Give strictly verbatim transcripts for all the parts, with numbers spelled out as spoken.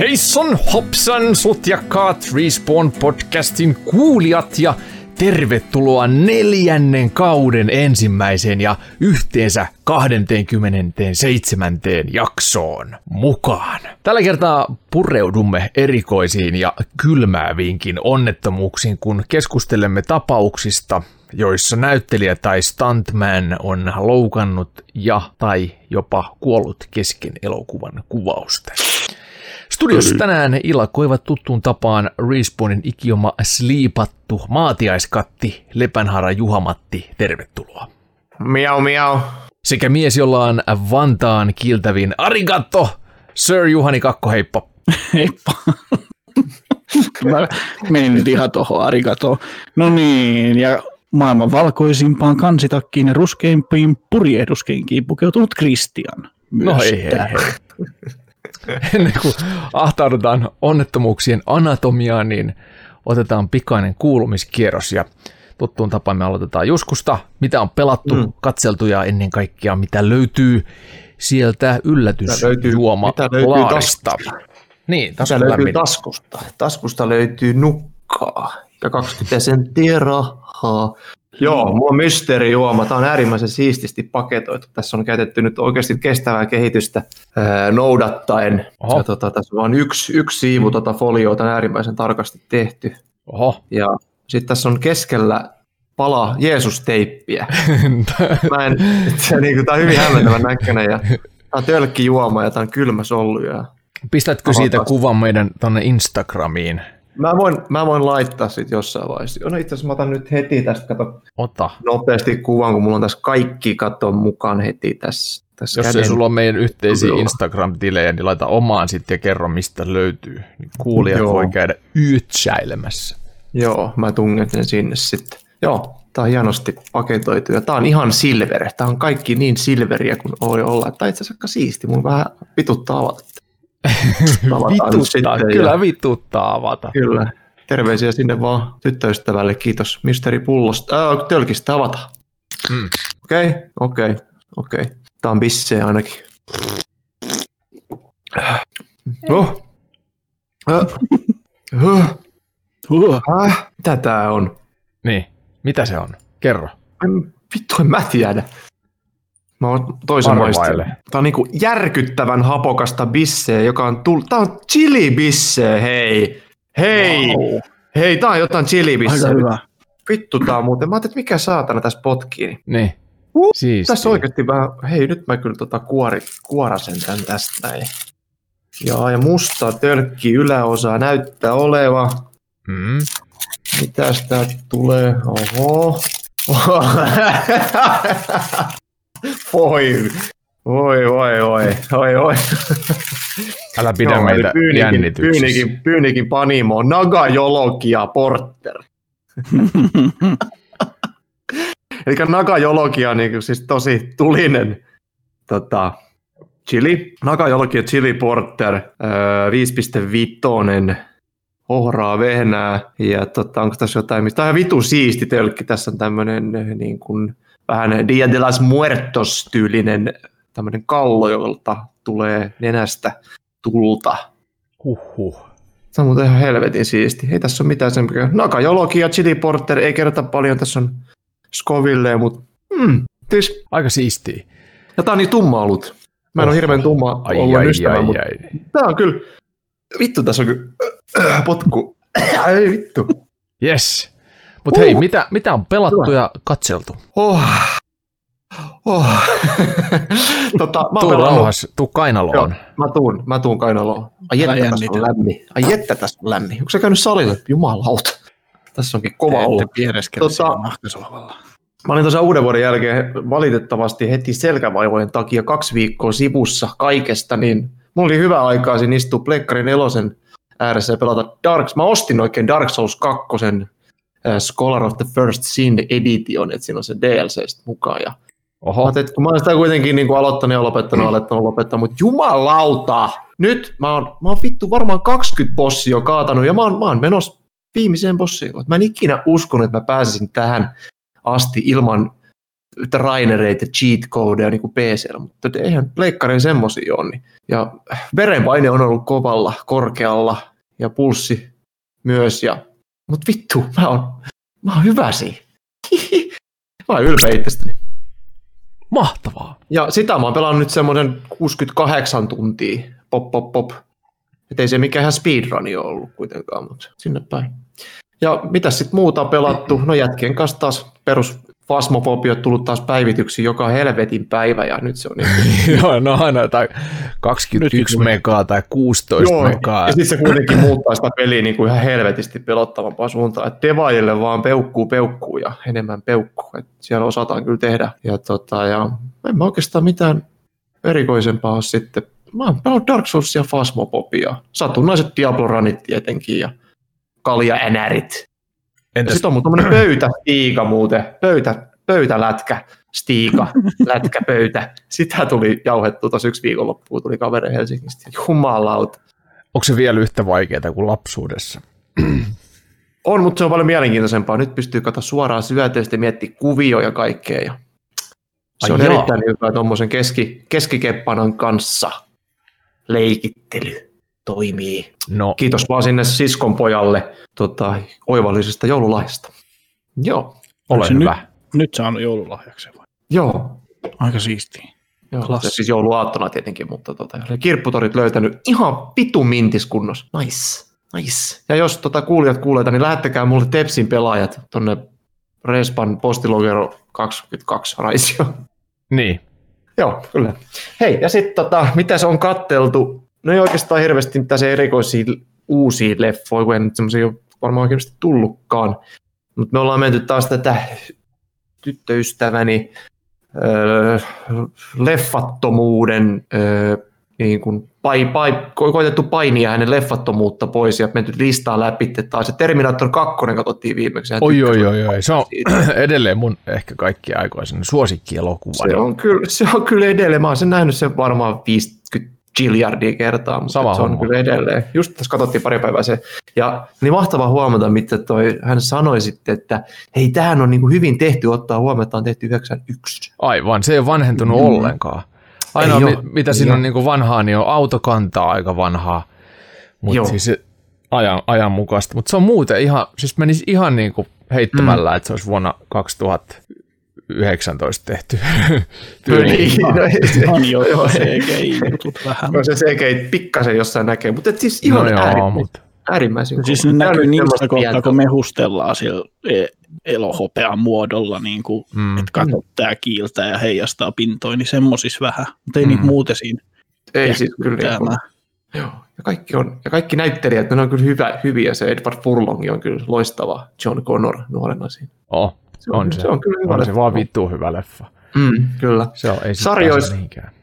Heisson hopsan sutjakkaat Respawn-podcastin kuulijat ja tervetuloa neljännen kauden ensimmäiseen ja yhteensä kaksikymmentäseitsemän jaksoon mukaan. Tällä kertaa pureudumme erikoisiin ja kylmääviinkin onnettomuuksiin, kun keskustelemme tapauksista, joissa näyttelijä tai stuntman on loukannut ja tai jopa kuollut kesken elokuvan kuvausten. Studiossa tänään ilakoivat tuttuun tapaan Respawnin ikioma sliipattu maatiaiskatti Lepänhara Juha-Matti, tervetuloa. Miau miau. Sekä mies, jolla on Vantaan kiiltävin arigato, Sir Juhani Kakko, heippa. Heippa. Mä menin nyt ihan tohon arigato. No niin, ja maailman valkoisimpaan kansitakkiin ja ruskeimpiin purjehduskenkiin pukeutunut Christian. No hei hei hei. Ennen kuin ahtaudutaan onnettomuuksien anatomiaan, niin otetaan pikainen kuulumiskierros ja tuttuun tapaan me aloitetaan Juskusta. Mitä on pelattu, mm. katseltu ja ennen kaikkea mitä löytyy sieltä yllätysjuomalaarista. Niin, mitä löytyy lämmin. taskusta? Taskusta löytyy nukkaa ja kaksikymmentä senttiä rahaa. Joo, mulla on mysteerijuoma. Tämä on äärimmäisen siististi paketoitu. Tässä on käytetty nyt oikeasti kestävää kehitystä ää, noudattaen. Ja, tota, tässä on vain yksi, yksi siivu tota folioita, on äärimmäisen tarkasti tehty. Oho. Ja sitten tässä on keskellä pala Jeesus-teippiä. Mä en, se, niin kuin, tämä on hyvin hämmentävän näköinen. Ja, tämä on tölkkijuoma ja tämä on kylmä sollu. Ja pistätkö avataan siitä kuvan meidän tonne Instagramiin? Mä voin, mä voin laittaa sitten jossain vaiheessa. No itse asiassa mä otan nyt heti tästä, kato Ota. nopeasti kuvan, kun mulla on tässä kaikki katon mukaan heti tässä. tässä Jos ei sulla ole meidän yhteisiä Joo. Instagram-tilejä, niin laita omaan sitten ja kerro, mistä löytyy. Niin kuulijat Joo. voi käydä yhtsäilemässä. Joo, mä tungen sen sinne sitten. Joo, tää on hienosti paketoitu ja tää on ihan silver. Tää on kaikki niin silveriä kuin voi olla. Tää on itse asiassa aika siisti. Mun vähän vituttaa avata. vituttaa, kyllä ja vituttaa avata. Kyllä. Terveisiä sinne vaan tyttöystävälle. Kiitos misteri Pullosta. Äh, tölkistä avata. Okei, mm. okei, okay, okei. Okay. Tää on bisseä ainakin. Oh. Uh. Uh. Uh. Äh, mitä tää on? Niin, mitä se on? Kerro. Vittu, en mä tiedä. Mä oon toisen maistelun. Tää on niinku järkyttävän hapokasta bisseä, joka on tullut. Tää on chili-bisseä, hei. Hei. Wow. Hei, tää on jotain chili-bisseä. Aika hyvä. Vittu tää on muuten. Mä ajattelin, että mikä saatana tässä potkii. Niin. Uh, tässä oikeesti vähän. Hei, nyt mä kyllä tota kuori, kuorasen tän tästä. Näin. Jaa, ja musta tölkki yläosa näyttää oleva. Mm. Mitäs tää tulee? Oho. Voi, voi, voi, voi, voi, voi. Älä pidä no, meitä pyynikin, jännityksissä. Pyynikin, pyynikin panimo, Naga Jolokia Porter. Eli Naga Jolokia on niin siis tosi tulinen tota, chili. Naga Jolokia Chili Porter, viisi pilkku viisi ohraa vehnää. Ja tota, onko tässä jotain, tämä on ihan vitun siisti tölkki. Tässä on tämmöinen niin kuin vähän Dia de las Muertos-tyylinen tämmöinen kallo, jolta tulee nenästä tulta. Huhhuh. Se on muuten ihan helvetin siisti. Ei tässä ole mitään sen. Naga Jolokia, Chili Porter, ei kerrota paljon. Tässä on Scoville, mutta mm, siis aika siistiä. Ja tää on niin tumma ollut. Mä en oh. ole hirveän tumma ai, ollut ai, ystävä, ai, mutta ai. tää on kyllä, vittu tässä on kyllä äh, potku. Ai vittu. Yes. Mutta uh. hei, mitä, mitä on pelattu ja katseltu? Oh. Oh. tota, mä tuu rauhas, tuu kainaloon. Joo, mä tuun, mä tuun kainaloon. Ai jettä, tässä on lämmin. Ai jettä, tässä on lämmin. Onko sä käynyt salille? Jumalauta. Tässä onkin kova Te olla. Tota, nahkasohvalla. Mä olin tosiaan uuden vuoden jälkeen valitettavasti heti selkävaivojen takia kaksi viikkoa sivussa kaikesta, niin mulla oli hyvä aikaa siinä istua Pleikkarin nelosen ääressä ja pelata Dark. Mä ostin oikein Dark Souls kaksi uh, Scholar of the First Sin Edition, että siinä on se D L C mukaan. Ja Oho. mä kun mä olen sitä kuitenkin niin kuin aloittanut ja lopettanut, aloittanut lopettanut, mutta jumalauta! Nyt mä oon, mä oon vittu varmaan kaksikymmentä bossia kaatanut ja mä oon, mä oon menossa viimeiseen bossiin. Mä en ikinä uskonut, että mä pääsisin tähän asti ilman trainereita, cheat codeja niin kuin P C:llä, mutta eihän pleikkarin semmosia ole. Niin. Ja verenpaine on ollut kovalla, korkealla ja pulssi myös. Ja... Mutta vittu, mä oon, mä oon hyvä siinä. Mä oon ylpeä itsestäni. Mahtavaa. Ja sitä mä oon pelannut nyt semmoinen kuusikymmentäkahdeksan tuntia, pop, pop, pop. Et ei se mikään ihan speedruni ole ollut kuitenkaan, mutta sinne päin. Ja mitäs sitten muuta on pelattu? No jätkien kanssa taas perus Phasmophobia on tullut taas päivityksiä joka helvetin päivä, ja nyt se on niin... Joo, no aina jotain kaksikymmentäyksi megaa tai kuusitoista Joo, megaa. Ja sitten se kuitenkin muuttaa sitä peliä niin kuin ihan helvetisti pelottavampaan suuntaan, että devaajille vaan peukkuu peukkuu ja enemmän peukkuu, että siellä osataan kyllä tehdä. Ja, tota, ja en mä oikeastaan mitään erikoisempaa ole sitten. Mä oon pelannut Dark Souls ja Phasmophobia, satunnaiset Diablo-ranit tietenkin ja kalja-änärit. Entäs... Sitten on mun tommonen pöytästiika muuten, pöytä, pöytälätkä, stiika, lätkä, pöytä. Sitä tuli jauhettua tuossa yksi viikonloppuun, tuli kaveri Helsingistä. Jumalauta. Onko se vielä yhtä vaikeaa kuin lapsuudessa? On, mutta se on paljon mielenkiintoisempaa. Nyt pystyy katsoa suoraan syöteistä ja miettimään kuvioja ja kaikkea. Ja se Ai on jaa. erittäin hyvä tuommoisen keski, keskikeppanan kanssa leikittely toimii. No. Kiitos vaan sinne siskon pojalle tota, oivallisesta joululahjasta. Joo. Ole hyvä. Nyt, nyt saanut joululahjaksi vai? Joo. Aika siistiä. Joo, se siis jouluaattona tietenkin, mutta tota, kirpputorit löytänyt ihan pitu mintiskunnossa. Nice, nice. Ja jos tota, kuulijat kuuleita, niin lähettäkää mulle Tepsin pelaajat tonne Respan postilogero kaksikymmentäkaksi raisio. Niin. Joo, kyllä. Hei, ja sitten tota, mitä se on katteltu? No ei oikeastaan hirveästi mitään erikoisia uusia leffoja, kun ei nyt semmoisia ole varmaan oikeasti tullutkaan. Mutta me ollaan menty taas tätä tyttöystäväni öö, leffattomuuden, öö, niin kuin pai, pai, koitettu painia hänen leffattomuutta pois ja menty listaa läpi. Taas se Terminator kaksi katsottiin viimeksi. Oi, oi, oi, oi. Se on edelleen mun ehkä kaikkien aikoisen suosikkielokuva. Se on kyllä, se on kyllä edelleen. Mä oon sen nähnyt sen varmaan viisikymmentä giljardia kertaa, mutta Sama se on homma. Kyllä edelleen. Just tässä katsottiin pari päivää se. Ja niin mahtavaa huomata, mitä toi, hän sanoi sitten, että hei, tämähän on niin kuin hyvin tehty, ottaa huomioon, että on tehty yhdeksänkymmentäyksi. Aivan, se ei ole vanhentunut mm. ollenkaan. Ainoa, mi- mitä siinä on niin kuin vanhaa, niin on autokantaa aika vanhaa, mutta siis ajan, ajanmukaista. Mutta se on muuten ihan, siis menisi ihan niin kuin heittämällä, mm. että se olisi vuonna kaksituhattayhdeksäntoista tehty. No niin, no ei se. On jo C G I-jutut vähän. No se C G I pikkasen jossain näkee, mutta siis ihan no joo, äärimmäisen. Mutta... äärimmäisen siis ne näkyy niistä kohtaa, kun me hustellaan siellä elohopean muodolla, niin kuin, mm. että katsot tää kiiltää ja heijastaa pintoja, niin semmoisissa vähän, mutta ei mm. niitä muuten siinä. Ei siis kyllä niin. Joo, ja kaikki, on, ja kaikki näyttelijät, ne on kyllä hyvä, hyviä, se Edward Furlong on kyllä loistava John Connor nuorena siinä. Oh, se on, on se. Se on kyllä hyvä on leffa. Se vaan vittuu hyvä leffa. Mm, kyllä. Se on, ei Sarjoist,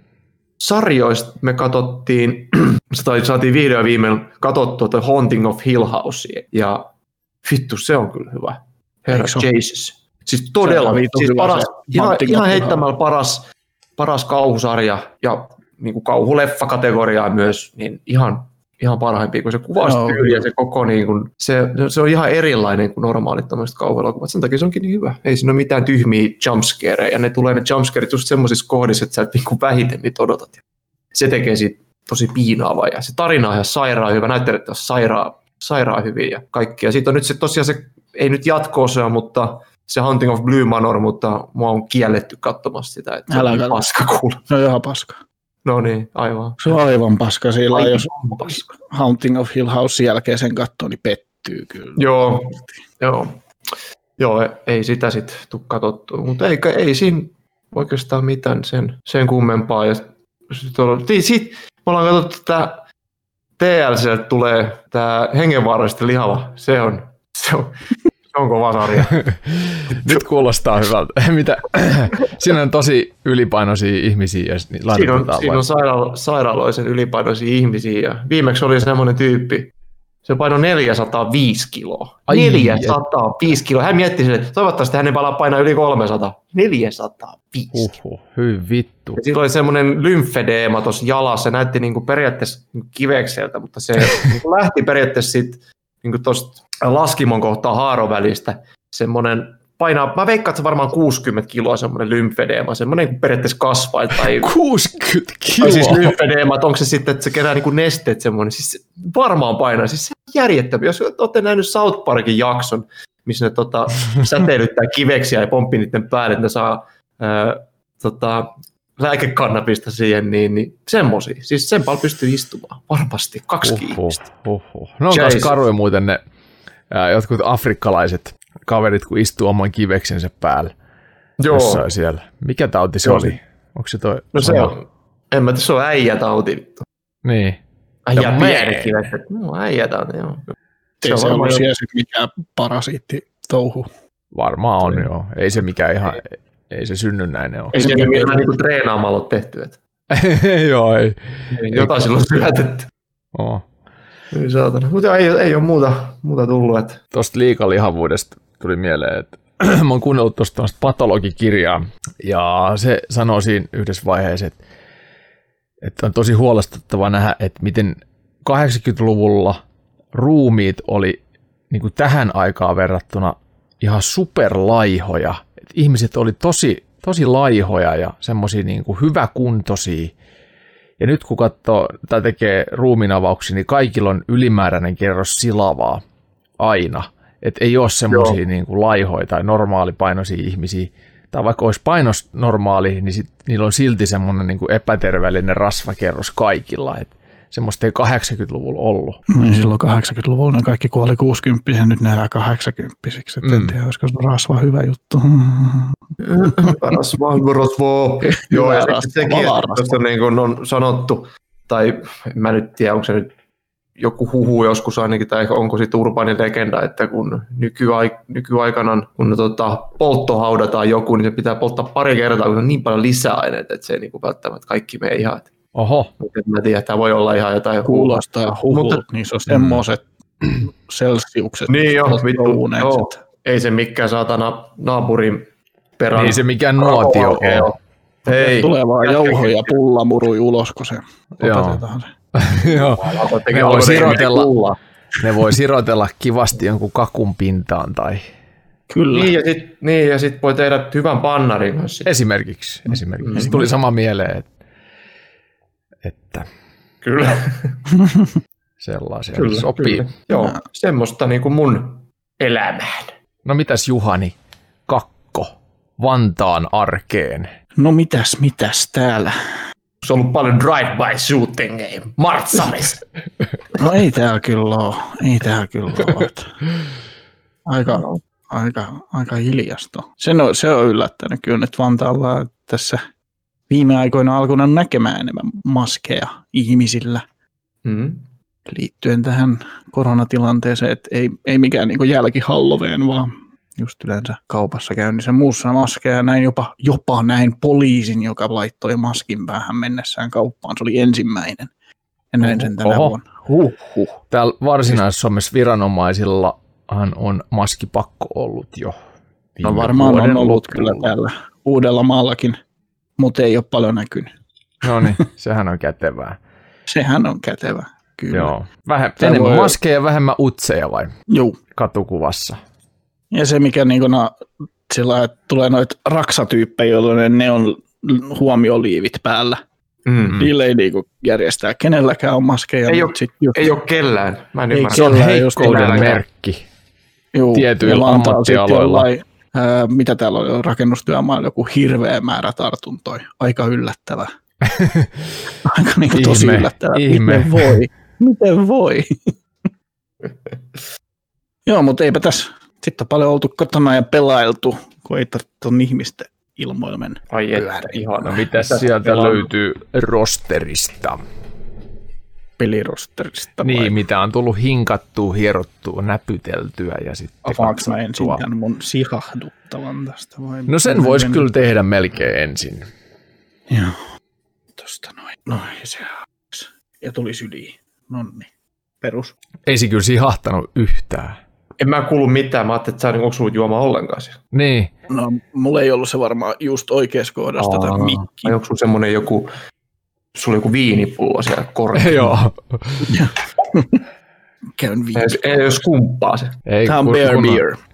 sarjoista me katsottiin, saatiin vihdoin viimein katsottua The Haunting of Hill House, ja vittu, se on kyllä hyvä. Herra Jesus. Siis todella, siis paras, ihan, ihan heittämällä paras, paras kauhusarja ja niin kuin kauhuleffa-kategoriaa myös, niin ihan, ihan parhaimpia, kun se kuvaustyyli ja se koko, niin kuin, se, se on ihan erilainen kuin normaalit tämmöiset kauhuelokuvat. Sen takia se onkin niin hyvä. Ei siinä ole mitään tyhmiä jumpscareja, ja ne tulee ne jumpscareit just semmoisissa kohdissa, että sä et niin kuin vähiten niitä odotat. Se tekee siitä tosi piinaavaa, ja se tarina on ihan sairaan hyvä, näyttelijät on sairaan, sairaan hyvin ja kaikki. Ja siitä on nyt se tosiaan se, ei nyt jatko-osa, mutta se Haunting of Blue Manor, mutta mua on kielletty katsomassa sitä, että Älä se on paska kuulla. No ihan paska. No niin, aivan. Se on aivan paska. Sillä jos paska. Haunting of Hill House jälkeen sen katsoo, niin pettyy kyllä. Joo, joo. Joo, ei sitä sitten tule katsottua, mutta ei, ei siinä oikeastaan mitään sen, sen kummempaa. Ja sitten sit, me ollaan katsottu, että T L C:ltä tulee tämä hengenvaarallisesti lihava. Se on, se on, se on kova sarja. Nyt kuulostaa hyvältä. Mitä? Siinä on tosi ylipainoisia ihmisiä. Ja siinä on, siinä on sairaalo- sairaaloisen ylipainoisia ihmisiä. Ja viimeksi oli semmoinen tyyppi, se painoi neljäsataaviisi kiloa. Ai neljäsataaviisi kiloa. Hän mietti sen, että toivottavasti hänen palaa painaa yli kolmesataa. neljäsataaviisi. Uhuh, hyvin vittu. Ja sillä oli semmoinen lymfedeema tuossa jalassa. Se näytti niinku periaatteessa kivekseltä, mutta se niinku lähti periaatteessa siitä niinku tuosta laskimon kohtaa haarovälistä semmoinen painaa, mä veikkaan, että se varmaan kuusikymmentä kiloa semmoinen lymfedeema, semmoinen kuin periaatteessa kasvaa. Tai, kuusikymmentä kiloa? Siis lymfedeema, että onko se sitten, että se kerää niin kuin nesteet semmoinen, siis varmaan painaa, siis se on järjettävä. Jos olette nähnyt South Parkin jakson, missä ne tota, säteilyttää kiveksiä ja pomppii niiden päälle, että ne saa ää, tota, lääkekannabista siihen, niin, niin semmosia. Siis sen paljon pystyy istumaan, varmasti, kaksi ihmistä. No on myös karuja muuten ne ää, jotkut afrikkalaiset kaverit, kun istuu oman kiveksensä päällä. Joo. Jossain siellä. Mikä tauti se joo. oli? Onko se toi? No se on, en mä tiedä, se on äijätauti. Niin. Äijä pieni kivekset. No äijätauti, joo. Ei se ollut siellä sitten mikään parasiitti touhu. Varmaan on, joo. Ei se mikään ihan, ei se synnynnäinen ole. Ei se mikään niin kuin treenaamalla ole tehty. Että. Joo, ei. ei jotain silloin syötetty. Oh. Ei saatana. Mutta ei, ei ole muuta, muuta tullut. Että. Tuosta liikalihavuudesta tuli mieleen, että mä oon kuunnellut tuosta patologikirjaa, ja se sanoo siinä yhdessä vaiheessa, että, että on tosi huolestuttavaa nähdä, että miten kahdeksankymmentäluvulla ruumiit oli niin kuin tähän aikaan verrattuna ihan superlaihoja. Et ihmiset oli tosi, tosi laihoja ja semmoisia niin kuin hyväkuntoisia. Ja nyt kun katsoo tai tekee ruumiinavauksia, niin kaikilla on ylimääräinen kerros silavaa aina. Että ei ole semmoisia niin kuin laihoja tai normaalipainoisia ihmisiä. Tai vaikka olisi painos normaali, niin sit, niillä on silti semmoinen niin kuin epäterveellinen rasvakerros kaikilla. Et semmoista ei kahdeksankymmentäluvulla ollut. Niin silloin kahdeksankymmentäluvulla ne kaikki kuoli kuusikymppisiä, nyt ne elää kahdeksankymppisiksi. Mm. En tiedä, olisiko se rasva hyvä juttu. rasva, hyvä rasva. Joo, ja sekin, että niin kuin on sanottu, tai mä nyt tiedä, onko se nyt joku huhu joskus ainakin, tai onko sitten urbaani legenda, että kun nykyaik- nykyaikana, kun tota, poltto haudataan joku, niin se pitää polttaa pari kertaa, kun on niin paljon lisäaineita, että se ei niin kuin välttämättä kaikki mene ihan. Oho. Mä tiedän, tämä voi olla ihan jotain kuulostaa ja huhut, mutta niissä on semmoiset mm. celsiukset. Niin jo, vittu, joo. Ei se mikään saatana naapurin perään. Ei se mikään nuotio ole. Hei. Tulee vaan jauho ja pullamurui ulos, kun se opetetaan se. Joo, ne voi, sirotella, ne voi sirotella kivasti jonkun kakun pintaan tai... Kyllä. Niin ja sitten niin, sit voi tehdä hyvän pannarin myös. Esimerkiksi. Esimerkiksi. Mm-hmm. Tuli sama mieleen, että... että kyllä. Sellaisia kyllä, sopii. Kyllä. Joo, semmoista niin kuin mun elämään. No mitäs Juhani Kakko Vantaan arkeen? No mitäs, mitäs täällä? Se on ollut paljon drive-by shootingeja Martsalissa. No ei täällä kyllä ole. Ei täällä kyllä ole. Aika, aika, aika hiljasta. Se on, se on yllättänyt kyllä nyt Vantaalla tässä viime aikoina alkunut näkemään enemmän maskeja ihmisillä mm. liittyen tähän koronatilanteeseen. Että ei, ei mikään niin kuin jälki-Halloween, vaan just yleensä kaupassa käynnissä muussa maskeja. Näin jopa, jopa näin poliisin, joka laittoi maskin päähän mennessään kauppaan. Se oli ensimmäinen. Ja näin sen tänä vuonna. Huh, huh. Täällä Varsinais-Suomessa viranomaisillahan on maskipakko ollut jo. No varmaan on ollut kyllä täällä Uudellamaallakin, mutta ei ole paljon näkynyt. No niin, sehän on kätevää. Sehän on kätevää, kyllä. Joo. Vähem, enemmän voi... maskeja ja vähemmän utseja vai? Joo. Katukuvassa. Ja se, mikä niin kun, no, sillä tulee noita raksatyyppejä, jolloin ne on huomioliivit päällä. Mm-hmm. Niillä ei niin järjestää kenelläkään on maskeja. Ei, ole, just... ei ole kellään. Mä en ymmärrä. Se on heikkouden merkki Juu, tietyillä ammattialoilla. Ää, mitä täällä on rakennustyömaalla, joku hirveä määrä tartuntoja. Aika yllättävää. Aika niin kuin tosi yllättävää. Ihme. Miten voi? Miten voi? Joo, mutta eipä tässä. Sitten on paljon oltu kotona ja pelailtu, kun ei tarvitse ihmisten ilmoilmen. Ai että, ihana. No mitäs sieltä pelaa? Löytyy rosterista? Pelirosterista. Niin, vai? Mitä on tullut hinkattua, hierottua, näpyteltyä ja sitten avaanko mä ensin tämän mun sihahduttavan tästä? Vai no sen voisi en... kyllä tehdä melkein ensin. Joo, tosta noin. Noin se ja tuli syliin. Nonni, perus. Ei se kyllä sihahtanut yhtään. En mä kuulu mitään. Mä ajattelin, että sä onko sulla juoma ollenkaan siellä. Niin. No, mulla ei ollut se varmaan just oikeassa kohdassa tätä mikkiä. Vai onko sulla semmoinen joku, sulla joku viinipullo siellä korkealla? Joo. Käyn viinipullo. Ei, ei jos kumppaa se. Ei, tämä on bear beer.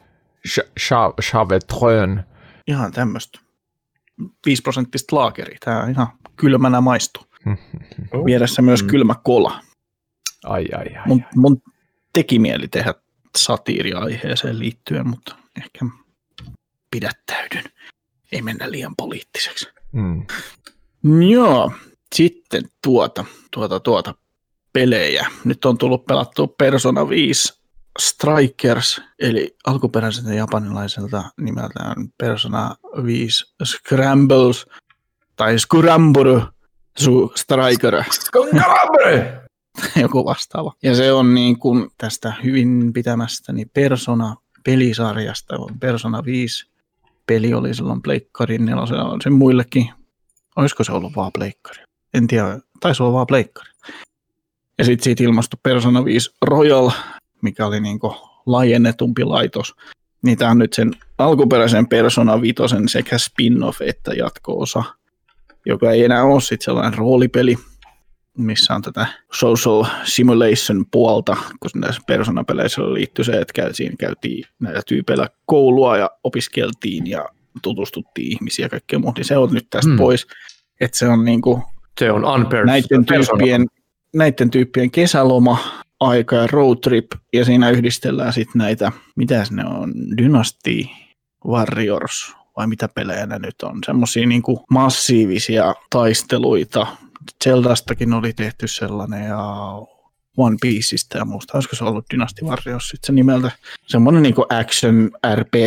Chavetrön. Ihan tämmöistä. viisi prosenttista laakeria. Tämä ihan kylmänä maistuu. Vieressä myös mm. kylmä kola. Ai, ai, ai. Mun, mun teki mieli tehdä satiiri-aiheeseen liittyen, mutta ehkä pidättäydyn. Ei mennä liian poliittiseksi. Mm. Joo, sitten tuota, tuota, tuota pelejä. Nyt on tullut pelattua Persona viisi Strikers, eli alkuperäiseltä japanilaiselta nimeltään Persona viisi Scrambles, tai Scramburu su Striker. Scramburu! Joku vastaava. Ja se on niin kuin tästä hyvin pitämästäni Persona-pelisarjasta. Persona viisi peli oli silloin Pleikkarin nelosella, sen muillekin. Olisiko se ollut vaan Pleikkari? En tiedä, taisi olla vaan Pleikkari. Ja sitten siitä ilmastui Persona viisi Royal, mikä oli niinku laajennetumpi laitos. Niin tämä on nyt sen alkuperäisen Persona viisi sekä spin-off että jatko-osa, joka ei enää ole sitten sellainen roolipeli, missä on tätä social simulation puolta, koska näissä Persona-peleissä liittyy se, että siinä käytiin näillä tyypeillä koulua ja opiskeltiin ja tutustuttiin ihmisiä ja kaikkea muuta, niin se on nyt tästä hmm. pois. Että se on niinku se on näiden tyyppien, näiden tyyppien kesäloma, aika ja road trip, ja siinä yhdistellään sitten näitä, mitäs ne on, Dynasty Warriors, vai mitä pelejä ne nyt on, semmosia niinku massiivisia taisteluita. Zeldastakin oli tehty sellainen, ja One Pieceista ja muusta, olisiko se ollut Dynasty Warriors sitten se nimeltä, semmoinen niinku action R P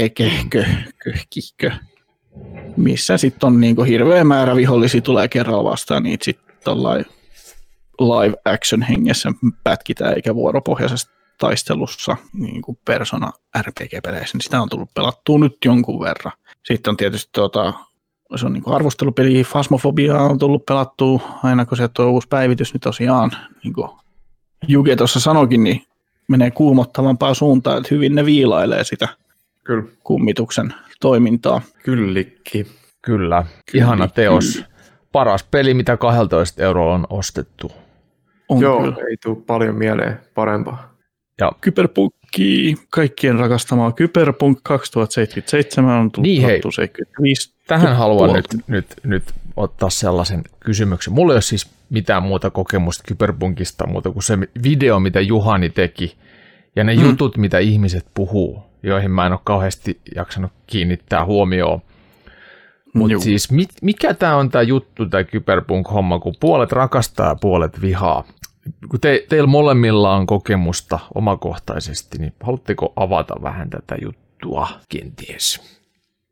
G-kö, missä sitten on niinku hirveä määrä vihollisia tulee kerralla vastaan, niitä sitten tollain live action hengessä pätkitään eikä vuoropohjaisessa taistelussa niin kuin Persona R P G-peleissä, niin sitä on tullut pelattua nyt jonkun verran. Sitten on tietysti tuota, se on niin kuin arvostelupeli, Phasmophobia on tullut pelattua aina kun se on uusi päivitys, niin tosiaan, niin kuin Juke tuossa sanoikin, niin menee kuumottavampaan suuntaan, että hyvin ne viilailee sitä Kyllä. kummituksen toimintaa. Kyllikki. Kyllä, ihana teos. Kyllä. Paras peli, mitä kaksitoista eurolla on ostettu. On Joo, kyllä. ei tule paljon mieleen parempaa. Ja Kyberpunkki, kaikkien rakastamaa Kyberpunk kaksituhattaseitsemänkymmentäseitsemän on tullut niin hei, seitsemänkymmentäviisi. tähän haluan nyt, nyt, nyt ottaa sellaisen kysymyksen. Mulla ei ole siis mitään muuta kokemusta Kyberpunkista, muuta kuin se video, mitä Juhani teki, ja ne hmm. jutut, mitä ihmiset puhuu, joihin mä en ole kauheasti jaksanut kiinnittää huomioon. Mutta siis mit, mikä tämä on tämä juttu, tämä Kyberpunk-homma, kun puolet rakastaa ja puolet vihaa? Kun te, teillä molemmilla on kokemusta omakohtaisesti, niin haluatteko avata vähän tätä juttua kenties?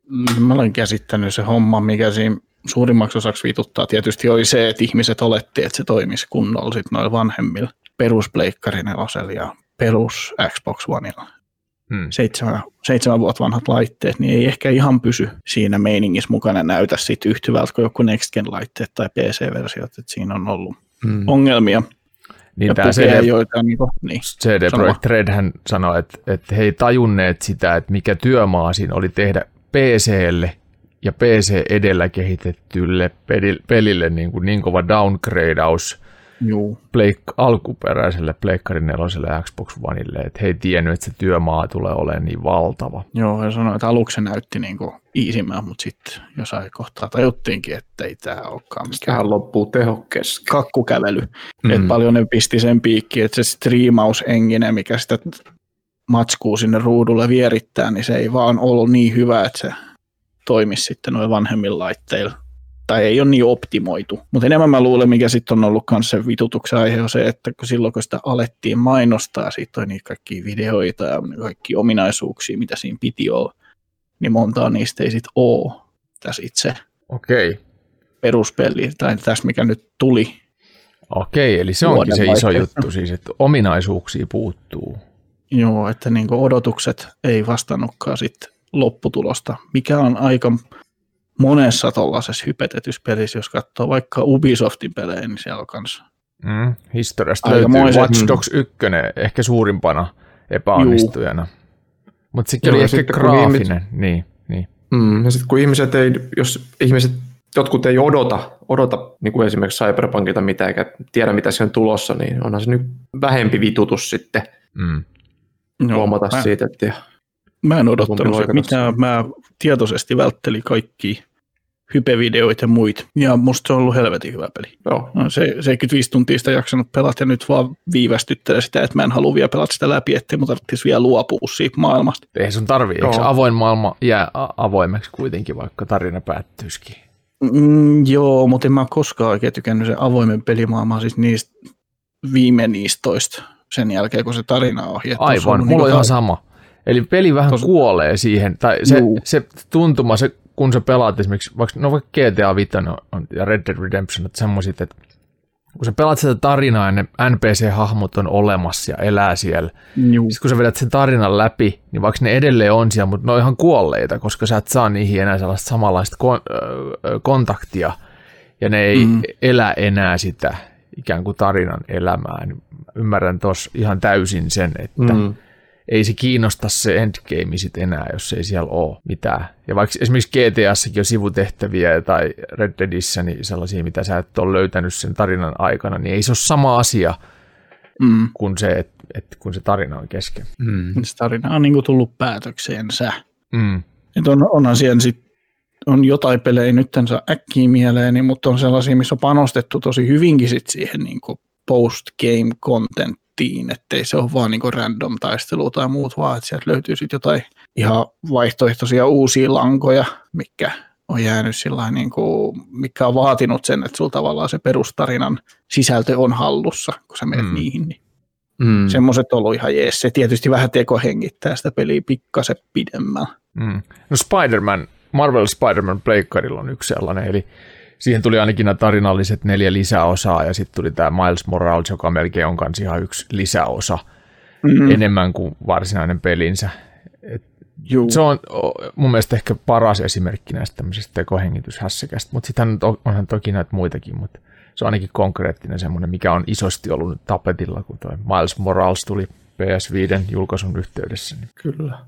Mä olen käsittänyt se homma, mikä siinä suurimmaksi osaksi vituttaa tietysti oli se, että ihmiset oletti, että se toimisi kunnolla sitten noilla vanhemmilla peruspleikkari nelosella ja perus Xbox Oneilla. Hmm. Seitsemän, seitsemän vuotta vanhat laitteet, niin ei ehkä ihan pysy siinä meiningissä mukana näytä siitä yhtä hyvältä kuin joku Next Gen-laitteet tai P C-versiot, että siinä on ollut hmm. ongelmia. Niin tämä C D, joita, niin kuin, niin, C D Projekt Red hän sanoi, että, että he ei tajunneet sitä, että mikä työmaa siinä oli tehdä P C:lle ja P C edellä kehitettylle pelille niin, kuin niin kova downgradeaus Pleik- alkuperäiselle Pleikkarin neloselle ja Xbox Oneille, että he ei tiennyt, että se työmaa tulee olemaan niin valtava. Joo, he sanoivat, että aluksi se näytti niin kuin easymään, mutta sitten jossain kohtaa tajuttiinkin, että ei tämä olekaan mikään. Tähän loppuu teho kesken. Kakkukävely. Mm. Että paljon ne pisti sen piikkiin, että se striimausengine, mikä sitä matskuu sinne ruudulle vierittää, niin se ei vaan ollut niin hyvä, että se toimisi sitten noin vanhemmilla laitteilla. Tai ei ole niin optimoitu. Mutta enemmän mä luulen, mikä sitten on ollut myös se vitutuksen aihe, on se, että kun silloin kun sitä alettiin mainostaa, siitä on niitä kaikkia videoita ja kaikki ominaisuuksia, mitä siinä piti olla, niin montaa niistä ei sitten ole tässä itse Okei. peruspeli, tai tässä mikä nyt tuli. Okei, eli se onkin se iso juttu siis, että ominaisuuksia puuttuu. Joo, että niinku odotukset ei vastannutkaan sitten lopputulosta, mikä on aika monessa tuollaisessa hypetetyssä pelissä, jos katsoo vaikka Ubisoftin pelejä, niin siellä on kanssa mm, historiasta löytyy Watch Dogs yksi ehkä suurimpana epäonnistujana. Mutta sekin oli ehkä graafinen. Ihmiset, niin, niin. Mm, ja sitten kun ihmiset ei, jos ihmiset, jotkut ei odota, odota niin kuin esimerkiksi Cyberpunkilta mitään, eikä tiedä mitä se on tulossa, niin onhan se nyt vähempi vitutus sitten mm. huomata no, siitä, että Mä en odottanut mitään. Mä tietoisesti välttelin kaikki hypevideoita ja muita. Ja musta se on ollut helvetin hyvä peli. Joo. No, se seitsemänkymmentäviisi tuntia sitä jaksanut pelata ja nyt vaan viivästyttelee sitä, että mä en halua vielä pelata sitä läpi, ettei mun tarvitsisi vielä luopua siitä maailmasta. Ei sun tarvii, eikö avoin maailma jää avoimeksi kuitenkin, vaikka tarina päättyisikin? Mm, joo, mutta en mä koskaan oikein tykännyt sen avoimen pelimaailmaa, siis niistä viimeinistoista sen jälkeen, kun se tarina on ohi. Aivan, mulla on ihan sama. Eli peli vähän tos... kuolee siihen, tai se, se tuntuma, se, kun sä pelaat esimerkiksi, vaikka, no vaikka G T A viisi on, ja Red Dead Redemption, että semmoiset, että kun sä pelaat sitä tarinaa ja ne N P C-hahmot on olemassa ja elää siellä, sitten kun sä vedät sen tarinan läpi, niin vaikka ne edelleen on siellä, mutta ne on ihan kuolleita, koska sä et saa niihin enää sellaista samanlaista kon- äh, kontaktia, ja ne ei mm. elä enää sitä ikään kuin tarinan elämää. Ymmärrän tuossa ihan täysin sen, että mm. ei se kiinnosta se endgame sit enää, jos ei siellä ole mitään. Ja vaikka esimerkiksi G T A:ssakin on sivutehtäviä tai Red Deadissä niin sellaisia, mitä sä et ole löytänyt sen tarinan aikana, niin ei se ole sama asia mm. kuin se, että et, kun se tarina on kesken. Mm. Se tarina on niinku tullut päätökseensä. Mm. Et on, onhan siellä sit, on jotain pelejä, nyt en saa äkkiä mieleeni, mutta on sellaisia, missä on panostettu tosi hyvinkin sit siihen niinku post-game contenttiin, ettei se ole vaan niinku random taistelu tai muut, vaan että sieltä löytyy sitten jotain ihan vaihtoehtoisia uusia lankoja, mikä on jäänyt sillain niinku, mikä on vaatinut sen, että sulla tavallaan se perustarinan sisältö on hallussa, kun sä menet mm. niihin. Niin mm. semmoiset on ollut ihan jees. Se tietysti vähän tekohengittää sitä peliä pikkasen pidemmällä. Mm. No Spider-Man, Marvel Spider-Man pleikkarilla on yksi sellainen, eli siihen tuli ainakin nämä tarinalliset neljä lisäosaa, ja sitten tuli tämä Miles Morales, joka melkein on kanssa ihan yksi lisäosa mm-hmm. enemmän kuin varsinainen pelinsä. Et se on mun mielestä ehkä paras esimerkki näistä tämmöisestä tekohengityshässäkästä, mutta sittenhän onhan toki näitä muitakin, mutta se on ainakin konkreettinen semmoinen, mikä on isosti ollut nyt tapetilla, kun toi Miles Morales tuli P S viiden julkaisun yhteydessä. Niin. Kyllä.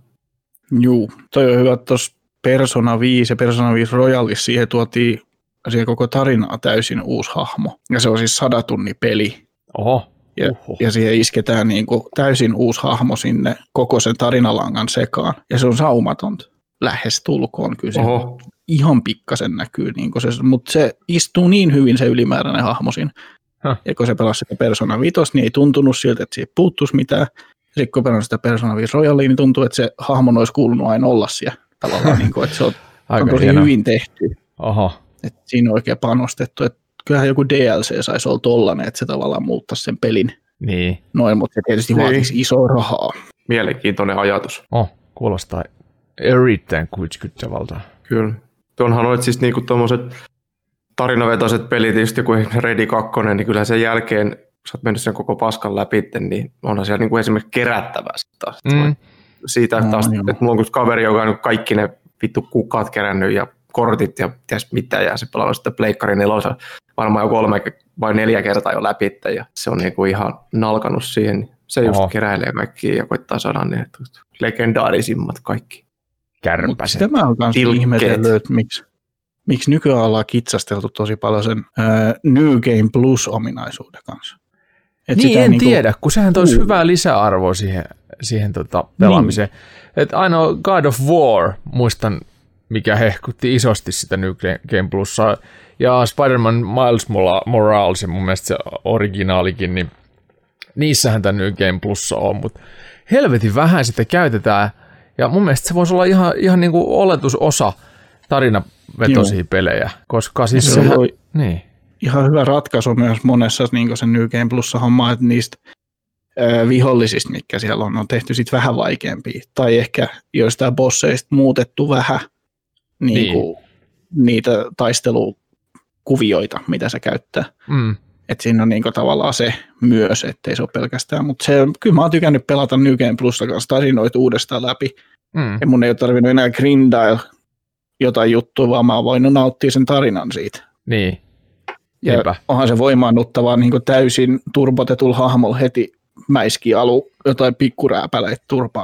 Juu, toi on hyvä, että tuossa Persona viisi ja Persona viisi Royalissa siihen tuotiin siihen koko tarinaa täysin uusi hahmo. Ja se on siis sadatunni peli. Oho. Ja, ja siihen isketään niin kuin täysin uusi hahmo sinne koko sen tarinalangan sekaan. Ja se on saumatonta. Lähes tulkoon kyllä se Oho. ihan pikkasen näkyy. Niin kuin se, mutta se istuu niin hyvin se ylimääräinen hahmo siinä. Huh. Ja kun se pelasi sitä Persona viisi, niin ei tuntunut siltä, että siitä puuttuisi mitään. Sitten kun pelasi sitä Persona viisi Royalia, niin tuntuu, että se hahmo olisi kuulunut aina olla siellä. Tavallaan, niin kuin, että se on, on tosi hieno. Hyvin tehty. Oho. Että siinä on oikein panostettu. Että kyllähän joku D L C saisi olla tollainen, että se tavallaan muuttaisi sen pelin. Niin. Noin, mutta se tietysti niin. vaatisi isoa rahaa. Mielenkiintoinen ajatus. Oh, kuulostaa erittäin kuitskyttävältä. Kyllä. Tuonhan olet siis niinku tuommoiset tarinavetoiset pelit, just joku Redi kaksi, niin kyllä sen jälkeen, kun sä oot mennyt sen koko paskan läpi, niin onhan siellä niinku esimerkiksi kerättävää taas. Mm. Siitä no, taas, no, että mulla on kaveri, joka on kaikki ne vittu kukat kerännyt ja kortit ja ties mitä, ja se pelaa sitten pleikkarin nelosa varmaan jo kolme vai neljä kertaa jo läpi, ja se on niinku ihan nalkanut siihen. Se just Oho. keräilee kaikki ja koittaa saada ne legendaarisimmat kaikki. Kärpäset. Sitä mä oon kanssa ihmetellyt, että miksi, miksi nykyään ollaan kitsasteltu tosi paljon sen äh, New Game Plus-ominaisuuden kanssa. Et niin, en niinku tiedä, kun sehän toisi uh. hyvää lisäarvoa siihen, siihen tota pelaamiseen. Niin. Et ainoa God of War, muistan, mikä hehkutti isosti sitä New Game Plusaa, ja Spider-Man Miles Morales, mun mielestä se originaalikin, niin niissähän tämä New Game Plussa on, mutta helvetin vähän sitä käytetään, ja mun mielestä se voisi olla ihan, ihan niin kuin oletusosa tarinavetoisia Joo. pelejä, koska siis se sehän, niin. ihan hyvä ratkaisu myös monessa niin sen New Game Plussa hommaa, että niistä ö, vihollisista, mitkä siellä on, on tehty sitten vähän vaikeampia, tai ehkä joistain bosseista muutettu vähän niin niin. Kuin, niitä taistelukuvioita, mitä se käyttää. Mm. Että siinä on niin kuin tavallaan se myös, ettei se ole pelkästään, mutta se, kyllä mä oon tykännyt pelata New Game Plusta kanssa tarinoita uudestaan läpi. Mm. Ja mun ei ole tarvinnut enää grindailla jotain juttua, vaan mä oon voinut nauttia sen tarinan siitä. Niin. Ja Eipä. onhan se voimaannuttavaa niin kuin täysin turbotetulla hahmolla heti mäiski alu jotain pikkurääpäleitä turpaa.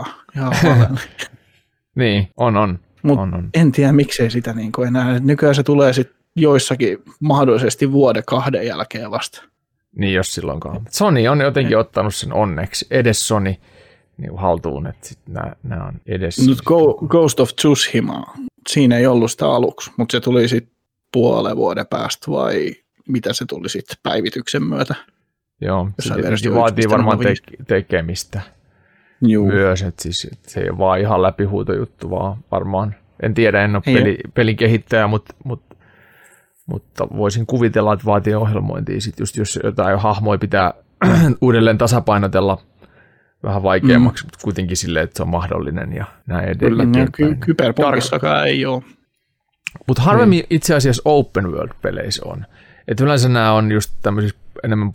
Niin, on, on. Mutta en tiedä, miksei sitä niin kuin enää. Nykyään se tulee sitten joissakin mahdollisesti vuoden kahden jälkeen vasta. Niin, jos silloinkaan. Sony on jotenkin ottanut sen onneksi. Edes Sony. niin haltuun, että sit nää, nää on edessä. Nyt Ghost of Tsushima, siinä ei ollut sitä aluksi, mutta se tuli sitten puolen vuoden päästä vai mitä se tuli sitten päivityksen myötä? Joo, se, se vaatii varmaan te- tekemistä Juu. myös, että siis, et se ei ole vaan ihan läpihuutojuttu, vaan varmaan, en tiedä, en ole peli, pelin kehittäjä, mutta, mutta, mutta voisin kuvitella, että vaatii ohjelmointia, sit just jos jotain hahmoja pitää uudelleen tasapainotella vähän vaikeammaksi, mm. mutta kuitenkin silleen, että se on mahdollinen ja näin edelleen. Kyllä, ky- kyberpunkissakaan ei ole. Mutta harvemmin mm. itse asiassa open world-peleissä on. Että yleensä nämä on just tämmöisissä enemmän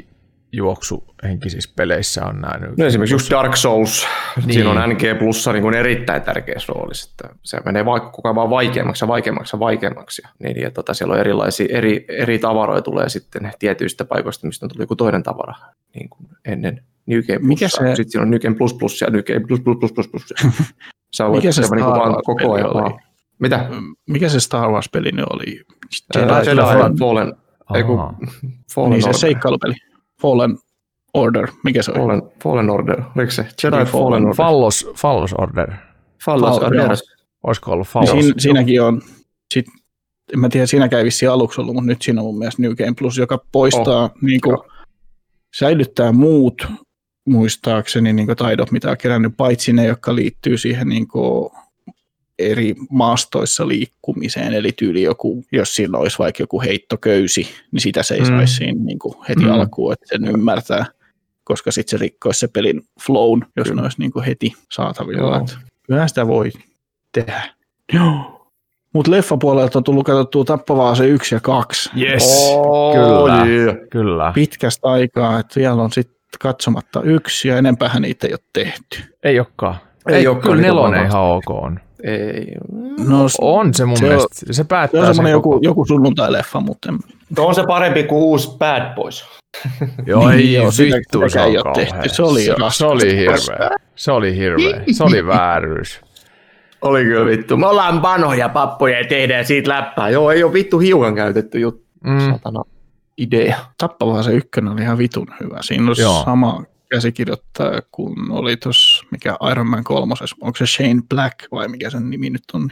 putkijuoksuhenkisissä peleissä on nämä. No esimerkiksi just Dark Souls, niin. Siinä on N G Plussa niin kuin erittäin tärkeässä roolissa. Se menee vaikka koko ajan vaan vaikeammaksi ja vaikeammaksi ja vaikeammaksi. Niin, ja tota, siellä on erilaisia, eri, eri tavaroja tulee sitten tietyistä paikoista, mistä on tullut joku toinen tavara niin kuin ennen New Game Plussa. Se... Sitten siinä on New Game Plus Plus ja New Game Plus Plus Plus Plus Plus. Mikä se Star Wars koko ajan oli? Mitä? Mikä se Star Wars-peli ne oli? Jedi Fallen. Eiku, Fallen niin se seikkailupeli. Fallen Order. Mikä se oli? Fallen, Fallen Order. Oliko se? Jedi Fallen, Fallen Order. Fallos, Fallos Order. Fallos Order. Olisiko ollut Fallos? Siin, siinäkin on. Sit, en mä tiedä, siinäkään vissiin aluksi ollut, mutta nyt siinä on mun mielestä New Game Plus, joka poistaa, oh. niin kuin, säilyttää muut muistaakseni niin kuin taidot, mitä on kerännyt, paitsi ne, jotka liittyy siihen niin kuin eri maastoissa liikkumiseen, eli tyyli joku, jos sillä olisi vaikka joku heittoköysi, niin sitä se ei mm. saisi siinä niin kuin heti mm. alkuun, että sen ymmärtää, koska sitten se rikkoisi se pelin flown, jos mm. ne olisi niin kuin heti saatavilla. Kyllä sitä voi tehdä. Joo. Mutta leffapuolelta on tullut katsottua Tappavaa se yksi ja kaksi. Yes, oh, kyllä, yeah. kyllä. Pitkästä aikaa, että vielä on sitten katsomatta yksi ja enempäähän niitä ei ole tehty. Ei olekaan. Ei, ei ole, kyllä nelonen ihan ok on. Ei. No, on se mun se mielestä. On, se päättää se on semmoinen joku, joku sunnuntai-leffa, mutta... On se parempi kuin uusi Bad Boys. Joo, ei joo, vittu, se on tehty. Se oli, se, se oli hirveä. Se oli hirveä. Se oli vääryys. Oli kyllä vittu. Me ollaan vanhoja pappoja ja tehdään siitä läppää. Joo, ei ole vittu hiukan käytetty juttu. Mm. Satana idea. Tappavaa se ykkönen oli ihan vitun hyvä. Siinä on Joo. sama käsikirjoittaja kuin oli tuossa, mikä Iron Man kolmosessa. Onko se Shane Black vai mikä sen nimi nyt on?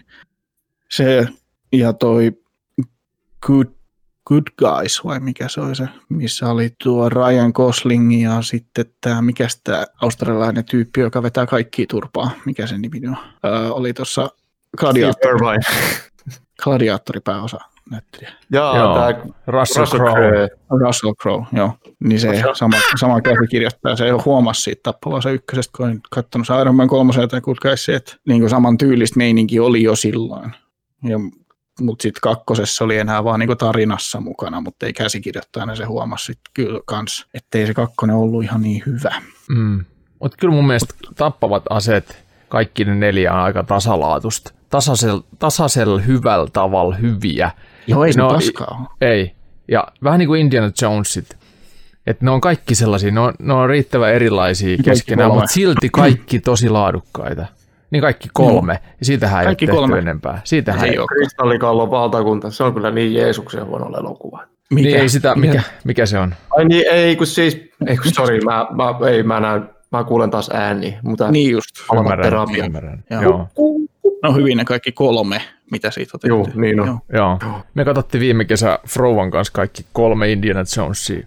Se ja toi Good, Good Guys vai mikä se oli se, missä oli tuo Ryan Gosling ja sitten tämä, mikä tämä australialainen tyyppi, joka vetää kaikkia turpaa. Mikä sen nimi on? Öö, oli tuossa Gladiator. Gladiatori pääosa. Näyttelijä. Jaa, joo, tämä Russell, Russell Crowe. Russell Crowe, joo. Niin se sama, sama käsikirjoittaja, se huomasi siitä Tappavassa ykkösestä, kun olin katsonut se Iron Man kolmosen tai Good Guys, että niin saman tyylistä meininki oli jo silloin. Ja, mutta sitten kakkosessa oli enää vaan niin tarinassa mukana, mutta ei käsikirjoittajana se huomasi sitten kyllä kans, ettei se kakkonen ollut ihan niin hyvä. Mm. Mutta kyllä mun mielestä Tappavat aseet, kaikki ne neljä on aika tasalaatusta. Tasaisella, tasaisella hyvällä tavalla hyviä. Joo, ei se no, paskaa. Ei. Ja vähän niin kuin Indiana Jonesit, että ne on kaikki sellaisia, ne on, ne on riittävän erilaisia keskenään, mutta silti kaikki tosi laadukkaita. Niin kaikki kolme, mm. ja siitähän ei kaikki ole tehty kolme. Enempää. Siitähän ei ole. Kristallikallon valtakunta, se on kyllä niin Jeesuksen huonolla elokuva. Mikä? Niin ei sitä, mikä, mikä se on? Ai niin, ei kun siis, ei kun sorry, mä, mä, ei, mä, näen, mä kuulen taas ääniä, mutta niin just. Ymmärrän, ymmärrän. Joo. Joo. No hyvin ne kaikki kolme, mitä siitä on tehty. Joo, niin on. Joo. Joo. Me katsottiin viime kesä Frouvan kanssa kaikki kolme Indiana Jonesia.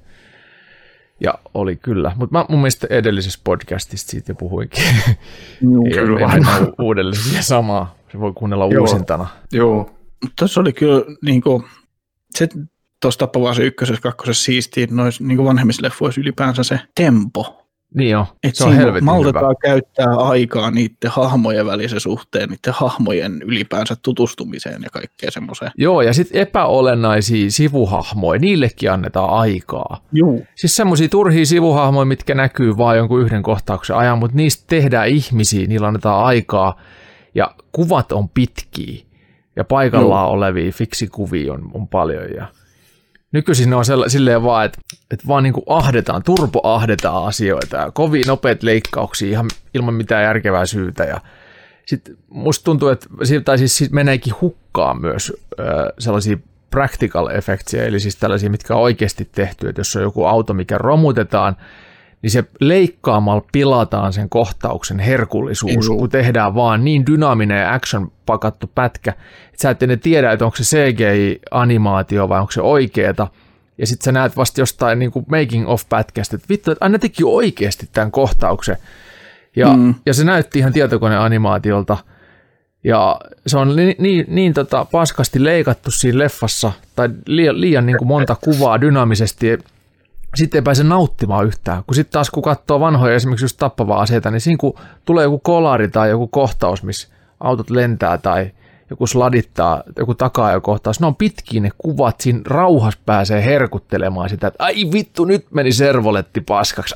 Ja oli kyllä. Mutta mun mielestä edellisessä podcastissa siitä jo puhuinkin. Joo, kyllä vain. Uudelleen siihen samaa. Se voi kuunnella Joo. uusintana. Joo. Tuossa oli kyllä niin kuin, se tuossa Tappavassa ykkösessä, kakkosessa siistiin noissa niin vanhemmissa leffoissa ylipäänsä se tempo. Niin jo, se on helvetin maltetaan hyvä. Käyttää aikaa niiden hahmojen välisen suhteen, niiden hahmojen ylipäänsä tutustumiseen ja kaikkea semmoiseen. Joo, ja sitten epäolennaisia sivuhahmoja, niillekin annetaan aikaa. Joo. Siis semmoisia turhia sivuhahmoja, mitkä näkyy vaan jonkun yhden kohtauksen ajan, mutta niistä tehdään ihmisiä, niillä annetaan aikaa, ja kuvat on pitkiä, ja paikallaan Joo. olevia fiksikuvia on, on paljon, ja nykyisin ne on silleen vaan, että, että vaan niin kuin ahdetaan, turboahdetaan asioita ja kovin nopeat leikkauksia ihan ilman mitään järkevää syytä. Ja sitten musta tuntuu, että tai siis meneekin hukkaan myös äh, sellaisia practical effectsia, eli siis tällaisia, mitkä on oikeasti tehty, että jos on joku auto, mikä romutetaan, niin se leikkaamalla pilataan sen kohtauksen herkullisuus, Juu. kun tehdään vaan niin dynaaminen ja action pakattu pätkä, että sä et ennen tiedä, että onko se C G I-animaatio vai onko se oikeeta, ja sit sä näet vasta jostain niin kuin making of pätkästä, että vittu, että aina teki oikeasti tämän kohtauksen, ja, mm. ja se näytti ihan tietokoneanimaatiolta, ja se on niin, niin, niin tota, paskasti leikattu siinä leffassa, tai liian, liian niin kuin monta kuvaa dynaamisesti, sitten ei pääse nauttimaan yhtään. Kun sitten taas kun katsoo vanhoja esimerkiksi just tappavaa aseita, niin siinä kun tulee joku kolari tai joku kohtaus, missä autot lentää tai joku sladittaa, joku takaajokohtaus, ne on pitkiä ne kuvat, siinä rauhassa pääsee herkuttelemaan sitä, että ai vittu, nyt meni servoletti paskaksi.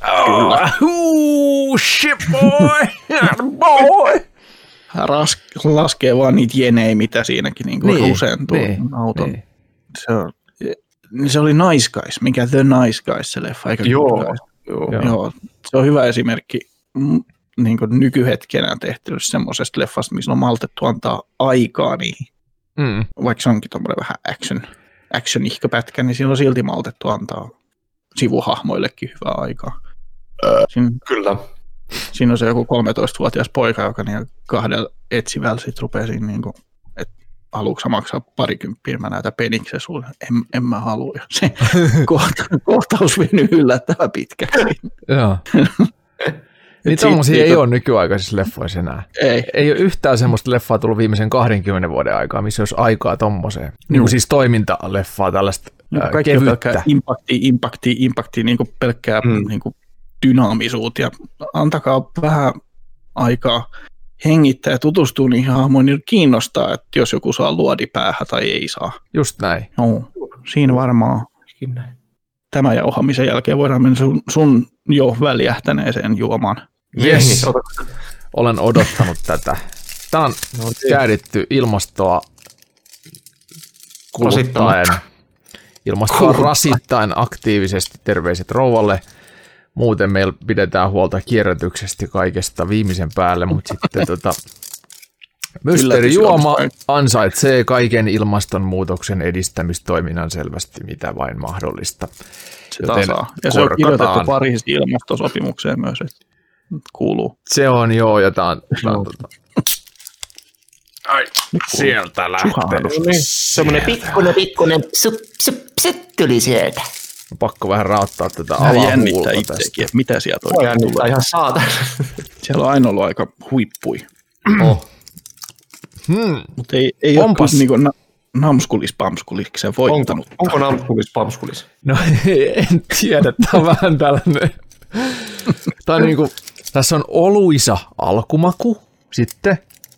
Oh, shit boy, boy. Ras- laskee vaan niitä jenejä, mitä siinäkin niin kuin niin, rusentuu niin, auton. Niin. Se, on, se oli Nice Guys, mikä The Nice Guys se leffa, eikä joo, joo. joo. Se on hyvä esimerkki niin kuin nykyhetkenä tehty semmoisesta leffasta, missä on maltettu antaa aikaa niihin. Mm. Vaikka se onkin tommoinen vähän action, action-ihkä pätkä, niin siinä on silti maltettu antaa sivuhahmoillekin hyvää aikaa. Siinä, Kyllä. Siinä on se joku kolmetoistavuotias poika, joka niin kahdella etsivällä sitten rupeaa siinä, niin kuin, että haluatko maksaa parikymppiä, mä näytän peniksen sulle. En, en mä halua. Se kohta, kohtaus venyy yllättävän pitkäksi. Joo. Niin tommosia ei ole nykyaikaisissa leffoissa enää. Ei. Ei ole yhtään semmoista leffaa tullut viimeisen kahdenkymmenen vuoden aikaa, missä olisi aikaa tommoseen. Niin kuin siis toimintaleffaa, tällaista niin ää, kaikki kevyttä. Pelkkää impaktia, impaktia, impaktia, niin kuin pelkkää mm. niin kuin dynaamisuutta. Ja antakaa vähän aikaa hengittää ja tutustua niihin hahmoihin, niin kiinnostaa, että jos joku saa luodi päähän tai ei saa. Just näin. No, siinä varmaan. Näin. Tämän jauhamisen jälkeen voidaan mennä sun, sun jo väljähtäneeseen juomaan. Yes. Olen odottanut tätä. Tämä on no, kääritty ilmastoa kuluttaen, ilmastoa rasittaen aktiivisesti. Terveiset rouvalle. Muuten meillä pidetään huolta kierrätyksestä kaikesta viimeisen päälle, mutta sitten tota, Mysteerijuoma ansaitsee kaiken ilmastonmuutoksen edistämistoiminnan selvästi, mitä vain mahdollista. Se tasaa. Ja se on kirjoitettu Pariisin ilmastosopimukseen myös, että kuuluu. Se on joo, jotain. No. Ai, sieltä lähtee. Semmoinen pikkuinen, pikkuinen syp tuli sieltä. Pakko vähän raottaa tätä alahuulta itsekin, että mitä sieltä on. Voi jännittää ihan saatana. Siellä on aina ollut aika huippui. Oh. Hmm. Mutta ei, ei ole niinku na- namskulis pamskulikseen voittanut. Onko, onko namskulis pamskulis? No en tiedä, tämä on vähän tällainen. Tämä on niinku, tässä on oluisa alkumaku sitten.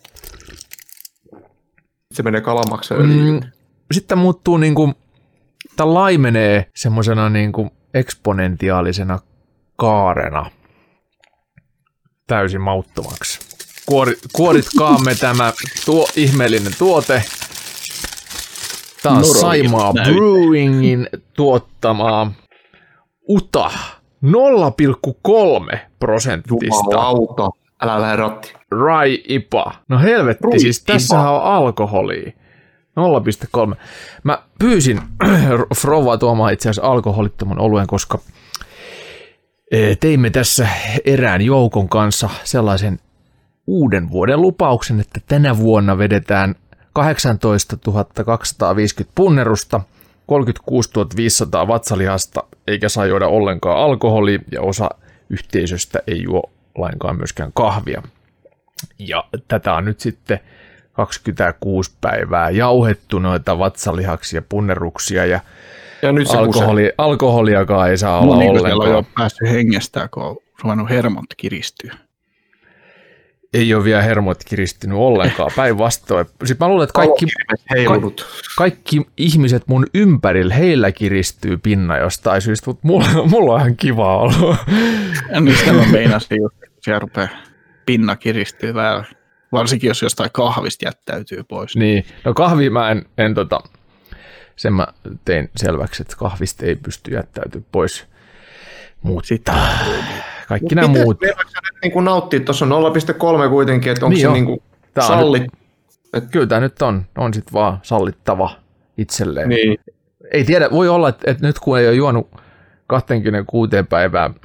Se menee kalamakseen öljyyn. Mm, sitten muuttuu niinku, tämä laimenee semmoisena niinku eksponentiaalisena kaarena täysin mauttomaksi. Kuori, kuoritkaamme tämä tuo, ihmeellinen tuote. Tämä on Saimaa Brewingin tuottamaa Uta nolla pilkku kolme prosenttista. Jumalauta, älä lähde ratti. Rye I P A. No helvetti, Rui siis tässä on alkoholia. nolla pilkku kolme. Mä pyysin Frovaa tuomaan itse asiassa alkoholittoman oluen, koska teimme tässä erään joukon kanssa sellaisen uuden vuoden lupauksen, että tänä vuonna vedetään kahdeksantoistatuhatta kaksisataaviisikymmentä punnerusta, kolmekymmentäkuusituhatta viisisataa vatsalihasta, eikä saa juoda ollenkaan alkoholia, ja osa yhteisöstä ei juo lainkaan myöskään kahvia. Ja tätä on nyt sitten kaksikymmentäkuusi päivää jauhettu noita vatsalihaksia, punneruksia, ja, ja nyt alkoholi, alkoholiakaan ei saa olla no, ollenkaan. Siellä on jo päässyt hengestään, kun on ruvennut hermot kiristyä. Ei ole vielä hermot kiristynyt ollenkaan, päinvastoin. Sitten mä luulen, että kaikki, ka- kaikki ihmiset mun ympärillä, heillä kiristyy pinna jostain syystä, mutta mulla, mulla on ihan kiva ollut. Ja niistä mä meinasin just, että siellä rupeaa pinna kiristyy vähän, varsinkin jos jostain kahvista jättäytyy pois. Niin, no kahvi mä en, en tota, sen mä tein selväksi, että kahvista ei pysty jättäytyä pois. Mutta sitten kaikki nämä muut. Miten sä nyt niin nauttii? Tuossa on nolla pilkku kolme kuitenkin, että onko niin se niin kuin salli? Et kyllä tämä nyt on, on sitten vaan sallittava itselleen. Niin. Ei tiedä, voi olla, että, että nyt kun ei ole juonut kaksikymmentäkuusi päivää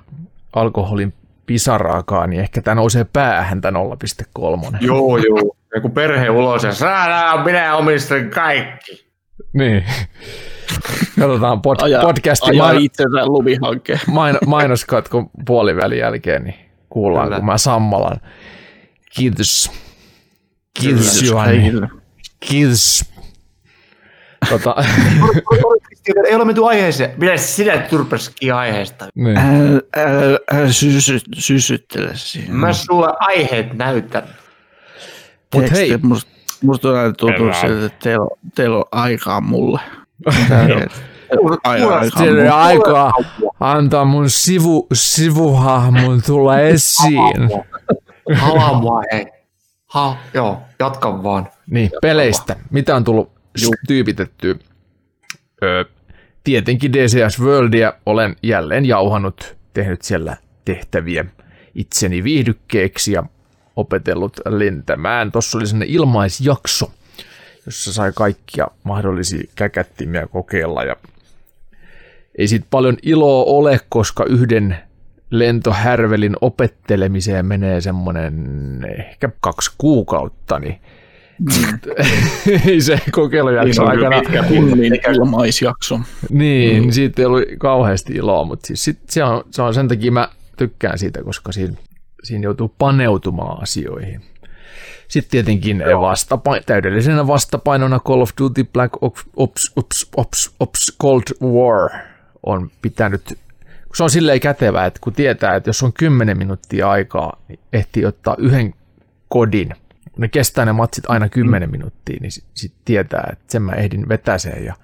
alkoholin pisaraakaan, niin ehkä tämä nousee päähän tämä nolla pilkku kolme. Joo, joo. Ja kun perhe ulos ja saadaan, minä omistan kaikki. Niin. Katsotaan pod- Aja, podcastin ajaa main- itsensä lumihankkeen. main- mainoskatkon puolivälin jälkeen, niin kuullaan, Kyllä. kun mä sammalan. Kiitos. Kiitos, Juhani. Kiitos. Tota. Ei ole menty aiheeseen. Minä sinä turpeskin aiheesta. Niin. Älä sysyttele siihen. Mä sulle aiheet näytän. Mut hei. Musta, musta on aina tuntunut siltä, että teillä, teillä on aikaa mulle. Teillä on aikaa antaa mun sivu, sivuhahmon tulla esiin. Halaa mua, hei. Ha, joo, jatka vaan. Niin, jatka peleistä. Vaan. Mitä on tullut Juh. tyypitettyä? Öö, tietenkin D C S Worldia olen jälleen jauhannut, tehnyt siellä tehtäviä itseni viihdykkeeksi ja opetellut lentämään. Tuossa oli sellainen ilmaisjakso, jossa sai kaikkia mahdollisia käkättimiä kokeilla. Ja ei siitä paljon iloa ole, koska yhden lentohärvelin opettelemiseen menee semmoinen ehkä kaksi kuukautta, niin ei se kokeilujakso niin aikana. Pitkä kunnin ilmaisjakso. Niin, mm. siitä ei ollut kauheasti iloa, mutta siis sit se, on, se on sen takia mä tykkään siitä, koska siinä, siinä joutuu paneutumaan asioihin. Sitten tietenkin vastapain, täydellisenä vastapainona Call of Duty Black Ops, Ops, Ops, Ops, Ops Cold War on pitänyt, se on silleen kätevää, että kun tietää, että jos on kymmenen minuuttia aikaa, niin ehtii ottaa yhden kodin, ne kestää ne matsit aina kymmenen minuuttia, niin sitten sit tietää, että sen mä ehdin vetäseen. Ja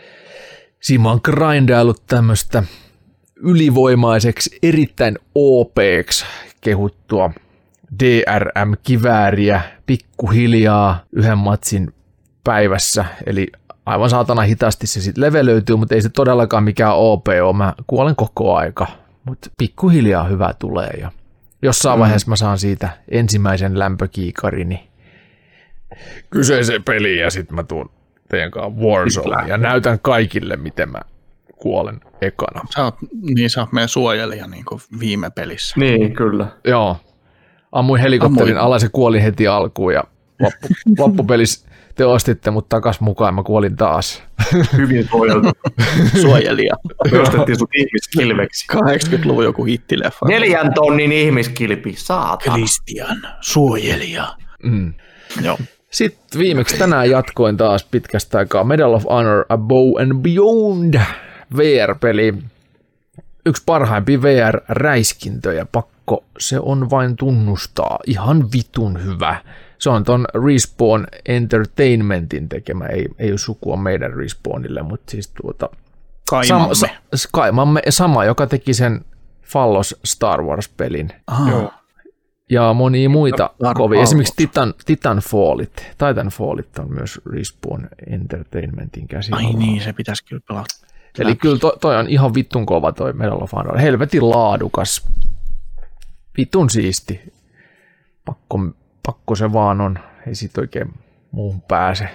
siinä mä oon grindaillut tämmöistä ylivoimaiseksi, erittäin O P:ksi kehuttua D R M-kivääriä pikkuhiljaa yhden matsin päivässä, eli aivan saatana hitaasti se sitten levelöityy, mutta ei se todellakaan mikään O P ole, mä kuolen koko aika, mutta pikkuhiljaa hyvä tulee ja jossain mm. vaiheessa mä saan siitä ensimmäisen lämpökiikarini kyseiseen peliin ja sitten mä tuun teidän kanssa Warzone ja näytän kaikille, miten mä kuolen ekana. Sä oot, niin sä oot meidän suojelija niin kuin viime pelissä. Niin, kyllä. Joo. Ammuin helikopterin Ammuin. alas ja kuolin heti alkuun ja loppu, loppupelissä te ostitte mut takas mukaan, mä kuolin taas. Hyvin suojeltu. Suojelija. Me ostettiin sut ihmiskilveksi. kahdeksankymmentäluvun joku hittileffa. Neljän tonnin ihmiskilpi, saatana. Christian, suojelija. Mm. Joo. Sitten viimeksi tänään jatkoin taas pitkästä aikaa Medal of Honor Above and Beyond V R-peli. Yksi parhaimpia V R-räiskintöjä, pakko se on vain tunnustaa. Ihan vitun hyvä. Se on ton Respawn Entertainmentin tekemä, ei, ei ole sukua meidän Respawnille, mutta siis tuota... Kaimamme. Sam, sa, Kaimamme, sama, joka teki sen Fallos Star Wars-pelin. Joo. Ja monia muita kovia. Esimerkiksi Titan, Titanfallit. Titanfallit on myös Respawn Entertainmentin käsillä. Ai niin, se pitäisi kyllä pelata. Eli kyllä toi, toi on ihan vittun kova toi Medal of Honor. Helvetin laadukas. Vitun siisti. Pakko, pakko se vaan on. Ei sit oikein muuhun pääse.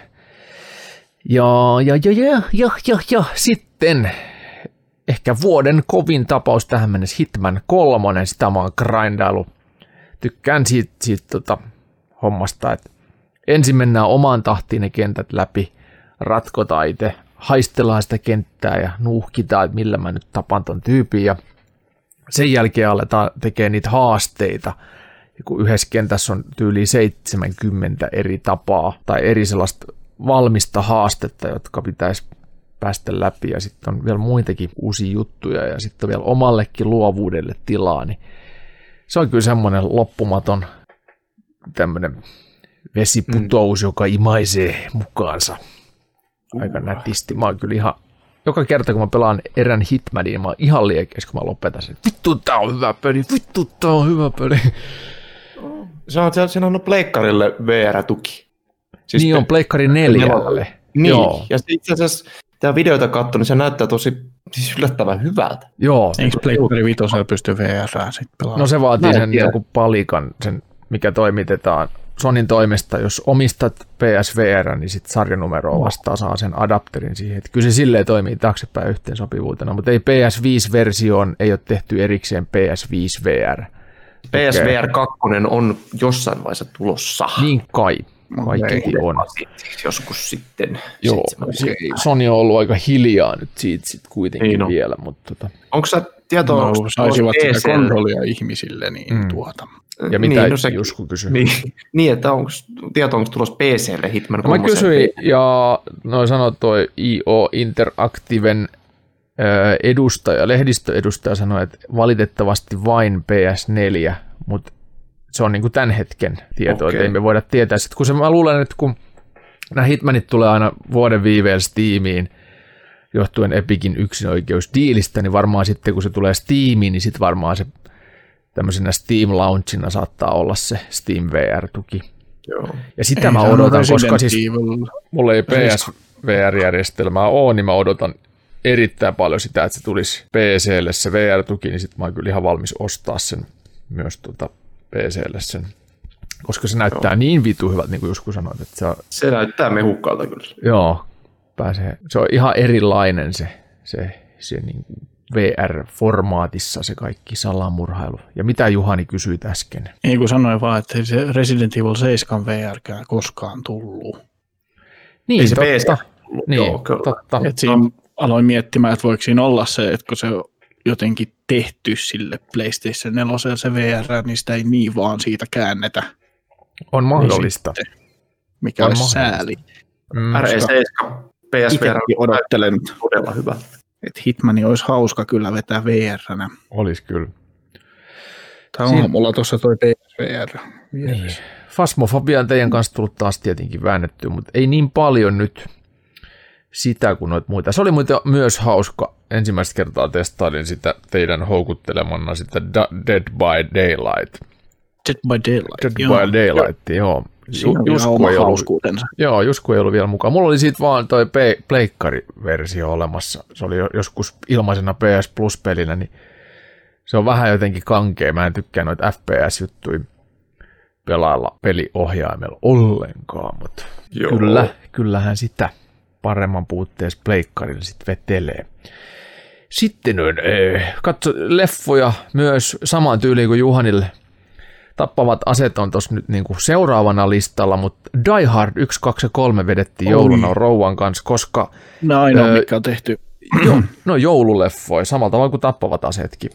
Ja, ja, ja, ja, ja, ja, ja. Sitten ehkä vuoden kovin tapaus tähän mennessä Hitman kolmonen. Sitä mä oon grindailu. Tykkään siitä, siitä tota, hommasta, että ensin mennään omaan tahtiin ne kentät läpi, ratkotaan itse, haistellaan sitä kenttää ja nuuhkitaan, että millä mä nyt tapan ton tyypin. Ja sen jälkeen aletaan tekemään niitä haasteita. Ja kun yhdessä kentässä on tyyli seitsemänkymmentä eri tapaa tai eri sellaista valmista haastetta, jotka pitäisi päästä läpi. Ja sitten on vielä muitakin uusia juttuja ja sitten on vielä omallekin luovuudelle tilaa, niin se on kyllä semmoinen loppumaton tämmöinen vesiputous, mm. joka imaisee mukaansa aika uh. nätisti. Mä oon kyllä ihan, joka kerta kun mä pelaan erän Hitmanin, mä oon ihan liekeis, kun mä lopetan sen. Vittu, tää on hyvä peli, vittu, tää on hyvä peli. Se on, siinä on pleikkarille V R-tuki. Siis niin on pleikkari neljälle. Niin, joo. Ja itse asiassa tämä videota katso, niin se näyttää tosi siis yllättävän hyvältä. Joo. Eikö pleikkari vitosella pysty V R:ää sitten pelaamaan? No se vaatii sen joku palikan, sen, mikä toimitetaan Sonin toimesta, jos omistat P S V R, niin sitten sarjanumeroa vastaan saa sen adapterin siihen. Että kyllä se silleen toimii taaksepäin yhteensopivuutena, mutta ei P S viisi-versioon ei ole tehty erikseen P S viisi V R. P S V R kaksi on jossain vaiheessa tulossa. Niin kai. Kaikki on. Joskus sitten. Joo, sitten Sony on ollut aika hiljaa nyt siitä sit kuitenkin niin vielä. Mutta tota. Onko sä tietoa? No, saisivat sitä konsolia ihmisille, niin mm. tuota. Ja mitä niin, no se, Jusku kysyi? Niin, niin että onko tietoa, onko tulossa P C:lle Hitman kolme? Mä kysyin, ja noin sanoi toi I O Interactiven edustaja, lehdistöedustaja sanoi, että valitettavasti vain P S neljä, mutta se on niin kuin tämän hetken tieto, okay. Että ei me voida tietää. Sitten kun se, mä luulen, että kun nämä Hitmanit tulee aina vuoden viiveellä Steamiin, johtuen Epicin yksinoikeusdiilistä, niin varmaan sitten kun se tulee Steamiin, niin sitten varmaan se tämmöisenä Steam Launchina saattaa olla se Steam V R-tuki. Joo. Ja sitä ei mä odotan, koska siis mulla ei P S V R-järjestelmää ole, niin mä odotan erittäin paljon sitä, että se tulisi P C:lle se V R-tuki, niin sitten mä oon kyllä ihan valmis ostaa sen myös tuota P C:lle sen, koska se näyttää joo. niin vitu hyvältä, niin kuin Jusku sanoit. Että se, on, se näyttää mehukkaalta kyllä. Joo, pääsee. Se on ihan erilainen se, se, se niin kuin V R-formaatissa se kaikki salamurhailu. Ja mitä Juhani kysyi äsken? Ei kun sanoin vaan, että se Resident Evil seitsemän V R-kään koskaan tullut. Niin, ei se totta. P C. Niin, joo, totta. Et siinä no. aloin miettimään, että voiko siinä olla se, että kun se on jotenkin tehty sille PlayStation neljä se V R, niin sitä ei niin vaan siitä käännetä. On mahdollista. Sitten, mikä on olisi sääli. Mm, R E seitsemän P S V R odottelen todella hyvä. Että Hitmani olisi hauska kyllä vetää V R-nä. Olisi kyllä. Tämä on Siin... mulla tuossa toi P S V R. Niin. Phasmophobia on teidän kanssa tullut taas tietenkin väännettyä, mutta ei niin paljon nyt sitä kuin noita muita. Se oli muuten myös hauska. Ensimmäistä kertaa testailin sitä teidän houkuttelemana sitä Dead by Daylight. Dead by Daylight, Dead joo. by Daylight, joo. Siinä on Jusku oma hauskuutensa. Joo, Jusku ei ollut vielä mukaan. Mulla oli siitä vaan toi pleikkariversio olemassa. Se oli joskus ilmaisena P S Plus-pelinä, niin se on vähän jotenkin kankea. Mä en tykkää noita F P S-juttuja pelailla peliohjaimella ollenkaan, mutta kyllä, kyllähän sitä paremman puutteessa pleikkarilla sitten vetelee. Sitten on, äh, katso leffoja myös samaan tyyliin kuin Juhanille. Tappavat aseet on tuossa nyt niinku seuraavana listalla, mutta Die Hard yksi, kaksi ja kolme vedettiin jouluna rouvan kanssa, koska... No ainoa, öö, mikä on tehty. Jo, no joululeffoja, samalla tavalla kuin Tappavat aseetkin.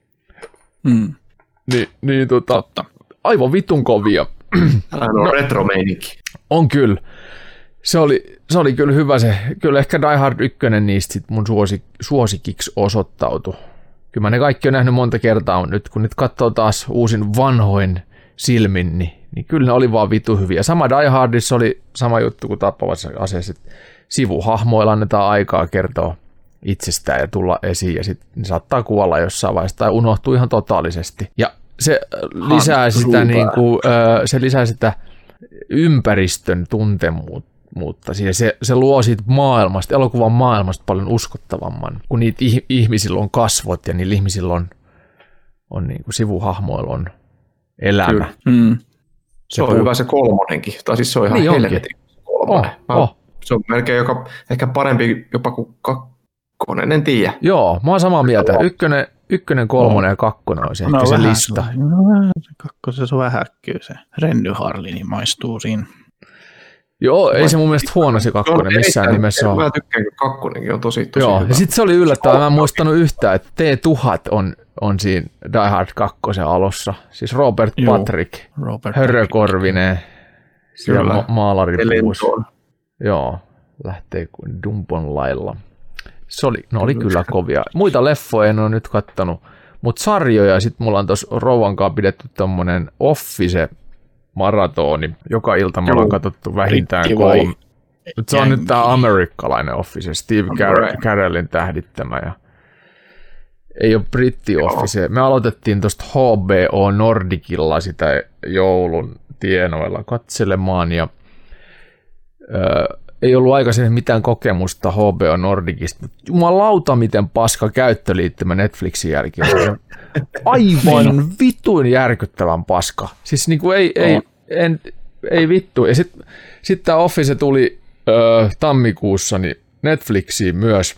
Mm. Ni, niin tota, Totta. Aivan vitun kovia. Älä no, retro-meininki. On kyllä. Se oli, se oli kyllä hyvä se. Kyllä ehkä Die Hard yksi niistä sit mun suosik, suosikiksi osoittautui. Kyllä mä ne kaikki on nähnyt monta kertaa, mutta nyt kun nyt katsoo taas uusin vanhoin silmin, niin, niin kyllä ne oli vaan vitu hyviä. Sama Die Hardissa oli sama juttu kuin Tappavassa aseessa. Sivuhahmoilla annetaan aikaa kertoa itsestään ja tulla esiin, ja sitten ne saattaa kuolla jossain vaiheessa tai unohtuu ihan totaalisesti. Ja se lisää, sitä, niin kuin, se lisää sitä ympäristön tuntemuutta. Mutta se, se luo siitä maailmasta, elokuvan maailmasta paljon uskottavamman, kun niitä ihmisillä on kasvot ja niillä ihmisillä on, on niin kuin sivuhahmoilla on elämä. Mm. Se, se on puhut... hyvä se kolmonenkin, tai siis se on ihan niin helvetin kolmonen. Oh, oh. Se on melkein joka, ehkä parempi jopa kuin kakkonen, en tiedä. Joo, mä oon samaa mieltä. Ykkönen, ykkönen kolmonen oh. ja kakkonen olisi ehkä no, se vähän, lista. No, se kakkonen se on vähän kyllä se Renny Harlin niin maistuu siinä. Joo, ei se mun mielestä huono se kakkonen missään nimessä ole. Mä tykkään, kun kakkonenkin on tosi, tosi Joo, hyvä. Ja sitten se oli yllättävää, mä en muistanut yhtään, että T tuhat on, on siinä Die Hard kakkosen alussa. Siis Robert Joo, Patrick, Robert Hörökorvinen, siellä ma- maalaripuus. Joo, lähtee kuin Dumpon lailla. Se oli, no oli kyllä kovia. Muita leffoja en ole nyt kattanut, mutta sarjoja, sitten mulla on tuossa rouvankaan pidetty tommonen Office maratoni. Joka ilta me ollaan katsottu vähintään kolme. Nyt se on nyt tämä amerikkalainen Office, Steve Car- Carellin tähdittämä. Ja ei ole britti Office. Me aloitettiin tuosta H B O Nordicilla sitä joulun tienoilla katselemaan. Ja, ö, ei ollut aikaisemmin mitään kokemusta H B O Nordicista. Jumalauta, miten paska käyttöliittymä Netflixin jälkeen. Aivan vitun järkyttävän paska. Siis niinku ei, ei en, ei vittu. Ja sitten sit tämä Office tuli öö, tammikuussa niin Netflixiin myös.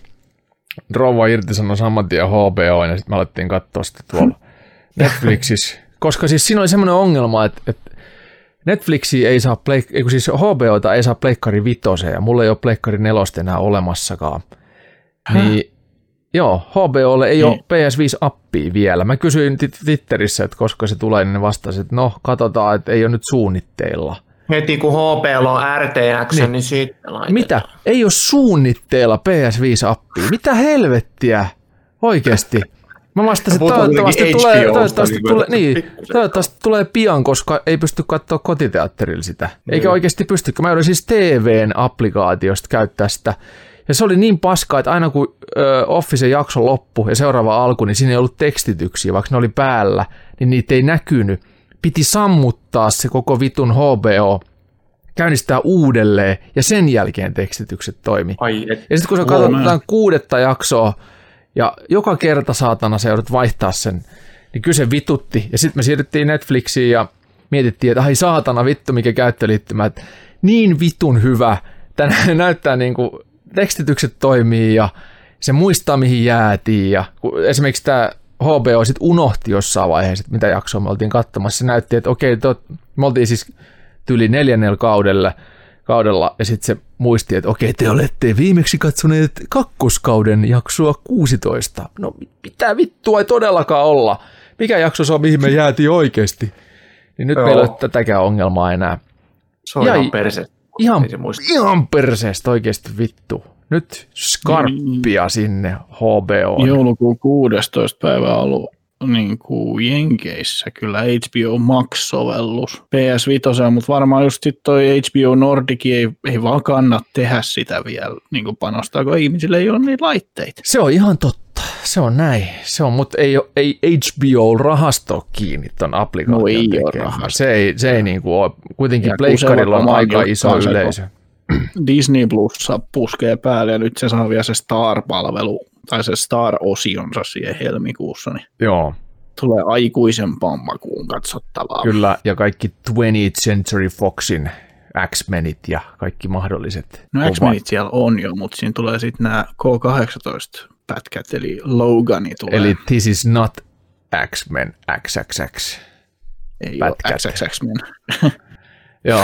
Rouva irtisanoi saman tien H B O, ja sitten me alettiin katsoa sitä tuolla Netflixissä. Koska siis siinä oli semmoinen ongelma, että, että Netflixi ei saa, pleik- ei, siis H B O:ta ei saa pleikkari vitoseen, ja mulla ei ole pleikkari nelosta enää olemassakaan. Häh? Niin, joo, H B O:lle ei niin. ole P S viisi-appia vielä. Mä kysyin Twitterissä, että koska se tulee, niin ne vastasivat, että no, katsotaan, että ei ole nyt suunnitteilla. Heti kun H B O on R T X, niin, niin sitten laitetaan. Mitä? Ei ole suunnitteilla P S viisi-appia. Mitä helvettiä? Oikeesti. Mä vastasin, että toivottavasti, tulee, toivottavasti, niin tulee, niin, toivottavasti tulee pian, koska ei pysty katsoa kotiteatterilla sitä. Eikä mm. oikeasti pysty. Mä joudun siis T V:n applikaatiosta käyttää sitä. Ja se oli niin paskaa, että aina kun ö, Officen jakso loppui ja seuraava alku, niin siinä ei ollut tekstityksiä, vaikka ne oli päällä, niin niitä ei näkynyt. Piti sammuttaa se koko vitun H B O, käynnistää uudelleen ja sen jälkeen tekstitykset toimi. Ai, et, ja sitten kun sä katsotaan kuudetta jaksoa ja joka kerta saatana sä joudut vaihtaa sen, niin kyllä se vitutti. Ja sitten me siirryttiin Netflixiin ja mietittiin, että ai saatana vittu mikä käyttöliittymä, että niin vitun hyvä. Tänään näyttää niin kuin tekstitykset toimii ja se muistaa mihin jäätiin ja esimerkiksi tämä H B O sitten unohti jossain vaiheessa, että mitä jaksoa me oltiin katsomassa. Se näytti, että okei, tot, me oltiin siis tyli neljännellä kaudella, kaudella ja sitten se muisti, että okei, te olette viimeksi katsoneet kakkoskauden jaksoa kuusitoista. No mitä vittua ei todellakaan olla. Mikä jakso se on, mihin me jäätiin oikeasti? Niin nyt Joo. meillä ei ole tätäkään ongelmaa enää. Se on ja ihan perseestä. Ihan, ihan perseestä oikeasti vittu. Nyt skarppia mm. sinne H B O. Joulukuun kuudestoista päivä ollut niin kuin Jenkeissä kyllä H B O Max-sovellus P S viisi, mutta varmaan just sitten toi H B O Nordic ei, ei vaan kannata tehdä sitä vielä niin kuin panostaa, kun ihmisille ei ole niitä laitteita. Se on ihan totta. Se on näin. Se on, mutta ei, ei H B O-rahasto kiinni ton applikaation no ei tekemään. Se ei, se ei niin kuin ole. Kuitenkin pleikkarilla on aika iso yleisö. Disney Plussa puskee päälle ja nyt se saa vielä se Star-palvelu tai se Star-osionsa siihen helmikuussa. Niin Joo. Tulee aikuisempaan makuun katsottavaa. Kyllä, ja kaikki twentieth Century Foxin X-Menit ja kaikki mahdolliset. No X-Menit siellä on jo, mutta siinä tulee sitten nämä K kahdeksantoista-pätkät, eli Logani tulee. Eli this is not X-Men X X X. Ei pätkät. Ole X X X-Men. Joo.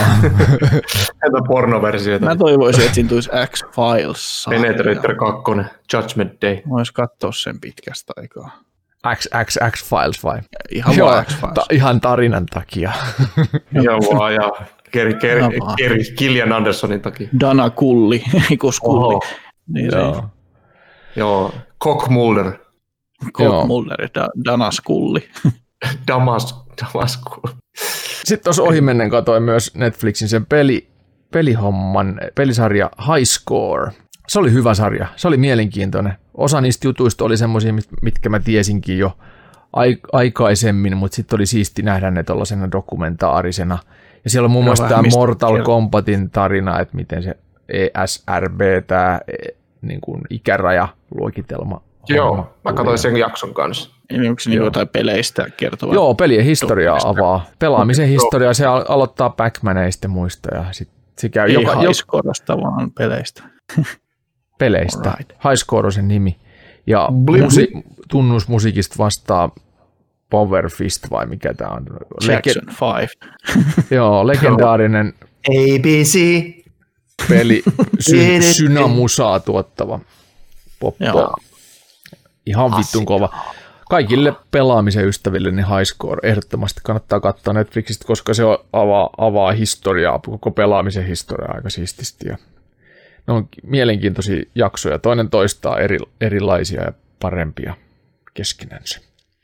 Entä pornoversioita? Mä toivoisin, että siinä tulisi X-Files. Penetrator kaksi, Judgment Day. Vois katsoa sen pitkästä aikaa. X X X-Files vai? Ihan Joo, vaan X-Files. Ta- ihan tarinan takia. Ihan vaan, ja Ker- Ker- Ker- Gillian Andersonin takia. Dana Kulli, eikö Kulli. Niin Joo. Joo, Cock Mulder. Cock Mulder, da- Danas Kulli. Damas, Damas Kulli. Sitten tuossa ohimennen katsoin myös Netflixin sen peli, pelihomman, pelisarja High Score. Se oli hyvä sarja, se oli mielenkiintoinen. Osa niistä jutuista oli semmoisia, mitkä mä tiesinkin jo aikaisemmin, mutta sitten oli siisti nähdä ne tuollaisena dokumentaarisena. Ja siellä on muun muassa tämä Mortal Kombatin tarina, että miten se E S R B, tämä niin kuin ikärajaluokitelma. Joo, mä katsoin sen jakson kanssa. Eli onko se niin jotain peleistä kertova? Joo, pelien historiaa avaa. Pelaamisen historiaa, se aloittaa Pac-Maneista muista. Ja sit se käy Ei joka, Highscoresta, vaan peleistä. Peleistä. Right. Highscore on sen nimi. Ja musi- tunnusmusiikista vastaa Power Fist vai mikä tämä on? Jackson viisi. Joo, legendaarinen A B C peli, sy- synamusaa tuottava poppo. Ihan vittun kova. Kaikille pelaamisen ystäville niin High Score ehdottomasti kannattaa katsoa Netflixistä, koska se avaa, avaa historiaa, koko pelaamisen historiaa aika siististi. Ja ne on mielenkiintoisia jaksoja, toinen toistaa eri, erilaisia ja parempia keskenänsä.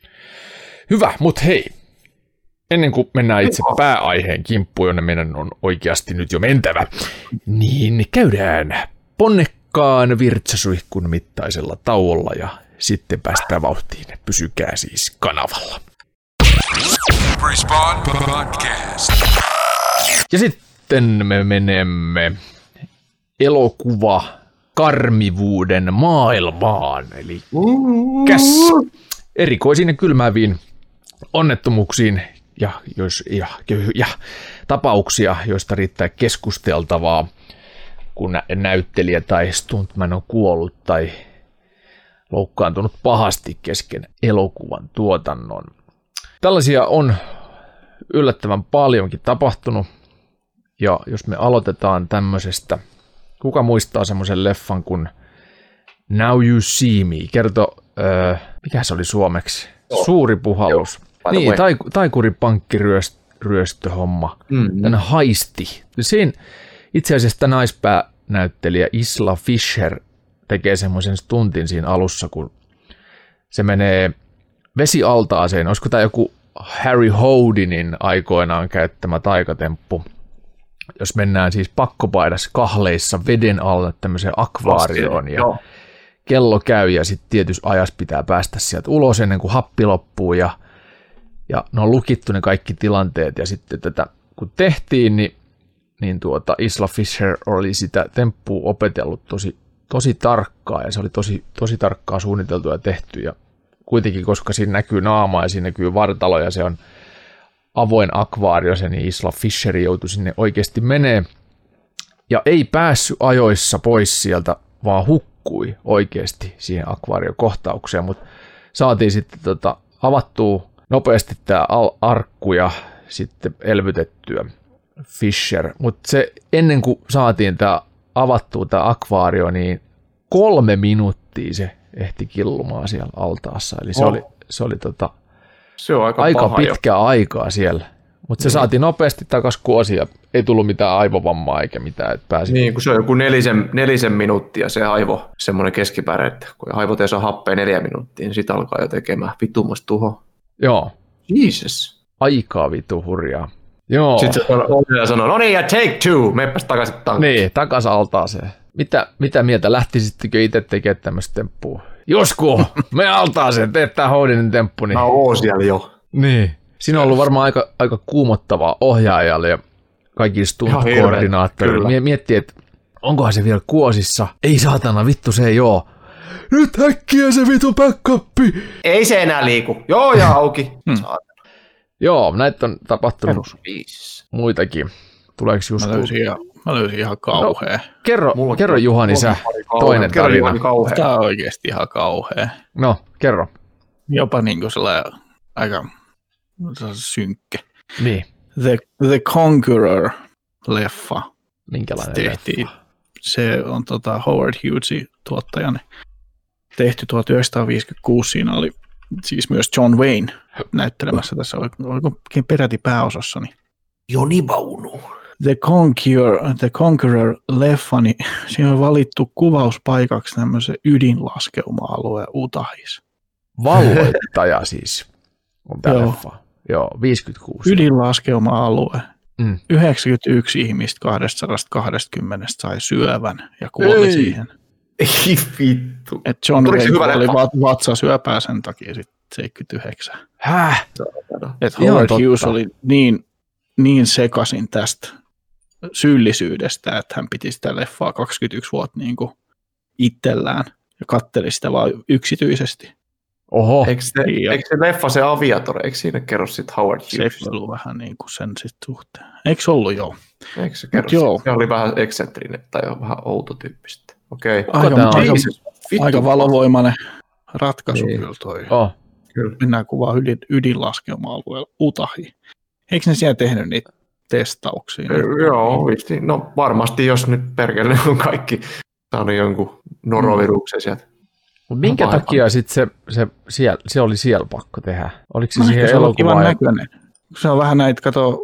Hyvä, mutta hei, ennen kuin mennään itse pääaiheen kimppuun, jonne meidän on oikeasti nyt jo mentävä, niin käydään ponnekkaan virtsasuihkun mittaisella tauolla ja sitten päästään vauhtiin. Pysykää siis kanavalla. Ja sitten me menemme elokuva karmivuuden maailmaan. Eli käs erikoisiin ja kylmääviin onnettomuuksiin ja, jos, ja, ja tapauksia, joista riittää keskusteltavaa, kun näyttelijä tai stuntman on kuollut tai loukkaantunut pahasti kesken elokuvan tuotannon. Tällaisia on yllättävän paljonkin tapahtunut, ja jos me aloitetaan tämmöisestä, kuka muistaa semmoisen leffan kuin Now You See Me, kerto, öö, mikä se oli suomeksi? Oh. Suuri puhallus. Joo, niin, taik- taikuripankkiryöstöhomma, mm-hmm. Tänne haisti. Siinä itse asiassa naispäänäyttelijä Isla Fisher tekee semmoisen stuntin siinä alussa, kun se menee vesialtaaseen. Olisiko tämä joku Harry Houdinin aikoinaan käyttämä taikatemppu, jos mennään siis pakkopaidassa kahleissa veden alle tämmöiseen akvaarioon ja joo. Kello käy ja sitten tietysti ajassa pitää päästä sieltä ulos ennen kuin happi loppuu ja, ja ne on lukittu ne kaikki tilanteet ja sitten tätä kun tehtiin, niin, niin tuota Isla Fisher oli sitä temppua opetellut tosi, tosi tarkkaa ja se oli tosi, tosi tarkkaa suunniteltu ja tehty ja kuitenkin, koska siinä näkyy naama ja siinä näkyy vartalo ja se on avoin akvaario, se, niin Isla Fisher joutui sinne oikeasti menee ja ei päässyt ajoissa pois sieltä, vaan hukkui oikeasti siihen akvaariokohtaukseen, mutta saatiin sitten tota, avattua nopeasti tämä arkku ja sitten elvytettyä Fisher, mutta se ennen kuin saatiin tämä avattua tämä akvaario, niin kolme minuuttia se ehti killumaan siellä altaassa, eli se oh. oli, se oli tota, se on aika, aika paha pitkä jo. aikaa siellä, mutta se mm. saatiin nopeasti takaisin kuosi ja ei tullut mitään aivovammaa eikä mitään, että pääsi. Niin, kun se on joku nelisen, nelisen minuuttia se aivo, semmoinen keskipääre, että kun aivot ei saa happea neljä minuuttia, niin sit alkaa jo tekemään vitumasta tuho. Joo. Jesus. Aikaa vitu hurjaa. Joo. Sitten se ohjaaja sanoo, no niin ja take two, meepäs takaisin tankkiin. Niin, takaisin altaaseen. Mitä, mitä mieltä, lähtisittekö itse tekemään tämmöistä temppua? Josku, me altaaseen, teet tää Houdinin temppu. Niin. Mä oon siellä jo. Niin. Siinä on ollut varmaan aika, aika kuumottavaa ohjaajalle ja kaikille stunt-koordinaattorille. Miettii, että onkohan se vielä kuosissa. Ei saatana, vittu se ei oo. Nyt häkkiä se vitu backuppi. Ei se enää liiku. Joo ja auki. Hmm. Joo, näitä on tapahtunut muitakin. Tuleeko just... Mä löysin ihan, mä löysin ihan kauhea. No, kerro, kerro Juhani sä toinen kerro tarina. Tämä on oikeasti ihan kauhea. No, kerro. Jopa niin kuin sellainen aika synkkä. Niin. The, The Conqueror-leffa. Minkälainen tehtiin. leffa? Se on tota Howard Hughesin tuottajan tehty tuhatyhdeksänsataaviisikymmentäkuusi. Siinä oli siis myös John Wayne näyttelemässä tässä. Oliko peräti pääosassa? Niin. Joni Vaunu. The Conqueror, The Conqueror-leffa, niin siinä on valittu kuvauspaikaksi tämmöisen ydinlaskeuma-alueen Utahissa. Valloittaja siis on tämä leffa. Joo, viisikymmentäkuusi. Ydinlaskeuma-alue. Mm. yhdeksänkymmentäyksi ihmistä kaksisataakaksikymmentä sai syövän ja kuoli Ei. siihen. Ei vittu. Et John Wayne oli vatsasyöpää sen takia sitten seitsemänkymmentäyhdeksän. Häh? Et Howard Hughes oli niin, niin sekaisin tästä syyllisyydestä, että hän piti sitä leffaa kaksikymmentäyksi vuotta niin kuin itsellään ja katteli sitä vaan yksityisesti. Oho. Eikö se, eikö se leffa se Aviator, eikö siinä kerro sitten Howard Hughes? Se ollut vähän niin kuin sen sitten suhteen. Eikö se ollut joo? Eikö se kerro joo. Se oli vähän eksentrinen tai vähän outotyyppistä. Okei. Okay. Aika, aika, aika valovoimainen ratkaisu niin. Kyllä toi. Oh. Kyllä. Mennään kuvaan ydin, ydinlaskeuma-alueella Utahiin. Eikö ne siellä tehnyt niitä testauksia? E, joo, visti. No varmasti, jos nyt perkele on kaikki saanut jonkun noroviruksen sieltä. Mutta minkä Vaihan. takia sitten se, se, se, se oli siellä pakko tehdä? Oliko se no, siihen elokuvaan? Se on vähän näitä, kato,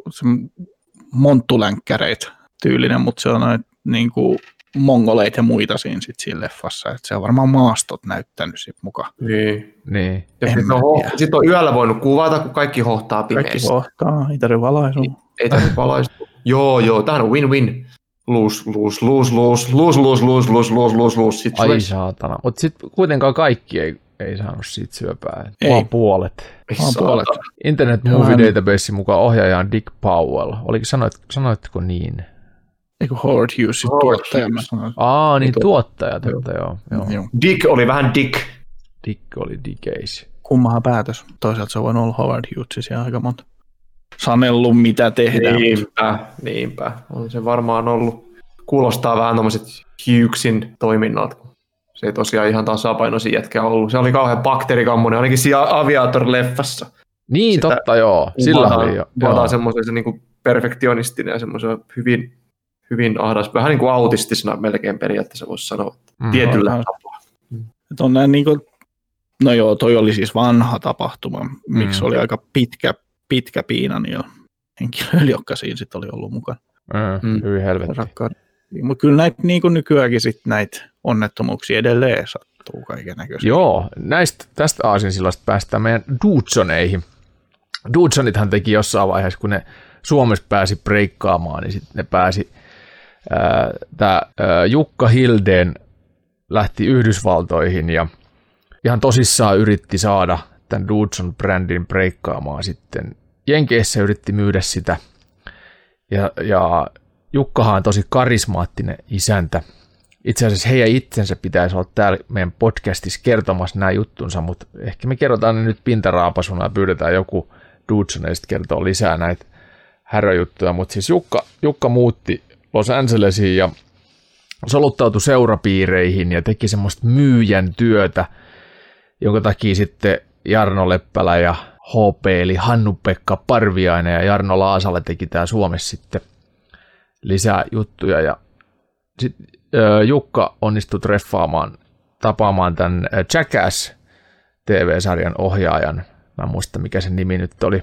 monttulänkkäreitä tyylinen, mutta se on näitä niin kuin mongoleita ja muita siinä, sit siinä leffassa. Et se on varmaan maastot näyttänyt sit mukaan. Niin. niin. Ja sitten on, sit on yöllä voinut kuvata, kun kaikki hohtaa pimeässä. Kaikki hohtaa, ei tarvitse valaisua. Ei, ei tarvitse valaistua. joo, joo, tämähän on win-win. Lose, lose, lose, lose, lose, lose, lose, lose, lose, lose, lose. Ai saatana. Mutta sitten kuitenkaan kaikki ei, ei saanut siitä syöpää. Ei. Vaan puolet. Vaan puolet. Internet Movie Database mukaan ohjaaja on Dick Powell. Oliko, sanoit, sanoitteko niin? Eikö Howard Hughes tuottaja? Aa, niin tuottaja. Totta, joo. Joo. Joo. Dick oli vähän Dick. Dick oli Dickeis. Kummahan päätös. Toisaalta se on voinut olla Howard Hughes siellä aika monta. sanellut, mitä tehdään. Niinpä, niinpä. On se varmaan ollut. Kuulostaa vähän tommoset Hughesin toiminnalta. Se ei tosiaan ihan tasapainoisin jätkä ollut. Se oli kauhean bakteerikammonen, ainakin siinä Aviator-leffassa. Niin, sitä totta joo. Sillä oli jo. Kuvataan semmoisen niin kuin perfektionistinen ja semmoisen hyvin, hyvin ahdas, vähän niin kuin autistisena melkein periaatteessa voisi sanoa. Mm. Tietyllä mm. tapaa. On näin niin kuin, no joo, toi oli siis vanha tapahtuma, miksi mm. oli aika pitkä, pitkä piina niillä henkilöillä, jotka siinä sitten oli ollut mukana. Mm. Mm. Hyvin helvetti. Mutta kyllä näitä niin kuin nykyäänkin sit näitä onnettomuuksia edelleen sattuu kaiken näköisiä. Joo, näistä, tästä aasinsilasta päästään meidän Dudesoneihin. Dudesonithan teki jossain vaiheessa, kun ne Suomessa pääsi breikkaamaan, niin sitten ne pääsi, tämä Jukka Hildén lähti Yhdysvaltoihin ja ihan tosissaan yritti saada tämän Dudeson-brändin breikkaamaan sitten. Jenkeissä yritti myydä sitä ja, ja Jukkahan on tosi karismaattinen isäntä. Itse asiassa heidän itsensä pitäisi olla täällä meidän podcastissa kertomassa nämä juttunsa, mutta ehkä me kerrotaan ne nyt pintaraapasuna ja pyydetään joku Dudesoneista kertoo lisää näitä häröjuttuja. Mutta siis Jukka, Jukka muutti Los Angelesiin ja soluttautui seurapiireihin ja teki semmoista myyjän työtä, jonka takia sitten Jarno Leppälä ja H P eli Hannu-Pekka Parviainen ja Jarno Laasala teki tää Suomessa sitten lisää juttuja ja sitten Jukka onnistui treffaamaan, tapaamaan tämän Jackass T V-sarjan ohjaajan. Mä en muista, mikä sen nimi nyt oli.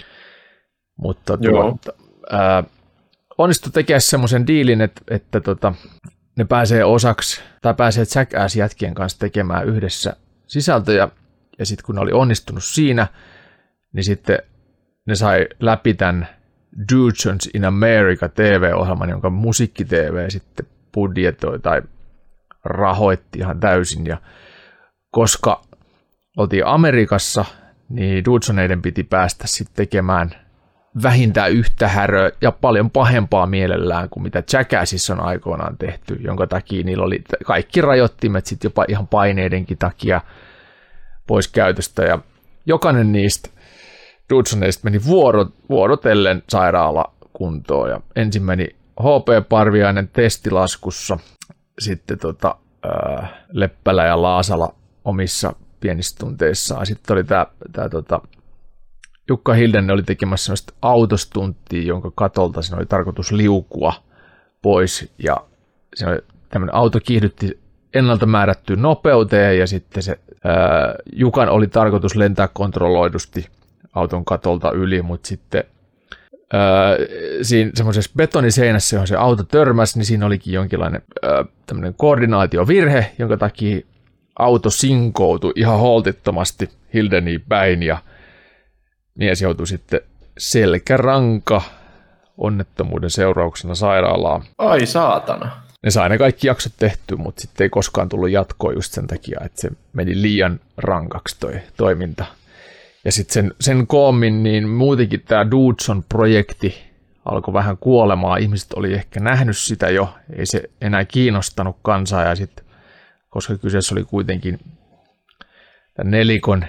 Mutta tuota, ää, onnistui tekemään semmoisen diilin, että, että tota, ne pääsee osaksi, tai pääsee Jackass-jätkien kanssa tekemään yhdessä sisältöjä. Ja sitten kun ne oli onnistunut siinä, niin sitten ne sai läpi tämän Dudesons in America T V-ohjelman, jonka Musiikki-T V sitten budjetoi tai rahoitti ihan täysin. Ja koska oltiin Amerikassa, niin Dudesoneiden piti päästä sitten tekemään vähintään yhtä häröä ja paljon pahempaa mielellään kuin mitä Jackassissa on aikoinaan tehty, jonka takia niillä oli kaikki rajoittimet sitten jopa ihan paineidenkin takia pois käytöstä. Ja jokainen niistä Dudesoneista meni vuoro, vuorotellen sairaalakuntoon ja ensin meni H P Parviainen testilaskussa, sitten tota, ää, Leppälä ja Laasala omissa pienissä tunteissaan. Sitten oli tämä tää, tota, Jukka Hildén oli tekemässä sellaista autostunttia, jonka katolta siinä oli tarkoitus liukua pois. Ja siinä oli tämmöinen auto kiihdytti ennalta määrättyyn nopeuteen ja sitten se ää, Jukan oli tarkoitus lentää kontrolloidusti auton katolta yli, mutta sitten Öö, siinä semmoisessa betoniseinässä, johon se auto törmäsi, niin siinä olikin jonkinlainen öö, tämmöinen koordinaatiovirhe, jonka takia auto sinkoutui ihan holtittomasti Hildéniin päin ja mies joutui sitten selkäranka onnettomuuden seurauksena sairaalaan. Ai saatana. Ne sai ne kaikki jaksot tehty, mutta sitten ei koskaan tullut jatkoa just sen takia, että se meni liian rankaksi toi toiminta. Ja sitten sen, sen koommin, niin muutenkin tämä Dudeson-projekti alkoi vähän kuolemaan. Ihmiset oli ehkä nähnyt sitä jo, ei se enää kiinnostanut kansaa. Ja sitten, koska kyseessä oli kuitenkin tämän nelikon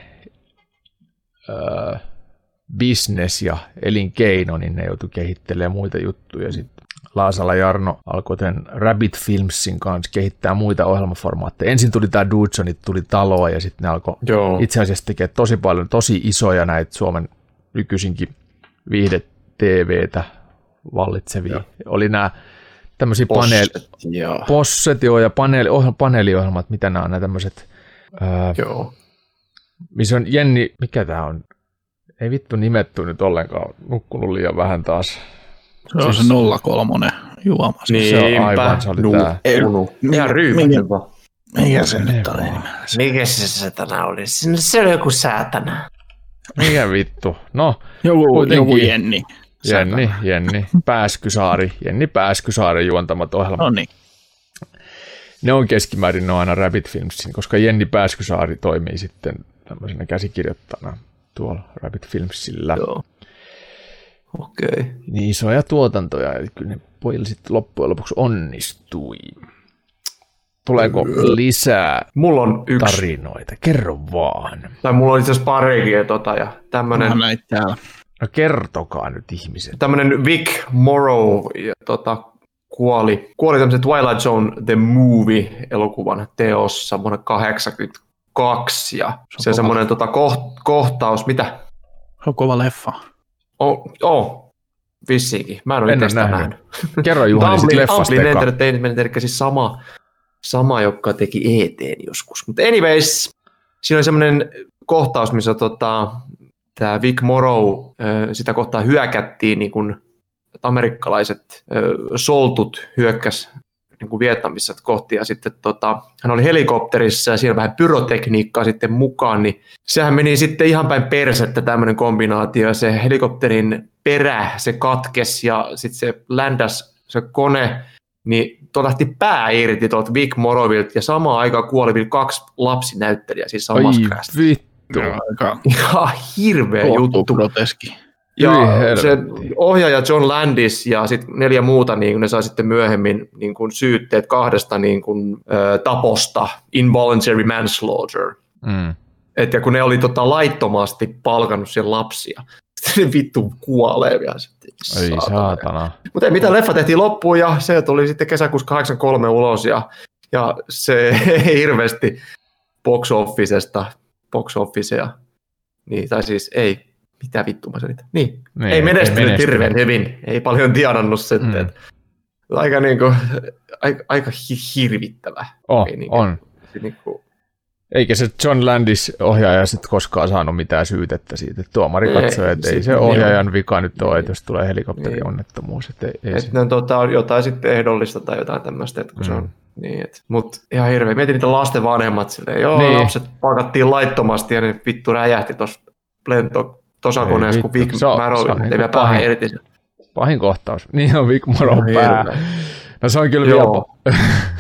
öö, business ja elinkeino, niin ne joutui kehittelemään muita juttuja. Sitten Laasala Jarno alkoi tämän Rabbit Filmsin kanssa kehittää muita ohjelmaformaatteja. Ensin tuli tämä Dudesonit, tuli taloa ja sitten ne alkoi Joo. itse asiassa tekemään tosi paljon, tosi isoja näitä Suomen nykyisinkin viihde-T V:tä vallitsevia. Joo. Oli nämä tämmöisiä paneeli, posset joo, ja paneeli, ohjelma, paneeliohjelmat, mitä nämä on, nämä tämmöiset, ää, Joo. missä on Jenni, mikä tämä on? Ei vittu nimetty nyt ollenkaan, nukkunut liian vähän taas. Se on siis se nolla kolme juoma. Niinpä. Se on aivan, se oli no, tää. Ihan ryypäinen vaan. Mikä se nyt oli? Mikä se satana oli? Se oli joku säätänä. Mikä vittu? No, joku, joku Jenni. Jenni, Jenni. Pääskysaari. Jenni Pääskysaari juontamat ohjelmat. No niin. Ne on keskimäärin ne on aina Rabbit Filmsin, koska Jenni Pääskysaari toimii sitten tämmöisenä käsikirjoittajana tuolla Rabbit Filmsillä. Joo. Okei. Okay. Niin isoja tuotantoja, eli kyllä ne pojille sitten loppujen lopuksi onnistui. Tuleeko lisää mulla on yksi tarinoita? Kerro vaan. Tai mulla on itse asiassa parikin tota, ja tämmönen, näitä täällä. No kertokaa nyt ihmiset. Tämmöinen Vic Morrow ja, tota, kuoli, kuoli tämmöisen Twilight Zone The Movie-elokuvan teossa vuonna kahdeksankymmentäkaksi. Ja se, se semmoinen tota, koht, kohtaus, mitä? Se on kova leffa. Oh, oh. Vissiinkin. Mä en ole itse sitä nähnyt. Kerro Juhani sit leffasta. Dublin Entertainment, eli siis sama, sama, joka teki E T:n joskus. Mutta anyways, siinä oli semmoinen kohtaus, missä tota, tämä Vic Morrow, sitä kohtaa hyökättiin, niin kun amerikkalaiset soltut hyökkäs niin kuin Vietnamissa kohti, ja sitten tota, hän oli helikopterissa ja siinä vähän pyrotekniikkaa sitten mukaan, niin sehän meni sitten ihan päin persettä tämmöinen kombinaatio, ja se helikopterin perä, se katkesi, ja sitten se ländäs se kone, niin tolahti pää irti tuolta Vic Morrowilta, ja samaan aikaan kuoli vielä kaksi lapsinäyttelijää siis samassa krästä. Ai vittu. Ihan hirveä juttu. Groteski. Ja se ohjaaja John Landis ja sitten neljä muuta, niin ne sai sitten myöhemmin niin kuin syytteet kahdesta niin kuin, ä, taposta, involuntary manslaughter. Mm. Että kun ne oli tota, laittomasti palkannut siellä lapsia, sitten ne vittu kuolee vielä. Ei saatana. saatana. Mutta mitä, leffa tehtiin loppuun ja se tuli sitten kesäkuussa kahdeksankymmentäkolme ulos ja, ja se ei hirveästi box officesta, box officea, niin, tai siis ei. Mitä vittua mä selitän? Niin, niin ei menestynyt ei hirveän hyvin. Ei paljon tiedannut sitten. Mm. Aika, niin kuin, aika, aika hirvittävä. Oh, niin on. Se, niin kuin... Eikä se John Landis ohjaaja sitten koskaan saanut mitään syytettä siitä. Tuomari katsoi, että ei se ohjaajan vika nyt ole, että jos tulee helikopterionnettomuus. Että ei, ei et ne on tota, jotain sitten ehdollista tai jotain tämmöistä, että kun mm. se on. Niin, mutta ihan hirveä. Mietin niitä lasten vanhemmat silleen. Joo, niin. Lapset palkattiin laittomasti ja ne vittu räjähti tuossa lento. Tuossa koneessa, kun Vic Morrow ei vielä päähän irti. Pahin kohtaus. Niin on Vic Morrow pää. No se on kyllä Joo. vielä...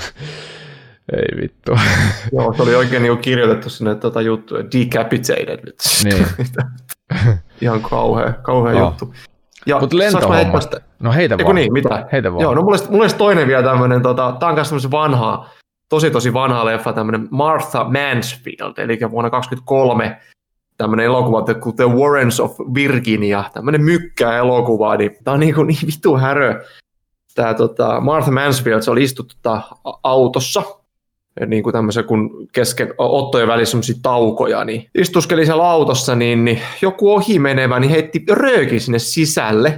ei vittu. Joo, se oli oikein niin kirjoitettu sinne tuota juttua. Decapitated nyt. Niin. Ihan kauhea, kauhea oh. juttu. Mutta lentohommasta. No heitä vaan. Niin, mitä? Heitä vaan. Joo, no mulla olisi toinen vielä tämmöinen, tota, tää on myös tämmöisen vanhaa, tosi tosi vanha leffa, tämmöinen Martha Mansfield, eli vuonna kaksikymmentäkolme tämmöinen elokuva, kuin The Warrens of Virginia, tämmöinen mykkää elokuva, niin tämä on niin, kuin niin vitu härö. Tämä tota, Martha Mansfield, se oli istuttu tota, autossa, niin kuin tämmöisen, kun kesken ottojen välissä semmoisia taukoja, niin istuskeli siellä autossa, niin, niin joku ohi menevä, niin heitti röökin sinne sisälle.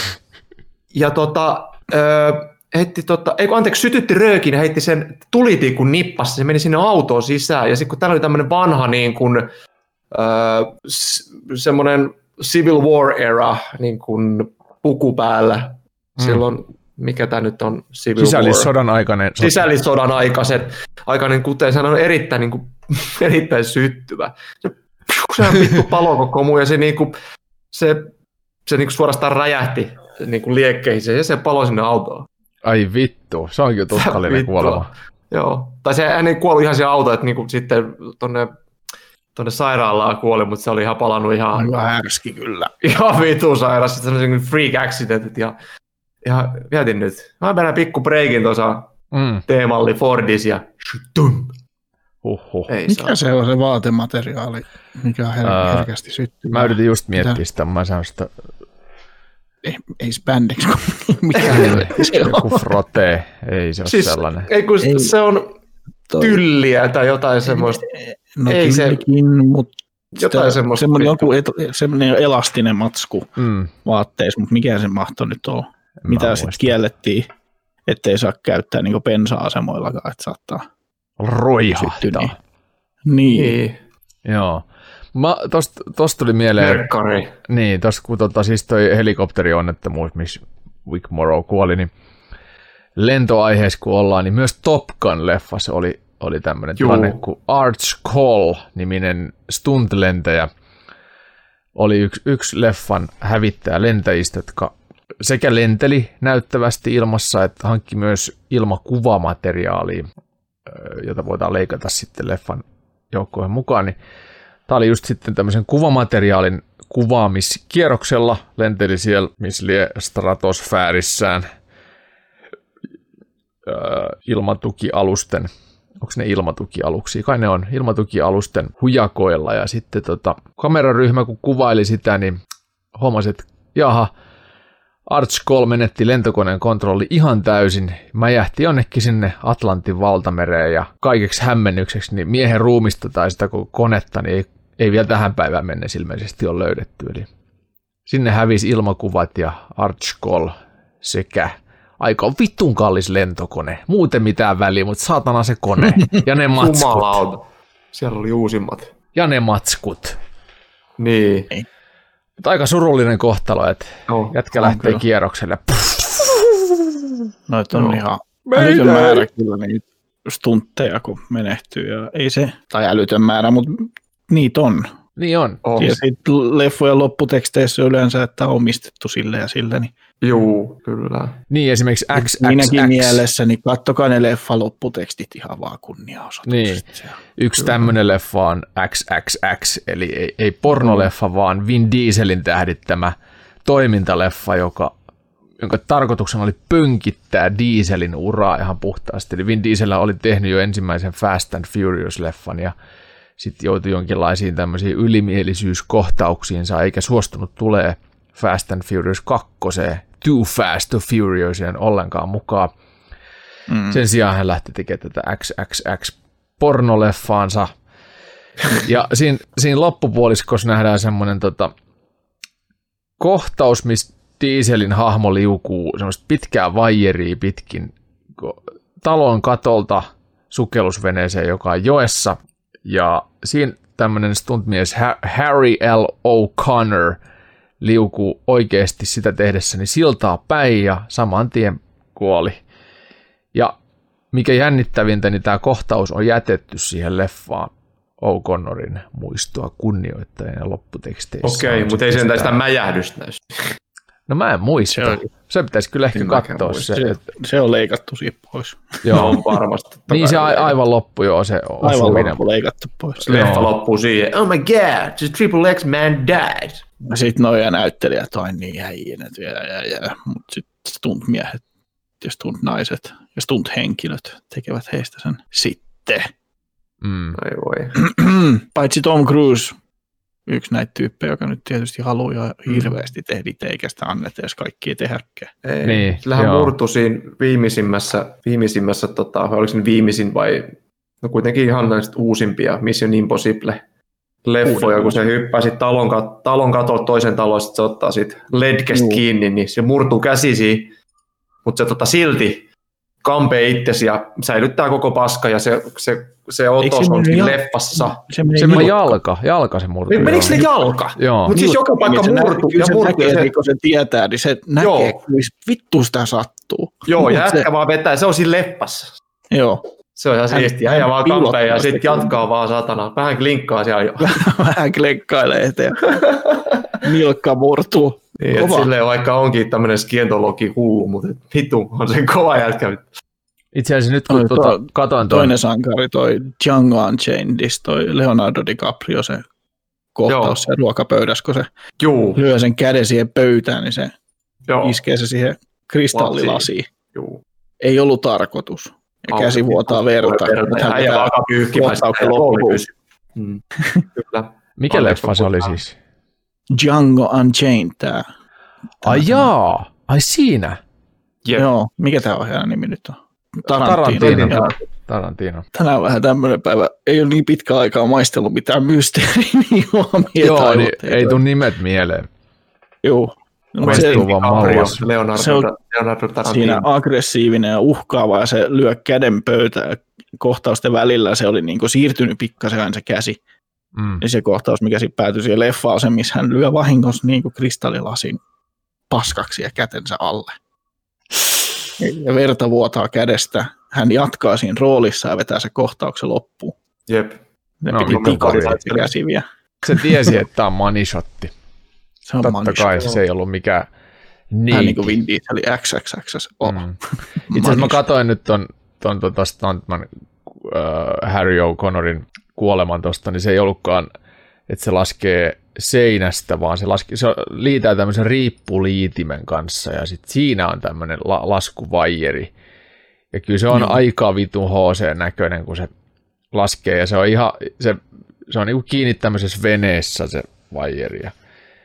Ja tota, öö, heitti tota, ei kun anteeksi, sytytti röökin ja heitti sen tulitikun nippassa, se meni sinne autoon sisään, ja sitten kun täällä oli tämmöinen vanha niin kuin Öö, semmoinen Civil War era niin kuin puku päällä. Mm. Silloin, mikä tämä nyt on? Civil Sisällissodan War. aikainen. Sisällissodan aikaiset, aikainen kuten sehän on erittäin, niin kuin, erittäin syttyvä. Se, sehän vittu palo koko muu ja se, niin kuin, se, se niin kuin suorastaan räjähti niin kuin liekkeihin ja se palo sinne autoon. Ai vittu, se on kyllä tuskallinen kuolema. Joo, tai se hän ei kuollut ihan siihen autoon, että niin kuin sitten tonne tuonne sairaalaan kuoli, mutta se oli ihan palannut ihan... Hyvä härski kyllä. Ihan vitu sairas, sitten freak accidentit ja ihan, mietin nyt. Mä mennään pikku breikin tuossa mm. T-malli Fordis ja shutun. Uhuh. Mikä se on se vaatemateriaali, mikä on her- herkästi syttyy? Mä yritin just miettiä Mitä? sitä, mä sanon sitä... Ei, ei spandex, mikä se on? Joku frote, ei se ole siis, sellainen. Ei, kun ei. Se on tylliä tai jotain semmoista. No ei tyllikin, se, mutta jotain semmoista. Semmoinen joku et, semmoinen elastinen matsku mm. vaatteessa, mutta mikä se mahtoi nyt olla? En Mitä sitten kiellettiin, ettei saa käyttää niin bensa-asemoillakaan, että saattaa roihahtaa. Niin. niin. Joo. Mä, tosta, tosta tuli mieleen, Merkari. Niin, tosta kun tota, siis toi helikopterionnettomuus, missä Vic Morrow kuoli, niin lentoaiheessa kun ollaan, niin myös Top Gun-leffassa oli, oli tämmöinen tilanne, kun Arch Cole-niminen stuntlentäjä oli yksi, yksi leffan hävittäjä lentäjistä, jotka sekä lenteli näyttävästi ilmassa, että hankki myös ilmakuvamateriaalia, jota voidaan leikata sitten leffan joukkoihin mukaan, niin tämä oli just sitten tämmöisen kuvamateriaalin kuvaamiskierroksella, lenteli siellä, missä lie stratosfäärissään ilmatukialusten, onko ne ilmatukialuksia? Kai ne on ilmatukialusten hujakoilla, ja sitten tota, kameraryhmä kun kuvaili sitä, niin huomasin, että jaha, Arch kolme menetti lentokoneen kontrolli ihan täysin. Mäjähti jonnekin sinne Atlantin valtamereen ja kaikeksi hämmennykseksi niin miehen ruumista tai sitä konetta niin ei, ei vielä tähän päivään mennessä ilmeisesti ole löydetty. Eli sinne hävisi ilmakuvat ja Arch kolme sekä aika vittun kallis lentokone. Muuten mitään väliä, mutta saatana se kone ja ne matskut. Jumalauta. Siellä oli uusimmat. Ja ne matskut. Niin. Mutta aika surullinen kohtalo, että oh, jätkä lähtee kyllä kierrokselle. Noit on no. ihan älytön määrä kyllä niitä stuntteja, kun menehtyy. Ja ei se, tai älytön määrä, mutta niitä on. Niin on. Oh. Ja sitten leffojen lopputeksteissä yleensä, että on omistettu sille ja sille. Niin. Juu, kyllä. Niin esimerkiksi X X X. Minäkin mielessä, niin kattokaa ne leffa lopputekstit ihan vaan kunniaosoitukset. Niin. Yksi tämmöinen leffa on X X X, eli ei, ei pornoleffa, mm. vaan Vin Dieselin tähdittämä toimintaleffa, joka, jonka tarkoituksena oli pönkittää Dieselin uraa ihan puhtaasti. Eli Vin Diesel oli tehnyt jo ensimmäisen Fast and Furious-leffan ja sitten joutui jonkinlaisiin tämmöisiin ylimielisyyskohtauksiinsa, eikä suostunut tulee Fast and Furious kakkoseen, Too Fast to Furiousien ollenkaan mukaan. Mm. Sen sijaan hän lähti tekemään tätä X X X-pornoleffaansa. Ja siinä, siinä loppupuoliskossa nähdään semmoinen tota, kohtaus, missä Dieselin hahmo liukuu semmoista pitkää vaijeria pitkin talon katolta sukellusveneeseen, joka on joessa. Ja siinä tämmöinen stuntmies Harry L. O'Connor liukuu oikeasti sitä tehdessäni siltaa päin ja saman tien kuoli. Ja mikä jännittävintä, niin tämä kohtaus on jätetty siihen leffaan O'Connorin muistoa kunnioittajien ja lopputeksteissä. Okei, mutta ei sentään sitä mäjähdystä näy. No mä en muista. Se, se pitäisi kyllä ehkä katsoa. Se, se, se on leikattu siitä pois. Joo, on varmasti. Niin se a, aivan loppu joo. Se aivan loppu leikattu pois. Leffa loppuu siihen. Oh my god, the Triple X man died. Sitten noja näyttelijät on niin häijänet vielä, ja, ja, mutta sitten stuntmiehet ja stuntnaiset ja stunt-henkilöt tekevät heistä sen sitten. Mm. Ai voi. Paitsi Tom Cruise, yksi näitä tyyppejä, joka nyt tietysti haluaa hirveästi tehdä itse, eikä sitä anneta edes kaikkia tehdäkään. Ei, niin, sillähän murtui siinä viimeisimmässä, viimeisimmässä tota, oliko se viimeisin vai, no kuitenkin ihan näistä uusimpia Mission Impossible leffoja, kun se hyppää sitten talon, talon katolta toisen talon, sitten se ottaa siitä ledkestä kiinni, niin se murtuu käsisi, mutta se tota, silti kampee itsesi ja säilyttää koko paska ja se, se, se otos on siinä leffassa. Se meni, se meni jalka, jalka se murtuu. Menikö se jalka? Joo. Mutta siis joka paikka murtuu. Kyllä se näkee, se, kun se tietää, niin se näkee, kun vittu sitä sattuu. Joo, ja ätkä vaan vetää, se on siinä leffassa. Joo. Se on ihan siistiä. Äijä vaan kampee ja sitten jatkaa vaan satana. Vähän klinkkaa siellä jo. Vähän klinkkailee eteen. Nilkka murtuu. Niin, silleen vaikka onkin tämmöinen skientologi hullu, mutta vittu on se kova jätkä. Itse asiassa nyt kun no, tuota, to, katoin tuon. Toinen sankari, toi Django Unchained, toi Leonardo DiCaprio, se kohtaus se ruokapöydässä, kun se Juu. lyö sen käden siihen pöytään, niin se Joo. iskee se siihen kristallilasiin. Juu. Ei ollut tarkoitus. Ja Auki, käsi vuotaa verta. Äijä vaan pyyhkimäistä loppuun. Mikä leffa se oli siis? Django Unchained tää. Ai jaa, ai siinä. Yep. Joo, mikä tää ohjaajan nimi nyt on? Tarantino. Tarantino. Tarantino. Tänään on vähän tämmöinen päivä. Ei ole niin pitkä aikaa maistellut mitään mysteeriä, niin joo, niin ei tule nimet mieleen. Joo. No, se, Leonardo, se on Leonardo Tarantino. Siinä aggressiivinen ja uhkaava ja se lyö käden pöytään. Kohtausten välillä se oli niin kuin siirtynyt pikkasen se käsi. Mm. Ja se kohtaus, mikä sitten päätyi siihen leffaan, se missä hän lyö vahingossa niin kuin kristallilasin paskaksi ja kätensä alle. Ja verta vuotaa kädestä. Hän jatkaa siinä roolissa ja vetää se kohtauksen loppuun. Jep. Ne no, piti tikoittaa se käsiviä. Se tiesi, että tämä on manishotti. Se on totta kai se ei ollut mikään niin. Hän niin kuin Vin Diesel X X X. Oh. Mm. Itse asiassa mä katsoin nyt ton, ton, ton, ton Stuntman äh, Harry O'Connorin kuoleman tosta, niin se ei ollutkaan, että se laskee seinästä, vaan se, laskee, se liitää tämmöisen riippuliitimen kanssa, ja sitten siinä on tämmöinen la, laskuvaijeri. Ja kyllä se on mm. aika vitun H C-näköinen, kun se laskee, ja se on ihan, se, se on niinku kiinni tämmöisessä veneessä se vaijeri.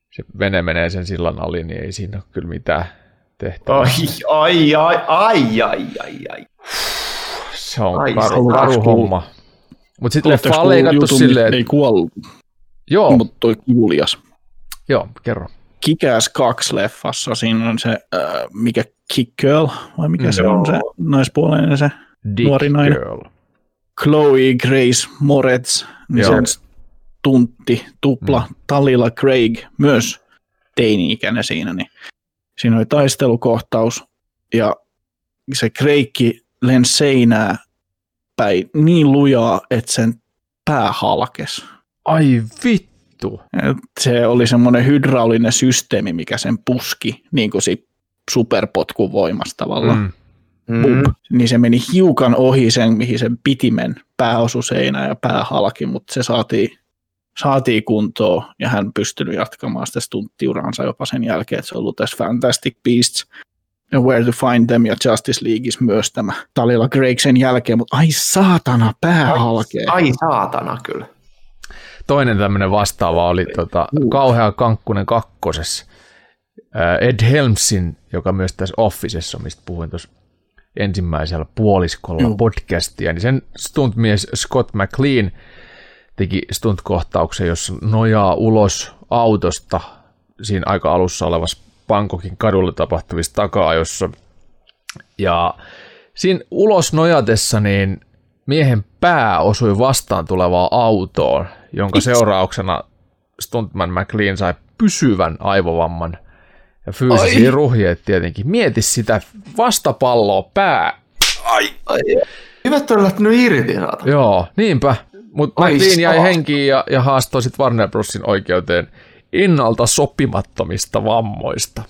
se vene menee sen sillan ali, niin ei siinä ole kyllä mitään tehtävää. Ai, ai, ai, ai, ai, ai, ai. Se on ai, karu, karu homma. Mutta sitten leffa on leikattu silleen, ei kuollut. Joo. Mutta toi kuulias. Joo, kerro. Kick-Ass kaksi leffassa, siinä on se, äh, mikä Kick Girl, vai mikä mm, se on se naispuoleinen se Dick nuori nainen. Girl. Chloe Grace Moretz, niin se on tuntti, tupla, mm. Talila Craig, myös teini-ikäinen siinä. Niin siinä oli taistelukohtaus, ja se Craigki lensi seinää päin niin lujaa, että sen pää halkesi. Ai vittu! Se oli semmoinen hydraulinen systeemi, mikä sen puski, niin kuin si superpotkun voimasta tavallaan. Mm. Bup, niin se meni hiukan ohi sen, mihin sen pitimen pää osui seinään ja pää halki, mutta se saatiin, saatiin kuntoon ja hän pystynyt jatkamaan sitä stunttiuransa jopa sen jälkeen, että se on ollut tässä Fantastic Beasts ja Where to Find Them ja Justice Leagueissa myös tämä Talila Craig sen jälkeen, mutta ai saatana, pää halkee. Ai, ai saatana kyllä. Toinen tämmöinen vastaava oli tota, Kauhea Kankkunen kakkosessa. Ed Helmsin, joka myös tässä Officessa, mistä puhuin tuossa ensimmäisellä puoliskolla podcastia, niin sen stuntmies Scott McLean teki stunt-kohtauksen, jossa nojaa ulos autosta siinä aika alussa olevassa Bangkokin kadulla tapahtuvissa taka-ajossa. Ja siinä ulos nojatessa niin miehen pää osui vastaan tulevaan autoon, jonka seurauksena stuntman McLean sai pysyvän aivovamman ja fyysisiä ruhjeet tietenkin. Mieti sitä vastapalloa pää. Ai, ai. Hyvät on lähtenyt irti. Joo, niinpä. Mutta McLean jäi henkiin ja, ja haastoi sitten Warner Brosin oikeuteen ennalta sopimattomista vammoista.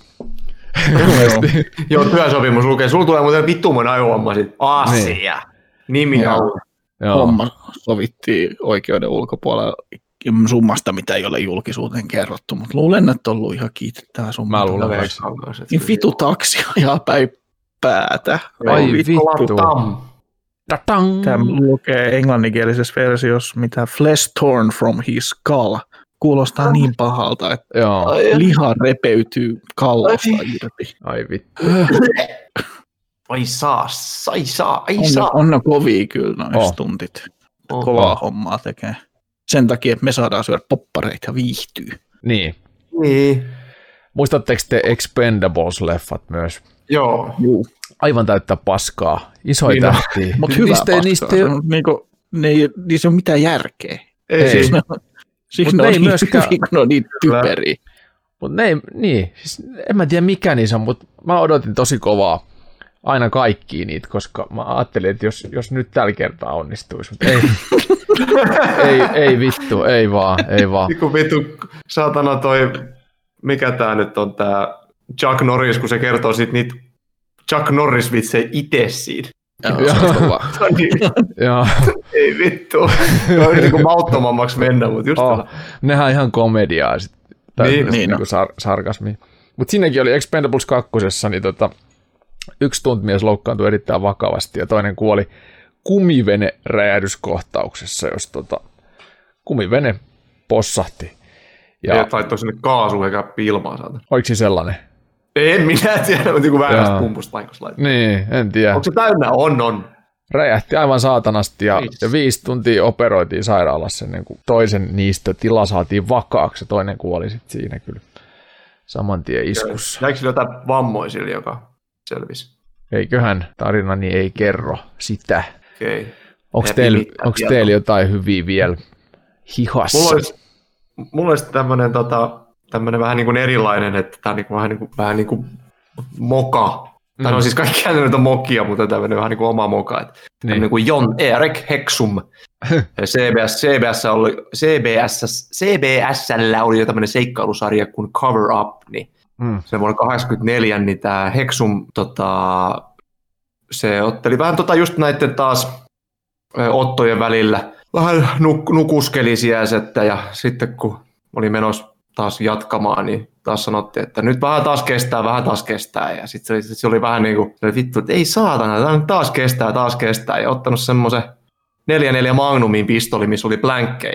Joo, työsopimus lukee. Sulla tulee muuten vittuumon aivovamma sit. Asia. Nimi on. Homma sovittiin oikeuden ulkopuolella summasta, mitä ei ole julkisuuteen kerrottu, mutta luulen, että on ollut ihan kiitettävä summa. Mä luulen, että niin vitu taksi ajaa päin päätä. Ai vittu. Tämä lukee englanninkielisessä versiossa, mitä flesh torn from his skull. Kuulostaa oh. niin pahalta, että Joo. liha repeytyy kallosta irti. Ai vittu. Ai saa, ai saa, ai on, saa. On ne kovia kyllä noin oh. tuntit. Oh. Kovaa oh. hommaa tekee. Sen takia, että me saadaan syödä poppareita ja viihtyy. Niin. Niin. Muistatteko te Expendables-leffat myös? Joo. Juu. Aivan täyttä paskaa. Isoja niin tähtiä. Mutta hyvää niistä, paskaa. Niistä ei... Niinku, ne ei, niissä ei ole mitään järkeä. Ei. Siis ne, siis ne, ne on niin myöskään... hyviä, kun ne on niin typeriä. Mutta ne ei, niin, siis en mä tiedä mikä niissä on, mutta mä odotin tosi kovaa aina kaikkia niitä, koska mä ajattelin, että jos, jos nyt tällä kertaa onnistuisi, mutta ei, ei, ei vittu, ei vaan, ei vaan. Kun vittu, saatana toi, mikä tää nyt on tää Chuck Norris, kun se kertoo sit niitä Chuck Norris-vitsejä itse siinä. Joo. Ei vittu. On niin kuin mauttomammaksi mennä, mutta just oh, nehän on ihan komediaa sit. Niin, niin, niin sar- sarkasmi. Mutta siinäkin oli Expendables kakkosessa, niin tota, yksi stuntmies loukkaantui erittäin vakavasti ja toinen kuoli kumivene-räjähdyskohtauksessa, jos tota, kumivene possahti. Ja ei laittoi sinne kaasua eikä ilmaa saada. Oliko se sellainen? En minä tiedä, mutta niin väärästä pumpusta paikassa laittaa. Niin, en tiedä. Onko se täynnä? On, on. Räjähti aivan saatanasti ja, ja viisi tuntia operoitiin sairaalassa ennen kuin toisen niistä tila saatiin vakaaksi ja toinen kuoli sitten siinä kyllä saman tien iskussa. Jäikö sillä jotain vammoisille, joka selvisi? Eiköhän tarinani ei kerro sitä. Okay. Onko teillä, teillä jotain hyviä vielä hihassa? Mulla olisi, mulla olisi tämmöinen tota, vähän niin kuin erilainen, että tämä on niin kuin, vähän, niin kuin, vähän niin kuin moka. Mm. Tai no siis kaikki nyt on mokia, mutta tämmöinen vähän niin kuin oma moka. Että niin. Niin kuin Jon Erik Hexum. C B S, C B S oli, C B S, C B S:llä oli jo tämmöinen seikkailusarja kuin Cover Up, niin mm. se vuonna kahdeksankymmentäneljä, niin tämä Hexum, tota, se otteli vähän tota just näiden taas ottojen välillä. Vähän nuk- nukuskeli sieltä ja sitten kun oli menossa taas jatkamaan, niin taas sanottiin, että nyt vähän taas kestää, vähän taas kestää. Ja sitten se, se oli vähän niin kuin, vittu, että ei saatana, tämä nyt taas kestää, taas kestää. Ja ottanut semmoisen neljä neljä Magnumin pistoli, missä oli blankkei.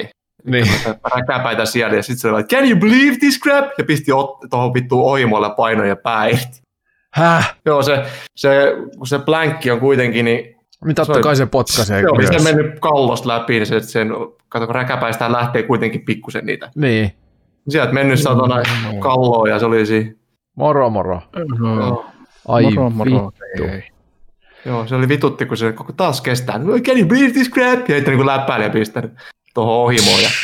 Niin. Räkäpäitä siellä, ja sitten se oli, can you believe this crap? Ja pisti ot- tuohon vittuun ohimoille painoja ja päin. Häh? Joo, se, se, kun se plänkki on kuitenkin, niin... Niin totta kai se potkaisee se myös. Se on mennyt kallosta läpi, niin se, sen, kato, kun räkäpäistään lähtee kuitenkin pikkusen niitä. Niin. Sieltä mennyt satana mm, kalloon, ja se oli siinä... Moro, moro. No. Ai moro, moro. vittu. Ei. Joo, se oli vitutti, kun se koko taas kestää. Can you believe this crap? Ja sitten niin läppäili ja pistänyt tuohon ohimoon. Ja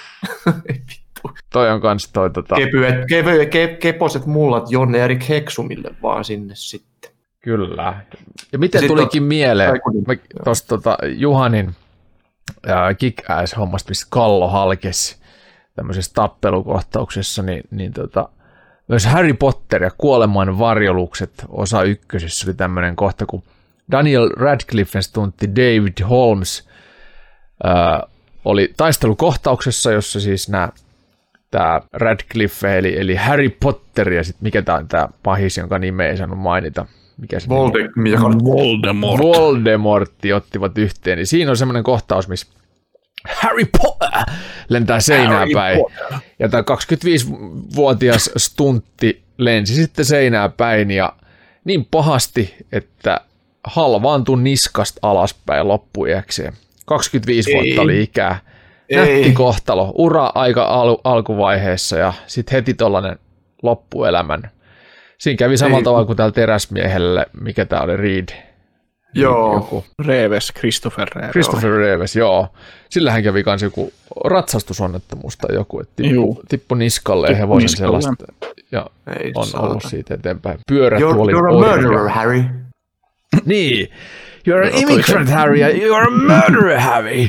vittu. Toi on kans toi tota... Kevyet, kevyet, ke, keposet mullat Jonne Erik Heksumille vaan sinne sitten. Kyllä. Ja miten ja tulikin on, mieleen tuosta tota, Juhanin ää, kick-ass-hommasta, mistä Kallo halkesi tämmöisessä tappelukohtauksessa, niin, niin tota, myös Harry Potter ja kuoleman varjolukset osa ykkösessä oli tämmöinen kohta, kun Daniel Radcliffen stuntti David Holmes ää, oli taistelukohtauksessa, jossa siis nämä tämä Radcliffe eli, eli Harry Potter ja sitten mikä tämä on tämä pahis, jonka nimeä ei saanut mainita. Mikä se Voldemort. Voldemort. Voldemortti ottivat yhteen. Niin siinä on semmoinen kohtaus, missä Harry Potter lentää seinään Harry päin. Potter. Ja tämä kaksikymmentäviisivuotias stuntti lensi sitten seinään päin ja niin pahasti, että halvaantui niskasta alaspäin loppuiäkseen. kaksikymmentäviisi ei. Vuotta oli ikää. Nätti kohtalo, ura aika al- alkuvaiheessa ja sitten heti tollainen loppuelämän. Siinä kävi samalla tavalla kuin täällä teräsmiehelle, mikä tää oli, Reed. Joo. Joku. Reeves, Christopher Reeves. Christopher Reeves, joo. Sillähän kävi kans joku ratsastusonnettomuus tai joku, että tippu, tippu niskalle ja hevosen sellaista. Ja ei, on saada. Ollut siitä eteenpäin. Pyörät you're, oli you're a murderer, Harry. Niin. You're an immigrant, Harry. You're a murderer, Harry.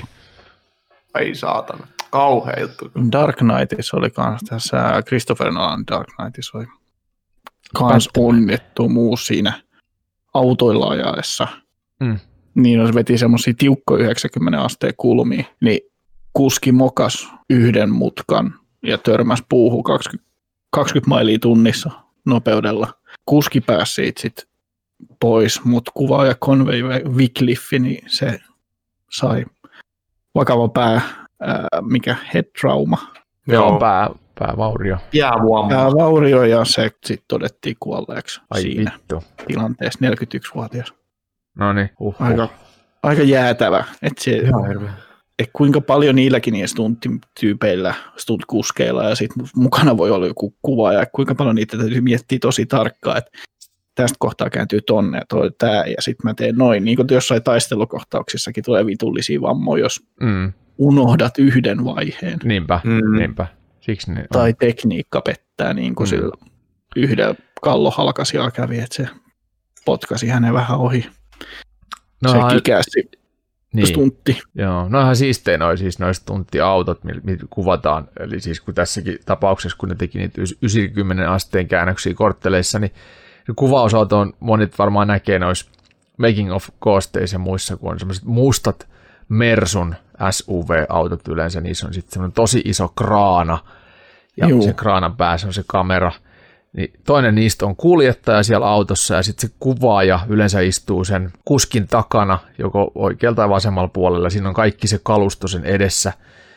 Ei saatana. Kauhea juttu. Dark Knightissa oli kans tässä, Christopher Nolan Dark Knightissa oli kans onnettomuus siinä autoilla ajaessa. Mm. Niin jos veti semmosia tiukkoja yhdeksänkymmentä asteen kulmia, niin kuski mokas yhden mutkan ja törmäsi puuhun kaksikymmentä, kaksikymmentä mailia tunnissa nopeudella. Kuski pääsi siitä sit pois, mutta kuvaaja Conway Wycliffe, niin se sai vakava pää, ää, mikä head trauma. Joo, pää, päävaurio. Päävaurio. Päävaurio ja se sitten todettiin kuolleeksi ai siinä vittu. Tilanteessa, neljäkymmentäyksivuotias. No niin, uhuh. Aika, aika jäätävä. Että se, et kuinka paljon niilläkin niillä stunttityypeillä, stuntkuskeilla ja sitten mukana voi olla joku kuva ja kuinka paljon niitä täytyy miettiä tosi tarkkaan, että tästä kohtaa kääntyy tonne ja toi tää ja sitten mä teen noin. Niin kuin jossain taistelukohtauksissakin tulee vitullisia vammoja, jos mm. unohdat yhden vaiheen. Niinpä, mm. niinpä. Siksi ne tai tekniikka pettää niin kuin mm. sillä yhdellä kallohalkasijalla kävi, että se potkasi hänen vähän ohi. No, se kikästi niin. Stuntti. Joo, no ihan siistejä noi siis noi stunttiautot, mitä kuvataan. Eli siis kun tässäkin tapauksessa, kun ne teki niitä yhdeksänkymmentä asteen käännöksiä kortteleissa, niin kuvausauto on, monet varmaan näkee noissa making of koosteissa ja muissa, kun on semmoiset mustat Mersun S U V-autot yleensä, niissä on sitten semmoinen tosi iso kraana, ja Juu. sen kraanan päässä on se kamera. Niin toinen niistä on kuljettaja siellä autossa, ja sitten se kuvaaja yleensä istuu sen kuskin takana, joko oikealla tai vasemmalla puolella. Siinä on kaikki se kalusto sen edessä.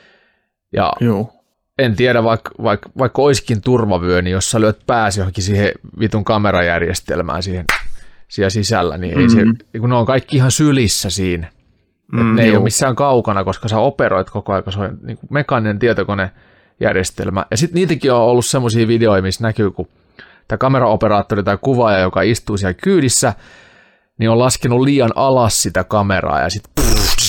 Ja Juu. en tiedä, vaikka, vaikka, vaikka olisikin turvavyö, niin jos sä lyöt pääsi johonkin siihen vitun kamerajärjestelmään siihen, siellä sisällä, niin ei mm-hmm. se, kun ne on kaikki ihan sylissä siinä. Mm, ne ei juu. ole missään kaukana, koska sä operoit koko ajan, se on niin kuin mekaaninen tietokonejärjestelmä. Ja sitten niitäkin on ollut semmoisia videoja, missä näkyy, kun tämä kameraoperaattori tai kuvaaja, joka istuu siellä kyydissä, niin on laskenut liian alas sitä kameraa ja sitten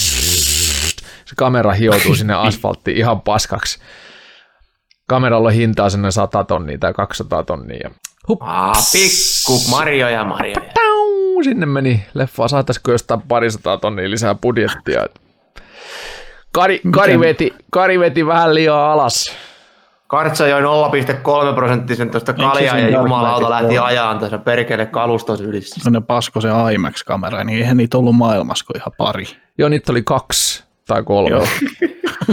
se kamera hioutuu sinne asfalttiin ihan paskaksi. Kameralla on hintaa sinne sata tonnia tai kaksisataa tonnia. Ja Aa, pikku marjoja, marjoja. Sinne meni leffaa. Saataisiko jostain parisataa tonnia lisää budjettia. Kari, Kari, veti, Kari veti vähän liian alas. Kartsa joi nolla pilkku kolme prosenttisen tuosta kaljaa ja jumalauta lähti ajaan tässä perkele kalustos ylissä. No ne pasko se IMAX-kamera, niin eihän niitä ollut maailmassa kuin ihan pari. Joo, niitä oli kaksi tai kolme.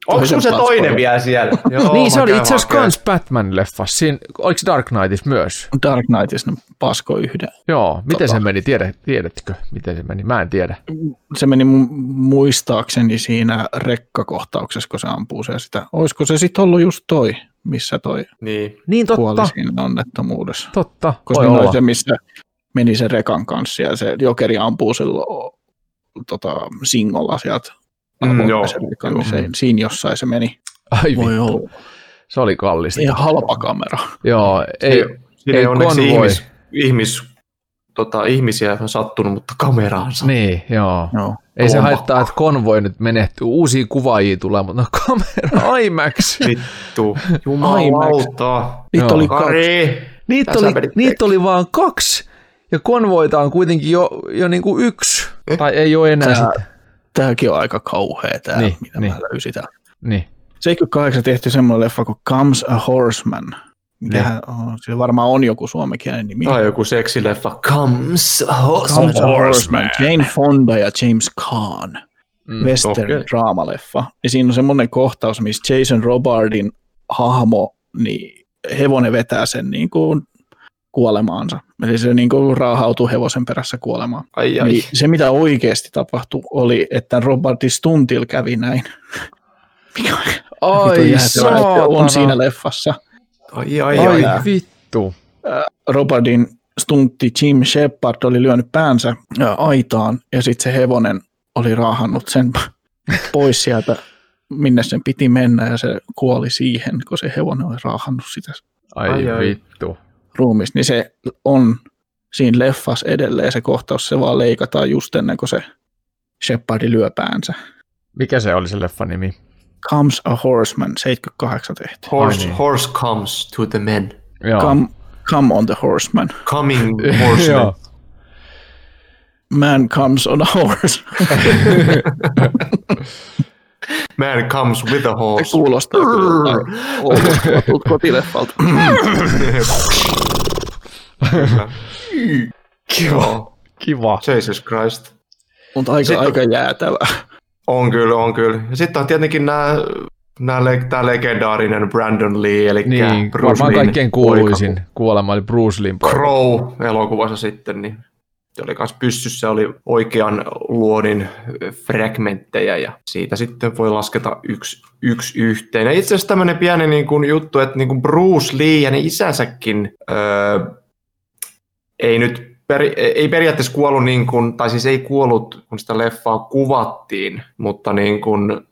Onko se toinen vielä siellä? Joo, niin se oli itse asiassa kans Batman-leffassa. Siinä, oliko se Dark Knightissa myös? Dark Knightissa ne pasko yhden. Joo, miten tota. se meni? Tiedät, tiedätkö, miten se meni? Mä en tiedä. Se meni muistaakseni siinä rekkakohtauksessa, kun se ampuu se sitä. Olisiko se sitten ollut just toi, missä toi niin. Niin, totta. kuoli siinä onnettomuudessa? Totta, koska se oli se, missä meni se rekan kanssa ja se jokeri ampuu silloin tota, singolla sieltä. Mm, joo, rekan, niin se, siinä jossain se meni. Ai vittu. Se oli kallista. Ihan halpa kamera. Joo, ei, ei, ei, ei onneksi ihmis, ihmis, tota, ihmisiä on sattunut, mutta kameraansa. Niin, joo. joo. Ei Kompa. Se haittaa, että konvoi nyt menehtyy. Uusia kuvaajia tulee, mutta no kamera, IMAX. Vittu, jumalauta. Niitä oli kaksi. Niitä oli, niitä oli vaan kaksi. Ja konvoita on kuitenkin jo, jo niin kuin yksi. Eh? Tai ei ole enää Tää, sitä. Tämäkin on aika kauhea, tämä, niin, mitä niin. mä löysin täällä. Niin. seitsemänkymmentäkahdeksan tehty semmoinen leffa kuin Comes a Horseman. Mikähän on, se varmaan on joku suomenkielinen nimi. Tai joku seksileffa. Comes a Horseman. Comes a Horseman. Jane Fonda ja James Caan. Mm, Western okay. draamaleffa. Ja siinä on semmoinen kohtaus, missä Jason Robardin hahmo, niin hevonen vetää sen niin kuin kuolemaansa. Eli se niin kuin raahautuu hevosen perässä kuolemaan. Ai, ai. Niin se, mitä oikeasti tapahtui, oli, että Robardin stuntilla kävi näin. Mikä ai saatana. On siinä leffassa. Ai, ai, ai, ai vittu. Robardin stuntti Jim Shepard oli lyönyt päänsä aitaan ja sitten se hevonen oli raahannut sen pois sieltä, minne sen piti mennä ja se kuoli siihen, kun se hevonen oli raahannut sitä. Ai, ai vittu. Ruumista, niin se on siinä leffassa edelleen se kohtaus, se vaan leikataan just ennen kuin se Shepardi lyö päänsä. Mikä se oli se leffan nimi? Comes a Horseman, seitsemänkymmentäkahdeksan tehty. Horse, niin. horse comes to the men. Come, come on the horseman. Coming horseman. Man comes on a horse. Man comes with a horse. Se kuulostaa kyllä kotileffalta. Kiva. Kiva. Jesus Christ. Mutta aika, aika jäätävää. On kyllä, on kyllä. Ja sitten on tietenkin nämä, tämä legendaarinen Brandon Lee, eli niin, Bruce Leen kaikkein kuuluisin kuolema oli Bruce Leen poika. Crow-elokuvassa sitten, niin se oli myös pyssyssä, oli oikean luodin fragmentteja, ja siitä sitten voi lasketa yksi, yksi yhteen. Ja itse asiassa tämmöinen pieni niin kuin juttu, että niin kuin Bruce Lee ja ne isänsäkin öö, ei nyt Per, ei periaatteessa kuollut, niin kuin, tai siis ei kuollut, kun sitä leffaa kuvattiin, mutta niin kuin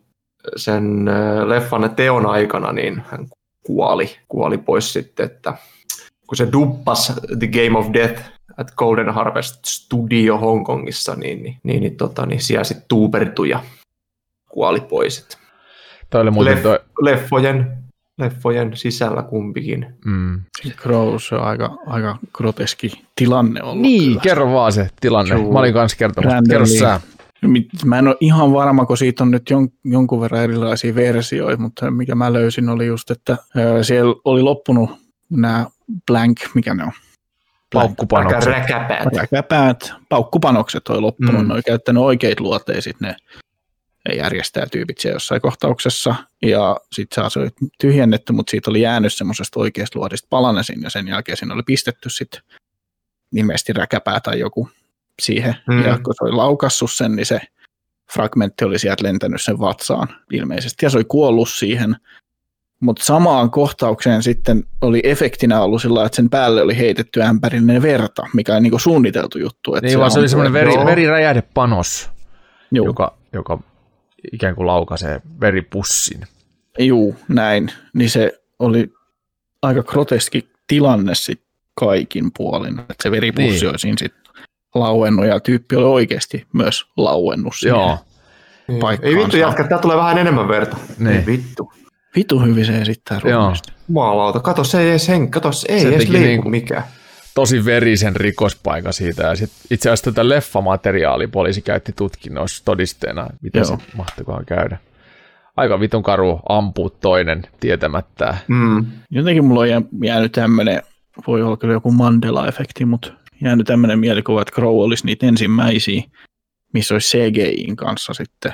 sen leffan teon aikana niin hän kuoli, kuoli pois sitten, että kun se duppasi The Game of Death at Golden Harvest Studio Hongkongissa, niin, niin, niin, niin, tota, niin siellä sitten tuupertui ja kuoli pois. Toi oli muuten Leff, toi... leffojen, leffojen sisällä kumpikin. Mm. Crows on aika, aika groteski tilanne ollut. Niin, kyllä. Kerro vaan se tilanne. Juu. Mä olin kanssa kertomassa. Kerro sä. Mä en ole ihan varma, kun siitä on nyt jon, jonkun verran erilaisia versioita, mutta mikä mä löysin oli just, että siellä oli loppunut nämä blank, mikä ne on? Paukkupanokset. Räkäpäät. Räkäpäät. Paukkupanokset oli loppunut. Mm. Ne oli käyttänyt oikeita luoteja sitten ne järjestäjätyypit siellä jossain kohtauksessa, ja sitten se oli tyhjennetty, mutta siitä oli jäänyt semmoisesta oikeasta luodista palanen sinne, ja sen jälkeen siinä oli pistetty sitten ilmeisesti räkäpää tai joku siihen, mm. ja kun se oli laukassut sen, niin se fragmentti oli sieltä lentänyt sen vatsaan ilmeisesti, ja se oli kuollut siihen, mutta samaan kohtaukseen sitten oli efektinä ollut sillä, että sen päälle oli heitetty ämpärillinen verta, mikä on niinku suunniteltu juttu. Että niin se vaan se oli semmoinen veri, joo. veriräjähdepanos, joka, joka ikään kuin laukaisee veripussin. Juu, näin. Niin se oli aika groteski tilanne sitten kaikin puolin, että se veripussi niin. olisi sitten lauennut ja tyyppi oli oikeasti myös lauennut siihen Joo. paikkaansa. Ei vittu jatka, tää tulee vähän enemmän verta. Niin. Ei vittu. Vittu hyvin se esittää ruumista. Maalauta, kato se ei edes henki, kato se ei se edes liiku niin mikään. Tosi verisen rikospaikan siitä ja sit itse asiassa tätä leffamateriaalia poliisi käytti tutkinnoissa todisteena, miten Joo. se mahtoikohan käydä. Aika vitun karu ampuu toinen tietämättä. Mm. Jotenkin mulla on jäänyt tämmönen, voi olla kyllä joku Mandela-efekti, mutta jäänyt tämmönen mielikuva, että Crow olisi niitä ensimmäisiä, missä olisi C G I:n kanssa sitten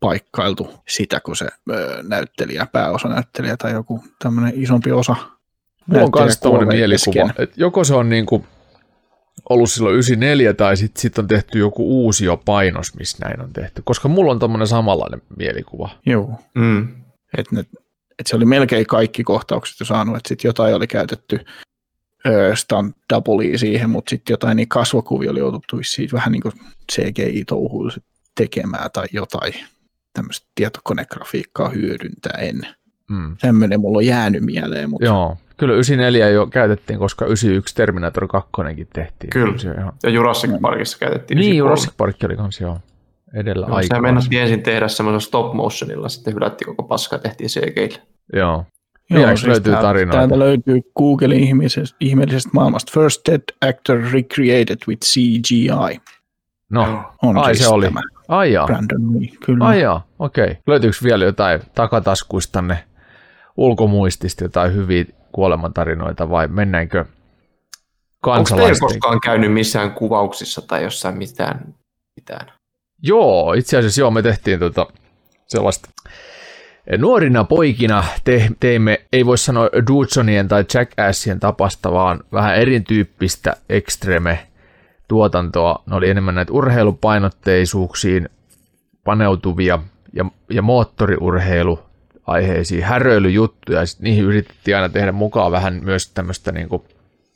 paikkailtu sitä, kun se ö, näyttelijä, pääosanäyttelijä tai joku tämmöinen isompi osa. Mulla on myös tämmöinen mielikuva, että joko se on niinku ollut silloin yhdeksänkymmentäneljä tai sitten sit on tehty joku uusio painos, missä näin on tehty, koska mulla on tämmöinen samanlainen mielikuva. Joo, mm. että et se oli melkein kaikki kohtaukset jo saanut, että sitten jotain oli käytetty stunt doubleia siihen, mutta sitten jotain niin kasvokuvia oli joututtu siitä vähän niin kuin C G I-touhuilla tekemään tai jotain tämmöistä tietokonegrafiikkaa hyödyntäen. Mm. Tämmöinen mulla on jäänyt mieleen. Mutta... Joo, kyllä yhdeksänkymmentäneljä jo käytettiin, koska yhdeksänkymmentäyksi Terminator kaksi tehtiin. Kyllä, ihan... ja Jurassic Parkissa käytettiin. Niin, Jurassic Park oli kans joo edellä aikaa. Se mennättiin ensin tehdä semmoisella stop motionilla, sitten hylättiin koko paska ja tehtiin C G:llä. Joo. Joo, siis löytyy tarinoita. Täältä löytyy Googlen ihmisestä, ihmeellisestä maailmasta. First Dead Actor Recreated with C G I. No, on ai siis se oli. Ai jaa. Brandon Lee, kyllä. Ai jaa, okei. Okay. Löytyykö vielä jotain takataskuistanne ulkomuistista, jotain hyviä kuolemantarinoita vai mennäänkö kansalaisten? Onko teillä koskaan käynyt missään kuvauksissa tai jossain mitään? mitään? Joo, itse asiassa joo, me tehtiin tuota sellaista. Nuorina poikina te, teimme, ei voi sanoa Dudesonien tai Jackassien tapasta, vaan vähän erityyppistä extreme-tuotantoa. Ne oli enemmän näitä urheilupainotteisuuksiin paneutuvia ja, ja moottoriurheiluaiheisiin häröilyjuttuja. Ja sitten niihin yritettiin aina tehdä mukaan vähän myös tämmöistä niin kuin,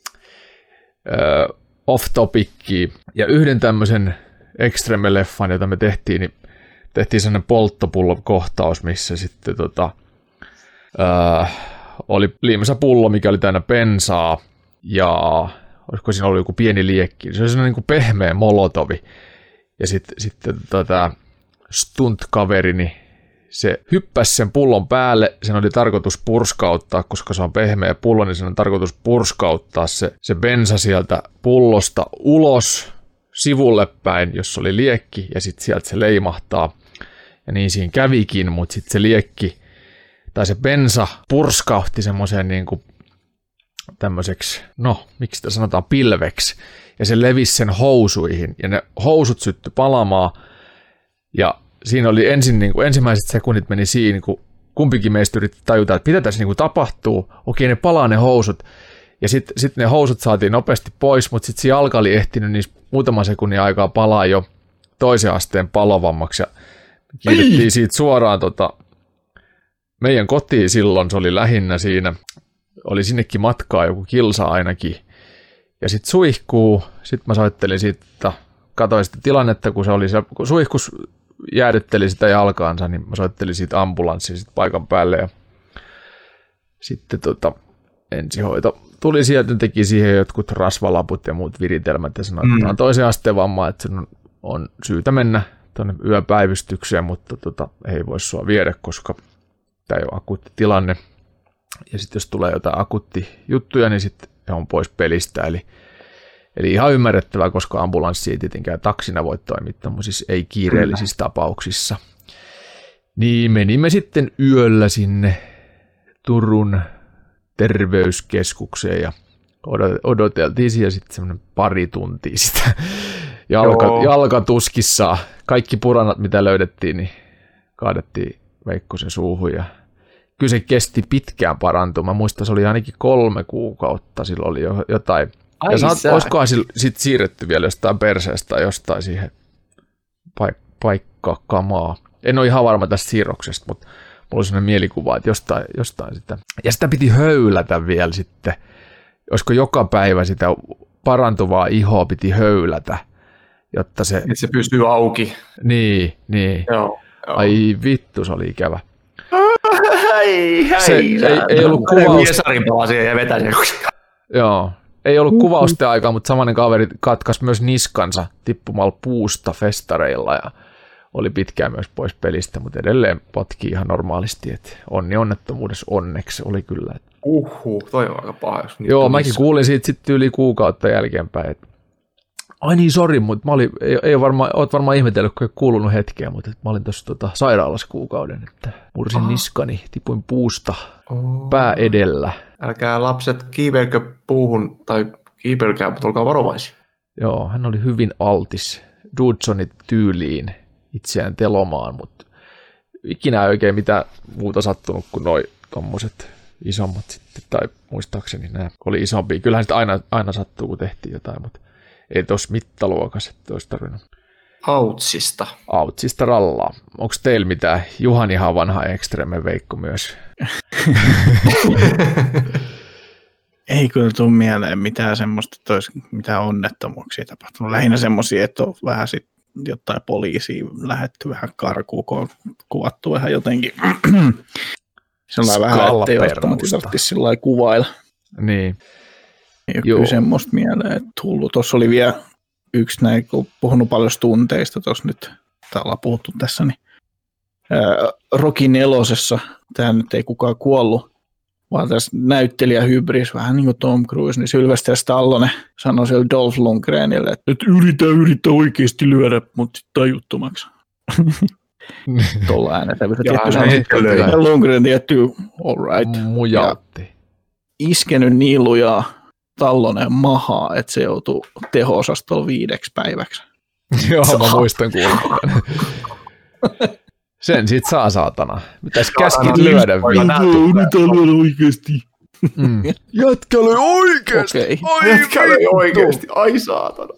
ö, off-topickia. Ja yhden tämmöisen extreme-leffan, jota me tehtiin, niin tehtiin sellainen polttopullo-kohtaus, missä sitten tota, ää, oli liimassa pullo, mikä oli täynnä bensaa, ja olisiko siinä ollut joku pieni liekki. Se oli sellainen niin kuin pehmeä molotovi. Ja sitten sit, tota, stunt-kaverini, se hyppäsi sen pullon päälle, sen oli tarkoitus purskauttaa, koska se on pehmeä pullo, niin sen on tarkoitus purskauttaa se, se bensa sieltä pullosta ulos, sivulle päin, jos oli liekki, ja sitten sieltä se leimahtaa. Ja niin siinä kävikin, mutta sitten se liekki, tai se bensa purskautti semmoiseen niin kuin tämmöiseksi, no, miksi sitä sanotaan, pilveksi. Ja se levisi sen housuihin, ja ne housut syttyi palamaan. Ja siinä oli ensin, niin kuin, ensimmäiset sekunnit meni siinä, kun kumpikin meistä yritti tajuta, että mitä tässä niin kuin tapahtuu. Okei, ne palaa ne housut. Ja sitten sit ne housut saatiin nopeasti pois, mutta sitten se jalka oli ehtinyt niissä muutaman sekunnin aikaa palaa jo toisen asteen palovammaksi. Ja kiitettiin siitä suoraan tota, meidän kotiin silloin, se oli lähinnä siinä. Oli sinnekin matkaa joku kilsa ainakin. Ja sitten suihkuu, sitten mä soittelin siitä, katsoin sitä tilannetta, kun se oli se, kun suihkus jäädytteli sitä jalkaansa, niin mä soittelin siitä ambulanssia sit paikan päälle. Ja sitten tota, ensihoito tuli sieltä, teki siihen jotkut rasvalaput ja muut viritelmät ja sanoi, että mm. on toisen asteen vamma, että sen on, on syytä mennä tuonne yöpäivystykseen, mutta tota, ei voi sua viedä, koska tämä ei ole akuutti tilanne. Ja sitten jos tulee jotain akuutti juttuja, niin sitten on pois pelistä. Eli, eli ihan ymmärrettävää, koska ambulanssi ei tietenkään taksina voi toimia tämmöisissä ei kiireellisissä mm. tapauksissa. Niin menimme sitten yöllä sinne Turun terveyskeskukseen ja odoteltiin siellä sitten semmoinen pari tuntia sitä jalka, jalkatuskissa. Kaikki puranat, mitä löydettiin, niin kaadettiin Veikkosen suuhun ja kyllä se kesti pitkään parantua. Mä muistan, se oli ainakin kolme kuukautta, silloin oli jo jotain. Ai ja saat, olisikohan sitten siirretty vielä jostain perseestä tai jostain siihen paik- paikkakamaa. En ole ihan varma tästä siirroksesta, mutta mulla oli sellainen mielikuva, että jostain, jostain sitä. Ja sitä piti höylätä vielä sitten. Olisiko joka päivä sitä parantuvaa ihoa piti höylätä, jotta se... Että se pysyy auki. Niin, niin. Joo, joo. Ai vittu, se oli ikävä. Hei, hei, se ei, ei ollut kuvausta. Ja vetäisi. Joo, ei ollut kuvausten aikaa, mutta samainen kaveri katkaisi myös niskansa tippumalla puusta festareilla ja oli pitkään myös pois pelistä, mutta edelleen potki ihan normaalisti, että onni onnettomuudessa onneksi oli kyllä. Uhu, toi on aika paha. Joo, mäkin kuulin siitä sitten yli kuukautta jälkeenpäin, että ai niin, sori, mutta mä olin, ei, ei varmaan, oot varmaan ihmetellyt, kun ei kuulunut hetkeä, mutta mä olin tuossa tota, sairaalassa kuukauden, että mursin oh. niskani, tipuin puusta oh. pää edellä. Älkää lapset kiipeilkö puuhun tai kiipeilkää, mutta olkaa varovaisia. Joo, hän oli hyvin altis Dudesonit tyyliin itseään telomaan, mutta ikinä oikein mitään muuta sattunut kuin noi tommoset isommat sitten, tai muistaakseni nämä oli isompia. Kyllähän sitä aina, aina sattuu, kun tehtiin jotain, mutta ei tuossa mittaluokassa, että olisi tarvinnut. Autsista. Autsista rallaa. Onko teillä mitään? Juhan ihan vanha Extreme Veikko myös. Ei kyllä tule mieleen mitään semmoista, että olisi mitään onnettomuuksia tapahtunut. Lähinnä semmoisia, että on vähän sit jotain poliisia lähdetty vähän karkuun, kun on kuvattu vähän jotenkin sellainen vähän, ettei välttämättä tarvitsisi sillä lailla kuvailla. Niin. Ei ole kyllä semmoista mieleen, että tullut. Tuossa oli vielä yksi näin, kun puhunut paljon tunteista tuossa nyt, tai ollaan puhuttu tässä, niin ää, Rocky nelosessa, tämä nyt ei kukaan kuollut, vaan tässä näyttelijä hybris, vähän niin kuin Tom Cruise, niin Sylvester Stallone sanoi siellä Dolph Lundgrenille, että et yritä, yritä oikeasti lyödä mut sit tajuttomaksi. Tuolla äänesävyssä tietty sanoi, Lundgren tietty, all right. Mujautti. Iskenyt niin lujaa Stalloneen mahaa, että se joutuu teho-osastolla viideksi päiväksi. Joo, mä muistan kuulla. Sen sit saa saatana. Mitäs käskit lyödä? Mitä lyödä oikeesti? Mm. Jätkä löi oikeesti! Okay. Jätkä löi oikeesti, ai saatana.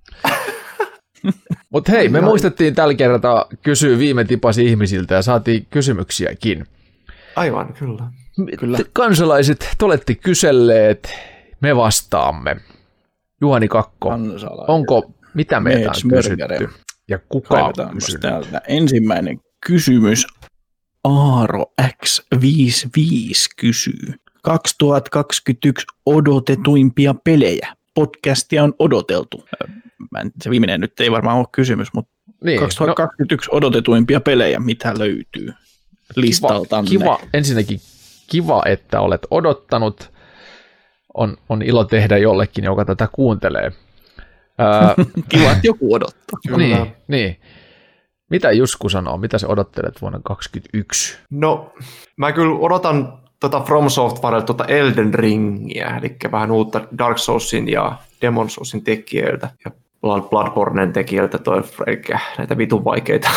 Mut hei, me muistettiin tällä kertaa kysyä viime tipasi ihmisiltä ja saatiin kysymyksiäkin. Aivan, kyllä. kyllä. Te kansalaiset, te olette kyselleet, me vastaamme. Juhani Kakko, onko, mitä meitä on kysytty? Ja kuka on kysynyt? Täältä ensimmäinen kysymys. Aaro X viisikymmentäviisi kysyy. kaksituhattakaksikymmentäyksi odotetuimpia pelejä. Podcastia on odoteltu. Se viimeinen nyt ei varmaan ole kysymys, mutta niin, kaksituhattakaksikymmentäyksi no, odotetuimpia pelejä, mitä löytyy listalta? Kiva, kiva, ensinnäkin kiva, että olet odottanut. On, on ilo tehdä jollekin, joka tätä kuuntelee. Ää, kiva, että joku odottaa. Niin, niin. Mitä Jusku sanoo? Mitä sä odottelet vuonna kaksituhattakaksikymmentäyksi? No, mä kyllä odotan tuota From Softwarelta tuota Elden Ringiä, eli vähän uutta Dark Soulsin ja Demon Soulsin tekijöiltä ja Bloodbornen tekijöiltä, toi, eikä näitä vitun vaikeita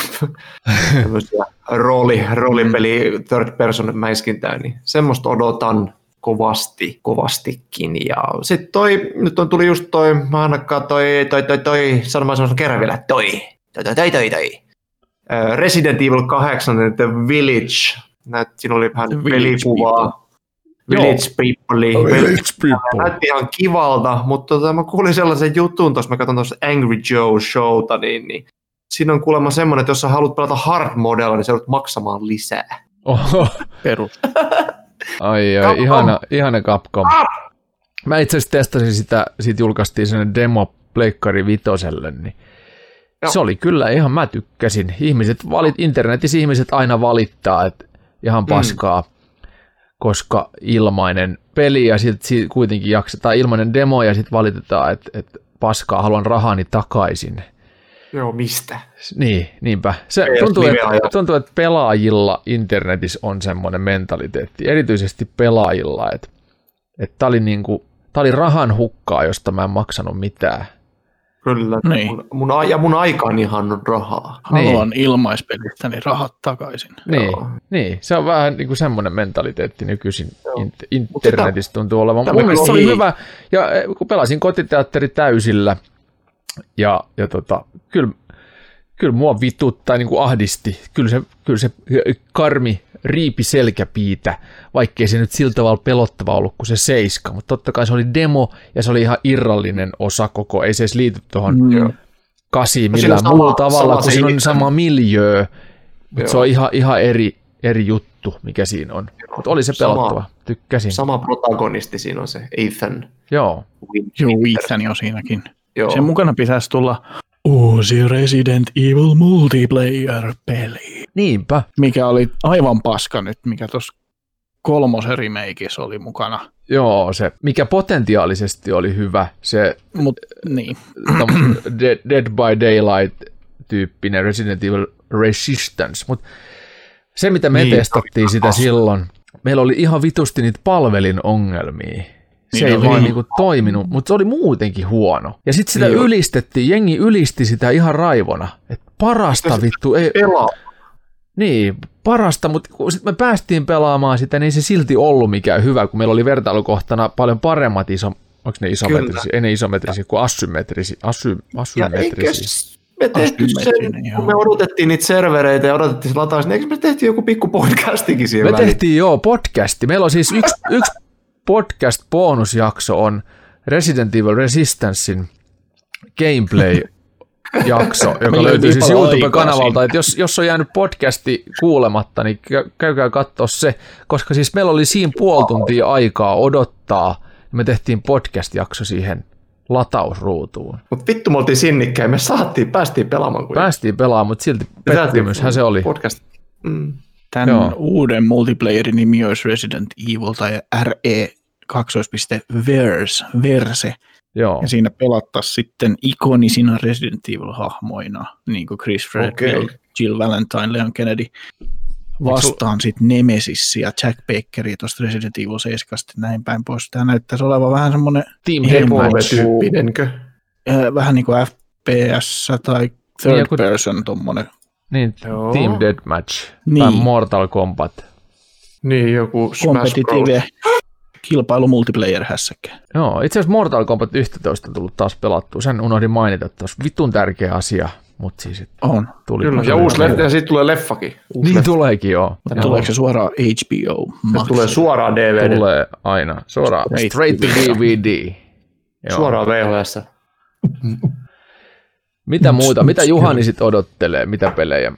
rooli, roolipeli third person mäiskintää, niin semmoista odotan kovasti, kovastikin. Ja sitten toi, nyt on tuli just toi, mä ainakaan toi, toi, toi, toi, sanomaan semmoisen kerran vielä, toi, toi, toi, toi, toi, toi. Uh, Resident Evil kahdeksan, The Village, näet, siinä oli vähän pelikuvaa, Village People, Village People. Näytti ihan kivalta, mutta tota, mä kuulin sellaisen jutun tuossa, mä katson tuossa Angry Joe showta, niin, niin siinä on kuulemma semmoinen, että jos sä haluat pelata hard modella, niin sä joudut maksamaan lisää. Oho. Perus. Ai ai, ihana, ihana Capcom. Mä itse asiassa testasin sitä, siitä julkaistiin sellainen demo Pleikkari Vitoselle, niin joo. Se oli kyllä ihan, mä tykkäsin. Ihmiset valit, internetissä ihmiset aina valittaa, että ihan paskaa, mm. koska ilmainen peli ja sitten kuitenkin jaksetaan ilmainen demo ja sitten valitetaan, että, että paskaa, haluan rahani takaisin. Joo, mistä? Niin, niinpä. Se tuntuu, että, tuntuu, että pelaajilla internetissä on semmoinen mentaliteetti, erityisesti pelaajilla, että, että tämä oli, niinku, oli rahan hukkaa, josta mä en maksanut mitään. Kyllä, niin. mun, mun, ja mun aikani ihan on rahaa. Haluan niin. ilmaispelistä, niin rahat takaisin. Niin, niin. Se on vähän niin kuin semmoinen mentaliteetti nykyisin int- internetissä tuntuu olevan. Mun mielestä se oli hyvä, ja kun pelasin kotiteatteri täysillä, ja, ja tota, kyllä, kyllä mua vituttaa niin kuin ahdisti. Kyllä se, kyllä se karmi riipi selkäpiitä, vaikkei se nyt sillä tavalla pelottava ollut kuin se seiska, mutta totta kai se oli demo ja se oli ihan irrallinen osa koko, ei se edes liity tuohon mm. kasiin millään muulla tavalla, kun siinä on sama miljöö, mutta se on ihan, ihan eri, eri juttu, mikä siinä on. Mutta oli se pelottava, sama, tykkäsin. Sama protagonisti siinä on se Ethan. Joo. Joo, Ethan on siinäkin. Joo. Sen mukana pitäisi tulla uusi Resident Evil multiplayer-peli. Niinpä. Mikä oli aivan paska nyt, mikä tuossa kolmosen remakeissa oli mukana. Joo, se, mikä potentiaalisesti oli hyvä, se Mut, niin. Dead, Dead by Daylight-tyyppinen Resident Evil Resistance, mutta se, mitä me niin, testattiin sitä paska. Silloin, meillä oli ihan vitusti niitä palvelin ongelmia. Se niin ei vaan niinku toiminut, mutta se oli muutenkin huono. Ja sitten sitä niin ylistettiin, jengi ylisti sitä ihan raivona. Että parasta vittu. Ei, Niin, parasta, mutta kun sitten me päästiin pelaamaan sitä, niin ei se silti ollut mikään hyvä, kun meillä oli vertailukohtana paljon paremmat iso, onko ne isometrisiä, ei ne isometrisiä kuin asymmetrisiä. Asy, asymmetrisiä. Me tehtiin sen, kun me odotettiin niitä servereitä ja odotettiin lataus, niin eikö me tehtiin joku pikku podcastikin siellä Me väliin? Tehtiin joo, podcasti. Meillä on siis yksi, yksi podcast-bonusjakso on Resident Evil Resistancein gameplay-jakso, joka löytyy siis YouTube-kanavalta. Että jos, jos on jäänyt podcasti kuulematta, niin käykää katsoa se, koska siis meillä oli siinä puoli tuntia aikaa odottaa, ja me tehtiin podcast-jakso siihen latausruutuun. Mutta vittu me oltiin sinnikkäin, me saatiin, päästiin pelaamaan. Kun päästiin pelaamaan, mutta silti pettymyshän se oli. Podcast. Mm. Tämän Joo. uuden multiplayerin nimi olisi Resident Evil tai R E kaksi Verse, Verse. Joo. Ja siinä pelattaisiin sitten ikonisina Resident Evil-hahmoina, niin kuin Chris Redfield, okay. Jill Valentine, Leon Kennedy, vastaan sitten Nemesisia, Jack Bakeria tuosta Resident Evil seitsemän, näin päin pois. Tämä näyttäisi olevan vähän semmoinen Team Deathmatch-tyyppinenkö? Vähän niin kuin F P S tai third niin, person tuommoinen. Niin, Joo. Team Deathmatch niin. Tai Mortal Kombat. Niin, joku Smash Bros. Kilpailu multiplayer-hässäkkä. Joo, itse asiassa Mortal Kombat yksitoista on tullut taas pelattua. Sen unohdin mainita, että olisi vitun tärkeä asia, mutta siis on. Tuli Kyllä, ja uusi leffa, ja siitä tulee leffakin. Uusi niin leffa. Tuleekin, joo. Mutta tuleeko se suoraan H B O? Se tulee suoraan D V D. Tulee aina. Suoraan straight to D V D. Joo. Suoraan V H S. Mitä muuta? Mitä Juhani sitten odottelee? Mitä pelejä?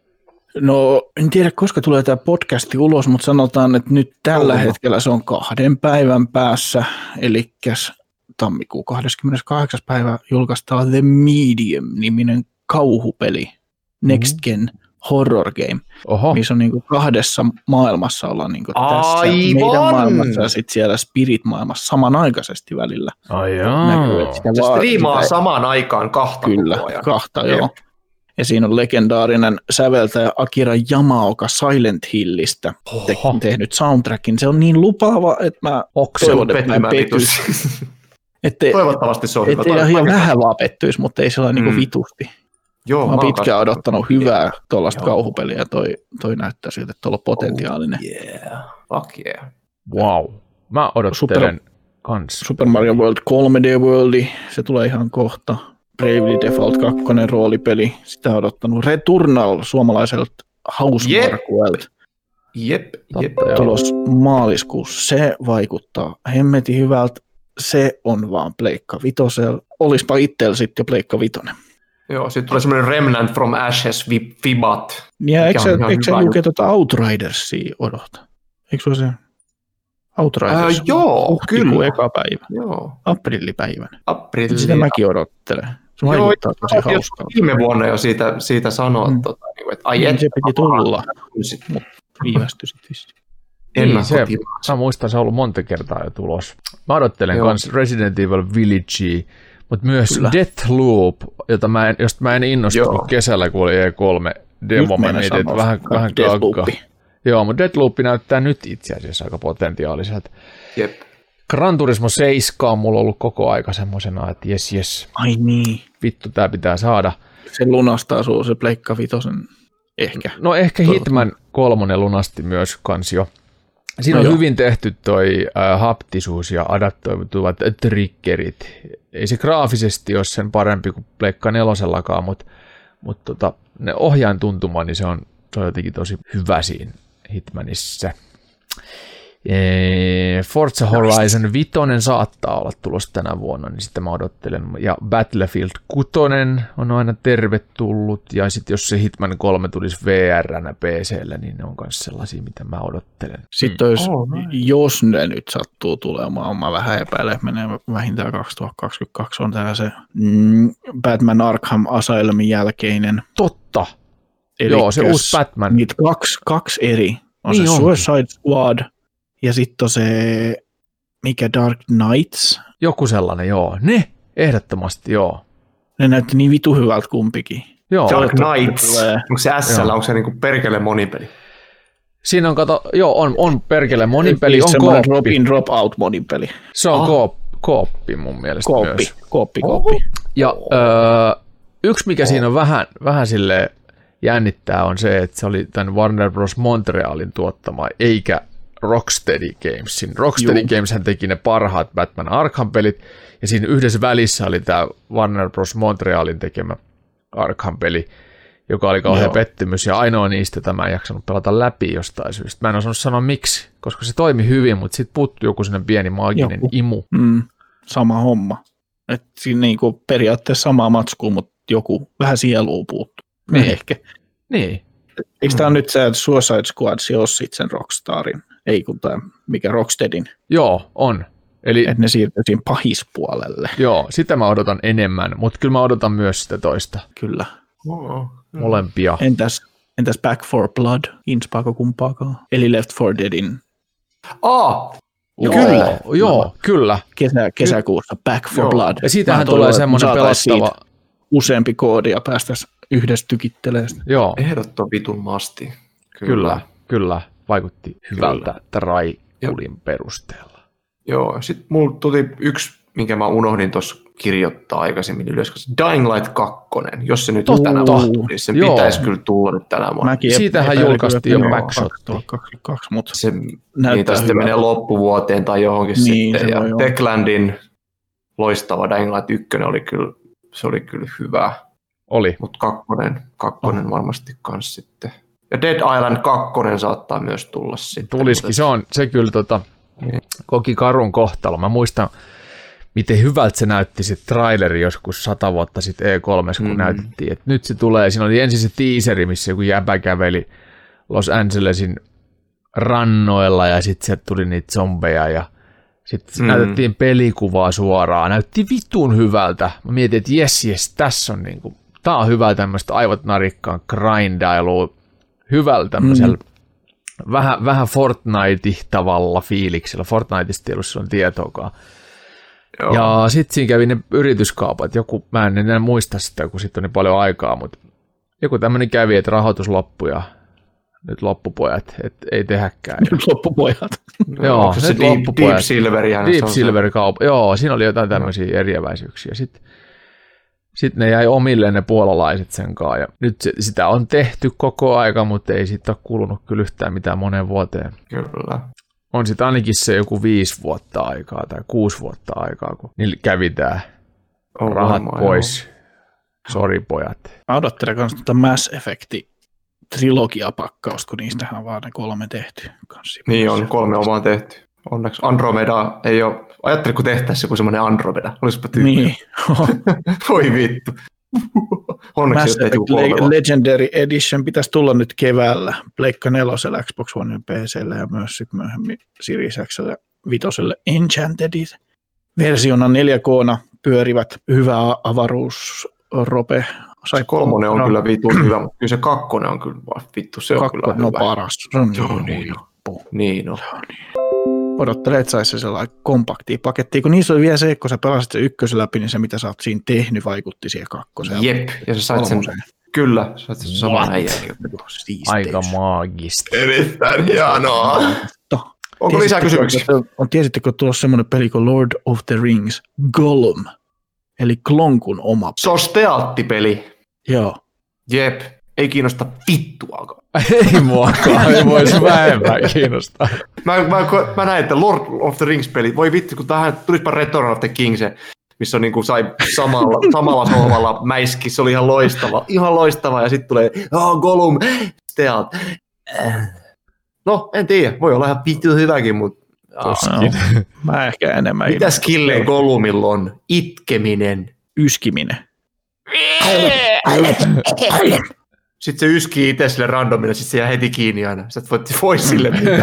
No, en tiedä, koska tulee tämä podcasti ulos, mutta sanotaan, että nyt tällä oh. hetkellä se on kahden päivän päässä, eli tammikuun kahdeskymmeneskahdeksas päivä julkaistaan The Medium-niminen kauhupeli, Next Gen Horror Game, Oho. missä on niinku kahdessa maailmassa ollaan niinku tässä meidän maailmassa ja sitten siellä Spirit-maailmassa samanaikaisesti välillä. Ai jaa. Se striimaa samaan aikaan kahta Kyllä, kahta joo. Ja siinä on legendaarinen säveltäjä Akira Yamaoka Silent Hillistä te- tehnyt soundtrackin. Se on niin lupaava, että mä toivon, että mä pettyisin. Toivottavasti se on hyvä. Että ihan vähän vaan pettyisi, mutta ei sellainen mm. niin vitusti. Joo, mä oon pitkään odottanut hyvää tuollaista kauhupeliä ja toi, toi näyttää siltä, että tuolla on potentiaalinen. Oh yeah, fuck yeah. Wow, mä odottelen Super, kans. Super Mario World kolme D World, se tulee ihan kohta. Bravely Default kaksi roolipeli, sitä on odottanut. Returnal suomalaiselta Housemarquelta. Jep, jep. Tulos maaliskuussa. Se vaikuttaa hemmetin hyvältä. Se on vaan Pleikka Vitosella. Olispa itsellä sitten jo Pleikka Vitonen. Joo, sitten tulee semmoinen Remnant from Ashes Vibat. Ja eikö se lukee tuota Outridersia odota? Eikö se ole se Outriders? Äh, joo, kyllä. Eka päivä. Joo. Aprillipäivänä. Aprilli. Sitä mäkin odottelen. Se vaikuttaa tosi hauskaa. Viime vuonna jo siitä, siitä sanoa, mm. tota, että ai niin, se piti tulla, mutta viivästyi sitten. Niin, se, mä muistan, se on ollut monta kertaa jo tulos. Mä odottelen myös Resident Evil Villagea, mutta myös Kyllä. Deathloop, jota mä en, josta mä en innostunut Joo. kesällä, kun oli E kolme demo. Mä mietin, että vähän, vähän kakkaa. Joo, mutta Deathloop näyttää nyt itse asiassa aika potentiaaliselta. Jep. Gran Turismo seitsemän on mulla ollut koko aika semmosena, että jes jes. Ai niin. Vittu, tää pitää saada. Se lunastaa suu se Pleikka Vitosen ehkä. No ehkä Hitman kolmonen lunasti myös kansio. Siinä no on joo. hyvin tehty toi äh, haptisuus ja adaptoituvat triggerit. Ei se graafisesti ole sen parempi kuin Pleikka nelosellakaan, mutta mut tota, ne ohjaan tuntuma, niin se on, se on jotenkin tosi hyvä siinä Hitmanissa. Forza Horizon viisi saattaa olla tulossa tänä vuonna, niin sitä mä odottelen. Ja Battlefield kuusi on aina tervetullut, ja sitten jos se Hitman kolme tulisi V R-nä P C:llä, niin ne on myös sellaisia, mitä mä odottelen. Sitten mm. olisi, oh, jos ne nyt sattuu tulemaan, mä vähän epäilen, että menee vähintään kaksituhattakaksikymmentäkaksi on täällä se mm, Batman Arkham Asylumin jälkeinen. Totta! Elikkäs joo, se uusi Batman. Niitä kaksi, kaksi eri. On niin se onkin. Suicide Squad. Ja sitten on se, mikä Dark Knights. Joku sellainen, joo. Ne, ehdottomasti, joo. Ne näytti niin vitu hyvältä kumpikin. Joo. Dark Knights, onko se S-llä, onko se niinku perkele monipeli? Siinä on, kato, joo, on, on perkele monipeli, on kooppi. Drop in, drop out monipeli. Se on ah. koop, kooppi mun mielestä kooppi, myös. Kooppi, kooppi. Ja öö, yksi, mikä oh. siinä on vähän, vähän silleen jännittää, on se, että se oli tämän Warner Bros. Montrealin tuottama, eikä Rocksteady Gamesin. Rocksteady Games hän teki ne parhaat Batman Arkham-pelit, ja siinä yhdessä välissä oli tämä Warner Bros. Montrealin tekemä Arkham-peli, joka oli kauhean Joo. pettymys, ja ainoa niistä tämä en jaksanut pelata läpi jostain syystä. Mä en osannut sanoa miksi, koska se toimi hyvin, mutta sitten puuttui joku sellainen pieni maaginen joku. imu. Mm, sama homma. Et siinä niinku periaatteessa samaa matskua, mutta joku vähän sielua puuttuu. Niin. Ehkä. Niin. Eikö tämä mm. nyt se Suicide Squad ole sitten sen Rockstarin? Ei kun tämä, mikä Rocksteadin. Joo, on. Eli, että ne siirtyy siinä pahispuolelle. Joo, sitä mä odotan enemmän, mutta kyllä mä odotan myös sitä toista. Kyllä. Oh, Molempia. Entäs, entäs Back for Blood? Inspaako kumpaakaan? Eli Left four Deadin. Oh, joo, kyllä. Joo, no. kyllä. Kesä, kesäkuussa Back for joo. Blood. Ja siitähän tulee semmoinen pelattava. Useampi koodi ja päästäisiin yhdessä tykittelemään. Joo. Ehdotto vitun masti. Kyllä, kyllä. kyllä. Vaikutti hyvältä traikulin perusteella. Joo, sitten mulla tuli yksi, minkä mä unohdin tuossa kirjoittaa aikaisemmin ylös, Dying Light kaksi, jos se nyt Totta. tänä vuonna, niin sen Joo. pitäisi kyllä tulla nyt tänä vuonna. Mäkin Siitähän julkaistiin jo backshotti. Mutta se niitä sitten menee loppuvuoteen tai johonkin niin, sitten. Ja Techlandin loistava Dying Light yksi oli kyllä, se oli kyllä hyvä. Oli. Mutta kakkonen, kakkonen oh. varmasti kans sitten. Ja Dead Island kaksi saattaa myös tulla sitten. Tulisikin, se on se kyllä tota, koki karun kohtalo. Mä muistan, miten hyvältä se näytti se traileri joskus sata vuotta sitten E kolme, kun mm. näytettiin, että nyt se tulee. Siinä oli ensin se teaseri, missä joku jäbä käveli Los Angelesin rannoilla ja sitten sieltä tuli niitä zombeja ja sitten mm. näytettiin pelikuvaa suoraan. Näytti vitun hyvältä. Mä mietin, että jes, jes, tässä on niinku, tää on hyvä tämmöistä aivot narikkaan grindailua. Hyvällä tämmöisellä mm. vähän, vähän Fortnite-tavalla fiiliksellä. Fortniteista ei ollut silloin tietoakaan. Joo. Ja sitten siinä kävi ne yrityskaupat. Joku, mä en enää muista sitä, kun sitten on niin paljon aikaa, mutta joku tämmöinen kävi, että rahoitus loppui ja nyt loppupojat, että ei tehäkään. Nyt loppupojat. Joo, no, se deep, deep Silver. Deep Silver kaupa. Joo, siinä oli jotain tämmöisiä no. eriäväisyyksiä. Sitten Sitten ne jäi omilleen ne puolalaiset sen kanssa. Ja nyt se, sitä on tehty koko aika, mutta ei siitä ole kulunut kyllä yhtään mitään moneen vuoteen. Kyllä. On sitten ainakin se joku viisi vuotta aikaa tai kuusi vuotta aikaa, kun niillä kävi tää on rahat varmaan, pois. Joo. Sori pojat. Mä odottelen kanssa tuota Mass Effecti trilogiapakkausta, kun niistähän on vaan ne kolme tehty. Niin on, kolme on vaan tehty. Onneksi Andromeda ei ole, ajattelin kun tehtäisiin joku semmoinen Andromeda, olisipa tyyppiä. Niin. Voi vittu. Onneksi Mass Effect Le- Legendary Edition pitäisi tulla nyt keväällä. Pleikka nelosella, Xbox One, P C:llä ja myös sitten myöhemmin Series X:llä vitoselle Enchantedit. Versiona neljä K:na pyörivät hyvä avaruusrope. Se kolmonen on kyllä vitun hyvä, mutta kyllä se kakkonen on kyllä vittu, se on kakkonen kyllä hyvä. on paras. Se on Joo, niin on. Niin on. Odottelen, että saisi sellainen kompaktia pakettia, kun niissä oli vielä se, kun sä pelasit se ykkösen läpi, niin se mitä sä oot siinä tehnyt vaikutti siihen kakkoseen. Jep, ja sä sait sen, kyllä, sä sait sen saman äijän. Aika maagista. Erittäin hienoa. Onko lisää kysymyksiä? On tiesittekö tuossa semmoinen peli kuin Lord of the Rings, Gollum, eli Klonkun oma. Se on stealttipeli. Joo. Jep, ei kiinnosta vittuakaan. Ei muakaan, ei voisi vähemmän kiinnostaa. Mä, mä, mä näin, että Lord of the Rings-peli, voi vittu, kun tähän tulispa Return of the King se, missä on niin kuin sai samalla, samalla sohvalla mäiski, se oli ihan loistava, ihan loistava, ja sitten tulee, oh, Gollum, stealth. No, en tiedä, voi olla ihan vittu hyväkin, mutta... No, mä ehkä enemmän. Mitä skillejä Gollumilla on? Itkeminen. Yskiminen. Sitten se yskii itse sille randomille, sitten se jää heti kiinni aina. Sä et voi, voi sille mitään.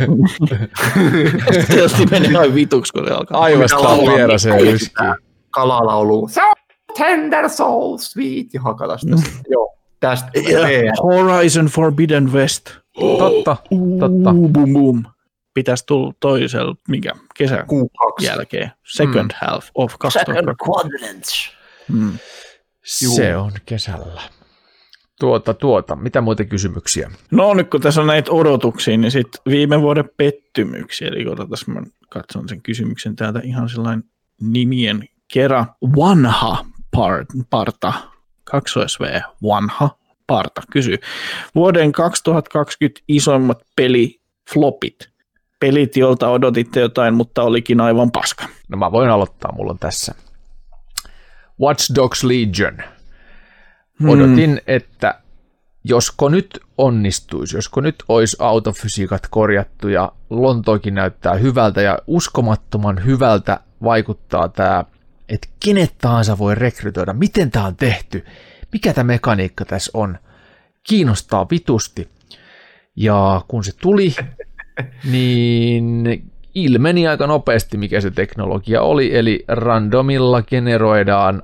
Tietysti menee noin vituksi, kun ne alkaa. Aivastaan vieraseen yskii. Kalalaulu. So tender soul, sweet. Ja hakata sitä. Joo, tästä. Horizon Forbidden West. Totta, totta. Boom, boom. Pitäisi tulla toisella, mikä kesän jälkeen. Second mm. half of Second quadrants. Mm. Se on kesällä. Tuota, tuota. Mitä muita kysymyksiä? No nyt kun tässä on näitä odotuksia, niin sitten viime vuoden pettymyksiä. Eli otetaan, mä katson sen kysymyksen täältä ihan sellainen nimien kerran. Vanha part, parta, kaksois V, vanha Parta kysyy. Vuoden kaksituhattakaksikymmentä isoimmat peliflopit. Pelit, jolta odotitte jotain, mutta olikin aivan paska. No mä voin aloittaa, mulla on tässä. Watch Dogs Legion. Odotin, hmm. että josko nyt onnistuisi, josko nyt olisi autofysiikat korjattu ja Lontookin näyttää hyvältä ja uskomattoman hyvältä vaikuttaa tämä, että kenet tahansa voi rekrytoida, miten tämä on tehty, mikä tämä mekaniikka tässä on, kiinnostaa vitusti. Ja kun se tuli, niin ilmeni aika nopeasti, mikä se teknologia oli, eli randomilla generoidaan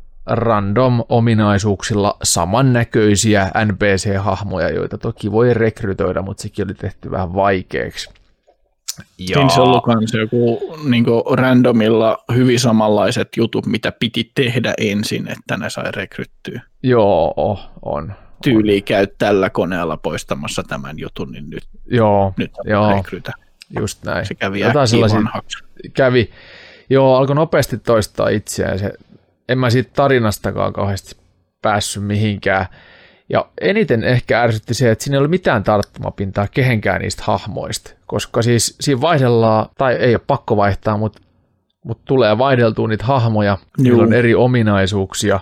random-ominaisuuksilla samannäköisiä N P C-hahmoja, joita toki voi rekrytoida, mutta sekin oli tehty vähän vaikeaksi. Ja... Siinä se on ollut myös joku niin randomilla hyvin samanlaiset jutut, mitä piti tehdä ensin, että ne sai rekryttyä. Joo, on. Tyyliin käy tällä koneella poistamassa tämän jutun, niin nyt, joo, nyt joo, rekrytä. Just näin. Se kävi äkkiä vanhaksi. Kävi. Joo, alkoi nopeasti toistaa itseään. Se, en mä siitä tarinastakaan kauheasti päässyt mihinkään. Ja eniten ehkä ärsytti se, että siinä ei ole mitään tarttumapintaa kehenkään niistä hahmoista, koska siis siinä vaihdellaan, tai ei ole pakko vaihtaa, mutta, mutta tulee vaihdeltua niitä hahmoja, niillä on eri ominaisuuksia,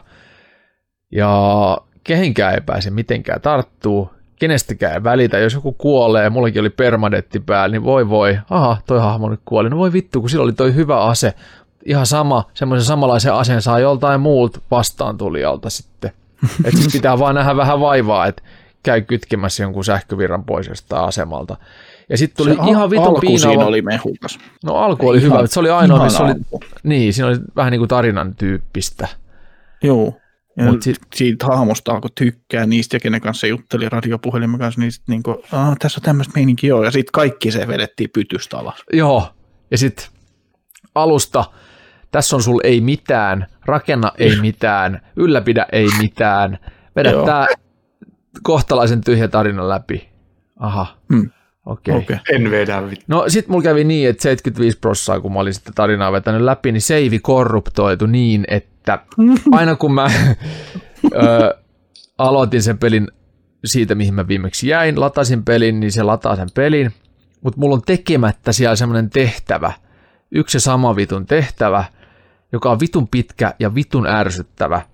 ja kehenkään ei pääse mitenkään tarttuu, kenestäkään ei välitä, jos joku kuolee, mullakin oli permadetti päällä, niin voi voi, aha, toi hahmo nyt kuoli, no voi vittu, kun sillä oli toi hyvä ase, ihan sama, semmoisen samanlaisen aseen saa joltain muulta vastaantulijalta sitten. Että sitten pitää vaan nähdä vähän vaivaa, että käy kytkemässä jonkun sähkövirran pois jostain asemalta. Ja sitten tuli se ihan vitun piinaava. Alku siinä oli mehukas. No alku oli ihan, hyvä, se oli ainoa, missä oli, niin, siinä oli vähän niin kuin tarinan tyyppistä. Joo, ja Mut sit, siitä hahmosta alkoi tykkää niistä, ja kenen kanssa jutteli radiopuhelimen kanssa, niin sitten niin kuin, tässä on tämmöistä meininkiä joo, ja sitten kaikki se vedettiin pytystä alas. Joo, ja sitten alusta, tässä on sulla ei mitään, rakenna ei mitään, ylläpidä ei mitään, vedä tää kohtalaisen tyhjä tarina läpi. Aha, hmm. okei. Okay. Okay. En vedä. No sit mulla kävi niin, että seitsemänkymmentäviisi prosenttia, kun mä olin sitten tarinaa vetänyt läpi, niin seivi korruptoitu niin, että aina kun mä ö, aloitin sen pelin siitä, mihin mä viimeksi jäin, latasin pelin, niin se lataa sen pelin, mutta mulla on tekemättä siellä semmoinen tehtävä, yksi sama vitun tehtävä, joka on vitun pitkä ja vitun ärsyttävä.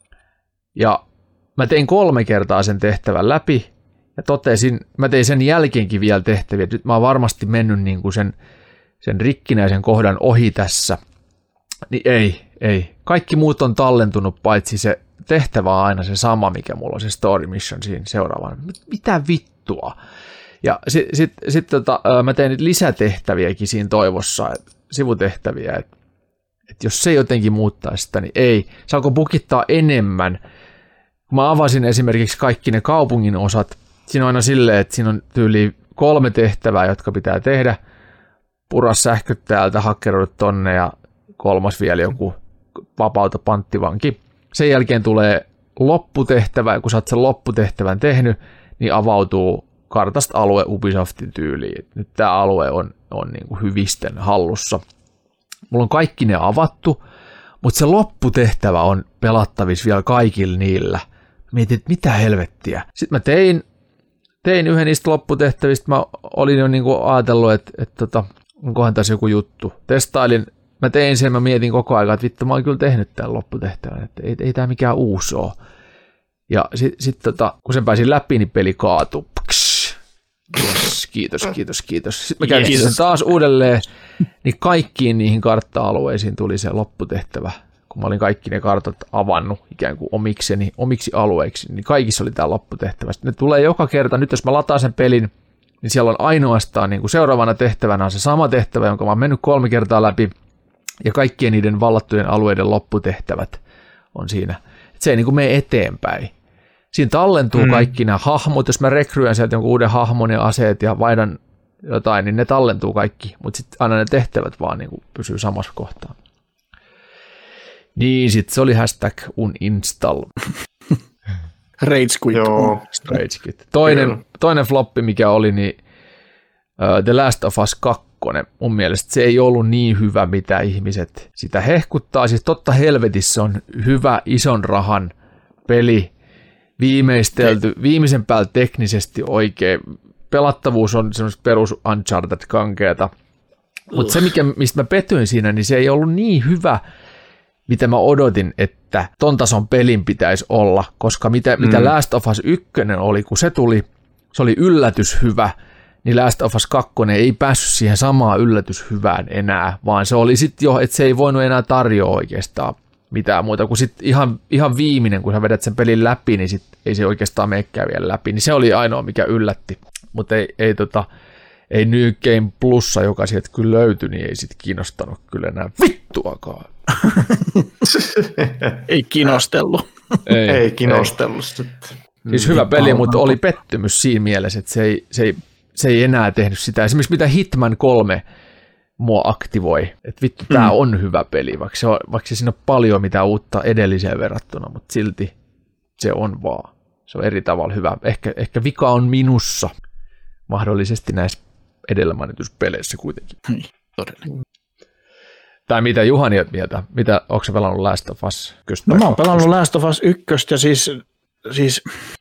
Ja mä tein kolme kertaa sen tehtävän läpi ja totesin, mä tein sen jälkeenkin vielä tehtäviä, että nyt mä oon varmasti mennyt niin kuin sen, sen rikkinäisen kohdan ohi tässä. Niin ei, ei. Kaikki muut on tallentunut, paitsi se tehtävä on aina se sama, mikä mulla on se story mission siinä seuraavana. Mitä vittua? Ja sitten sit, sit, tota, mä tein niitä lisätehtäviäkin siinä toivossa, että sivutehtäviä, että et jos se jotenkin muuttaisi sitä, niin ei. Saako bukittaa enemmän? Kun mä avasin esimerkiksi kaikki ne kaupungin osat, siinä on aina silleen, että siinä on tyyli kolme tehtävää, jotka pitää tehdä. Pura sähköt täältä, hakkeroidut tonne ja kolmas vielä joku vapauta panttivanki. Sen jälkeen tulee lopputehtävä, ja kun sä oot sen lopputehtävän tehnyt, niin avautuu kartasta alue Ubisoftin tyyliin. Nyt tämä alue on, on niin kuin hyvisten hallussa. Mulla on kaikki ne avattu, mutta se lopputehtävä on pelattavissa vielä kaikilla niillä. Mietin, että mitä helvettiä. Sitten mä tein, tein yhden niistä lopputehtävistä. Mä olin jo niin kuin ajatellut, että, että, että onkohan tässä joku juttu. Testailin, mä tein sen, mä mietin koko ajan, että vittu mä oon kyllä tehnyt tämän lopputehtävän, että ei, ei tämä mikään uusi ole. Ja sitten sit, tota, kun sen pääsin läpi, niin peli kaatui. Yes, kiitos, kiitos, kiitos. Sitten mä käyn sen taas uudelleen, niin kaikkiin niihin kartta-alueisiin tuli se lopputehtävä, kun mä olin kaikki ne kartat avannut ikään kuin omikseni, omiksi alueiksi, niin kaikissa oli tämä lopputehtävä. Sitten ne tulee joka kerta, nyt jos mä lataan sen pelin, niin siellä on ainoastaan niin kuin seuraavana tehtävänä on se sama tehtävä, jonka mä oon mennyt kolme kertaa läpi, ja kaikkien niiden vallattujen alueiden lopputehtävät on siinä. Et se ei niin kuin mene eteenpäin. Siinä tallentuu mm. kaikki nämä hahmot, jos mä rekryän sieltä jonkun uuden hahmon ja aseet ja vaihdan jotain, niin ne tallentuu kaikki, mutta sitten aina ne tehtävät vaan niin kuin pysyy samassa kohtaa. Niin, sitten se oli hashtag uninstall. Rage quit. Joo. Rage quit. Toinen, toinen floppi, mikä oli, niin uh, The Last of Us kaksi. Mun mielestä se ei ollut niin hyvä, mitä ihmiset sitä hehkuttaa. Siis totta helvetissä on hyvä ison rahan peli, viimeistelty, viimeisen päällä teknisesti oikein. Pelattavuus on semmoista perus Uncharted-kankeeta. Mutta se, mikä, mistä mä petyin siinä, niin se ei ollut niin hyvä, mitä mä odotin, että ton tason pelin pitäisi olla, koska mitä, mm. mitä Last of Us yksi oli, kun se tuli, se oli yllätys hyvä, niin Last of Us kaksi ei päässyt siihen samaan yllätyshyvään enää, vaan se oli sitten jo, että se ei voinut enää tarjoa oikeastaan mitään muuta, kun sitten ihan, ihan viimeinen, kun sä vedät sen pelin läpi, niin sit ei se oikeastaan menekään vielä läpi, niin se oli ainoa, mikä yllätti, mutta ei, ei, tota, ei New Game Plussa, joka sieltä kyllä löytyi, niin ei sitten kiinnostanut kyllä enää vittuakaan. Ei kiinnostellut. Ei, ei kiinnostellut sitten. Siis hyvä peli, mutta oli pettymys siinä mielessä, että se ei, se ei, se ei enää tehnyt sitä. Esimerkiksi mitä Hitman kolme mua aktivoi, että vittu, tämä mm. on hyvä peli, vaikka, se on, vaikka se siinä on paljon mitä uutta edelliseen verrattuna, mutta silti se on vaan. Se on eri tavalla hyvä. Ehkä, ehkä vika on minussa mahdollisesti näissä edellä mainituissa peleissä kuitenkin. Todella. Tai mitä Juhani oot mieltä? Mitä, onko sä pelannut Last of Us yksi? No mä oon pelannut Last of Us yksi ja siis, siis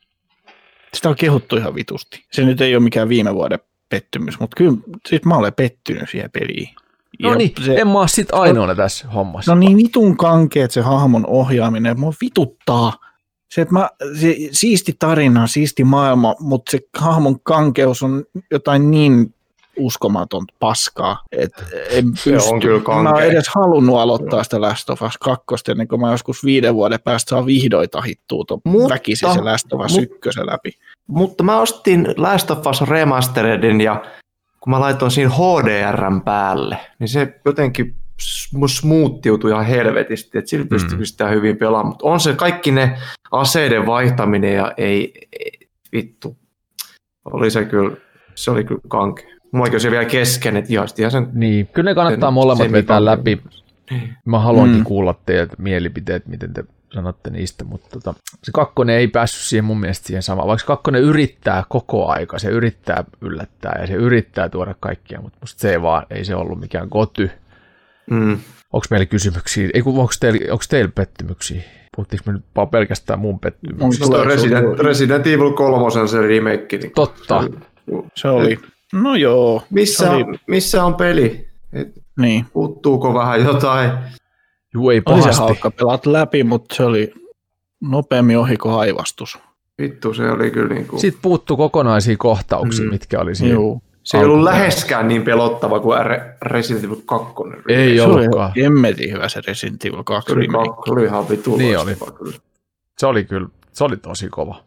sitä on kehuttu ihan vitusti. Se nyt ei ole mikään viime vuoden pettymys, mutta kyllä sit mä olen pettynyt siihen peliin. No ja niin, se, en mä ole sit ainoana tässä hommassa. No niin vitun kankeet se hahmon ohjaaminen, mua vituttaa. Se, että mä, se siisti tarina, siisti maailma, mutta se hahmon kankeus on jotain niin uskomaton paskaa, että en pysty. Mä oon edes halunnut aloittaa sitä Last of Us kaksi, ennen kuin mä joskus viiden vuoden päästä saan vihdoin tahittua tuon väkisin se Last of Us yksi läpi. Mutta mä ostin Last of Us Remasteredin ja kun mä laitoin siinä H D R:n päälle, niin se jotenkin smoothiutui ihan helvetisti, että sillä pystyy mm. sitä hyvin pelaamaan, mutta on se kaikki ne aseiden vaihtaminen ja ei, ei vittu, oli se kyllä, se oli kyllä kankea. Mullakin on se vielä kesken, että ihan, ihan sen... Niin, kyllä ne kannattaa sen, molemmat vetää läpi. Mä haluankin mm. kuulla teiltä mielipiteet, miten te sanotte niistä, mutta tota, se kakkonen ei päässyt siihen mun mielestä siihen samaan, vaikka kakkonen yrittää koko aika, se yrittää yllättää ja se yrittää tuoda kaikkia, mutta musta se ei vaan, ei se ollut mikään goty. Mm. Onko meillä kysymyksiä, ei kun onko teillä, onko teillä pettymyksiä? Puhuttiinko me nyt pelkästään mun pettymyksiä? Onko Resident, Resident Evil kolme se remake? Niin totta. Se, se oli. No joo. Missä, oli... on, missä on peli? Et niin. Puuttuuko vähän jotain? Juu, ei pahasti. Oli se haukka pelat läpi, mutta se oli nopeammin ohi kuin haivastus. Vittu, se oli kyllä niin kuin... Sitten puuttuu kokonaisia kohtauksia, mm. mitkä oli siinä. Juu. Se ei ollut läheskään niin pelottava kuin Resident Evil kaksi. Ei ollutkaan. Se oli hemmetin hyvä se Resident Evil kaksi. Se oli, se oli ihan vitun niin oli. Se oli kyllä, se oli tosi kova.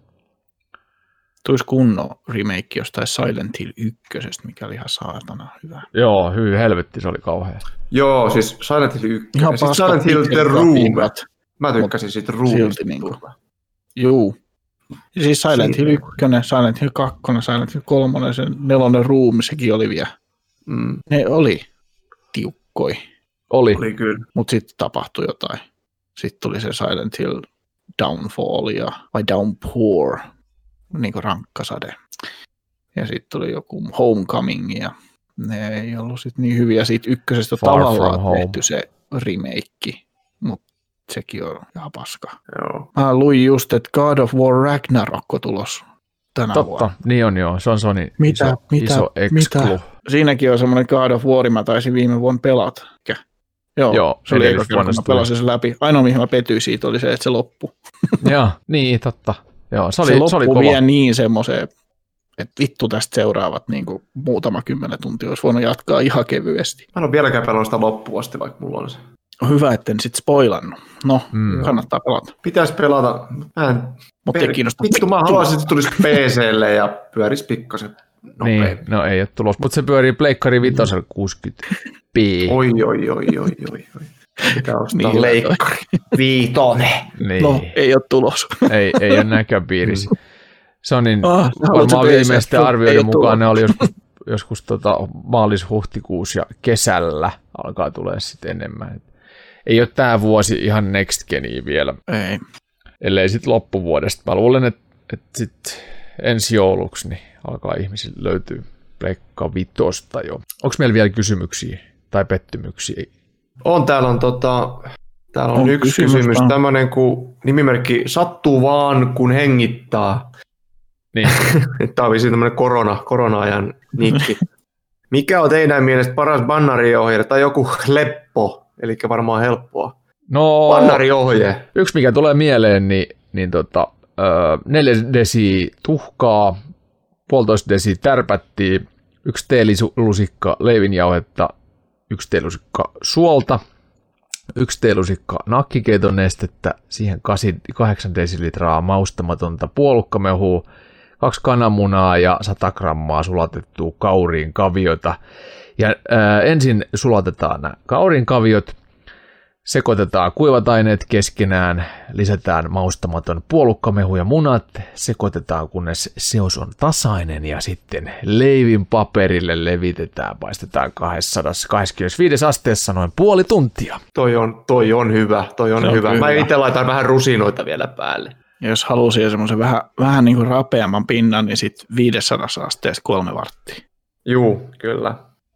Tuisi kunnon remake jostain Silent Hill ykkösestä, mikä oli ihan saatana hyvä. Joo, hyvin helvetti, se oli kauhea. Joo, siis Silent Hill yksi. Ihan siis Silent Hill The Room. Mä tykkäsin siitä Roomista. Niin Juu. Siis Silent Hill yksi, Silent Hill kaksi, Silent Hill kolme, se nelonen Room, sekin oli vielä. Mm. Ne oli tiukkoi. Oli. Oli kyllä. Mutta sitten tapahtui jotain. Sitten tuli se Silent Hill Downfall ja, vai Downpour, niin kuin rankkasade. Ja sitten tuli joku Homecoming ja ne ei ollut sitten niin hyviä. Siitä ykkösestä Far tavallaan tehty se remake, mutta sekin on ihan paska. Joo. Mä luin just, että God of War Ragnarok on tulos tänä Totta, vuonna. niin on joo. Se on Sony mitä, iso, mitä, iso exclu. Mitä? Siinäkin on semmoinen God of War, mä taisin viime vuonna pelata. Joo, joo, se oli eka kerran, kun mä pelasin sen läpi. Ainoa, mihin mä petyin siitä, oli se, että se loppui. Joo, niin, totta. Joo, se oli, se se oli loppui kova. vielä niin semmoiseen, että vittu tästä seuraavat niin kuin muutama kymmenen tuntia olisi voinut jatkaa ihan kevyesti. Mä en ole vieläkään pelannut sitä loppuun asti, vaikka mulla on se. Hyvä, etten sit spoilannut. No, mm. kannattaa pelata. Pitäisi pelata. Mä en... Mutta ei kiinnosta. Vittu, mä haluaisin, että tulisi P C:lle ja pyörisi pikkasen nopeammin. Niin, no ei ole tulos, mutta se pyörii Pleikkari vitosella kuusikymmentä p. Oi, oi, oi, oi, oi, oi. Pitää ostaa niin, leikkari. Viitonen. Niin. No, ei ole tulos. ei, ei ole näköpiirissä. Sonin ah, varmaan viimeisten arvioiden mukaan ne oli joskus, joskus tota, maalis-huhtikuussa ja kesällä alkaa tulee sitten enemmän. Ei ole tämä vuosi ihan next geniä vielä. Ei. Ellei sitten loppuvuodesta. Mä luulen, että, että sitten ensi jouluksi niin alkaa ihmisille löytyy Pleikka Vitosta jo. Onko meillä vielä kysymyksiä tai pettymyksiä? On, täällä on tota, Täällä on, on yksi kysymys, kysymys tämmöinen kuin nimimerkki sattuu vaan kun hengittää. Niin. Tämä on vissiin tämmöinen korona, korona-ajan nikki. Mikä on teidän mielestä paras bannariohje tai joku leppo, eli varmaan helppoa? No, bannariohje. Yksi mikä tulee mieleen, niin, niin tota, neljä desi tuhkaa, puolitoista desi tärpättiä, yksi teelusikka leivinjauhetta, yksi teelusikka suolta, yksi teelusikka nakkikeiton nestettä, siihen kahdeksan desilitraa maustamatonta puolukkamehua, kaksi kananmunaa ja sata grammaa sulatettua kauriin kaviota. Ja ää, ensin sulatetaan nämä kauriin kaviot, sekoitetaan kuivat aineet keskenään, lisätään maustamaton puolukkamehu ja munat, sekoitetaan kunnes seos on tasainen ja sitten leivin paperille levitetään, paistetaan kaksisataakaksikymmentäviisi asteessa noin puoli tuntia. Toi on, toi on hyvä, toi on, on hyvä. hyvä. Mä itse laitan vähän rusinoita vielä päälle. Ja jos haluaa semmoisen vähän, vähän niin kuin rapeamman pinnan, niin sitten viisisataa asteessa kolme varttia. Juu, kyllä.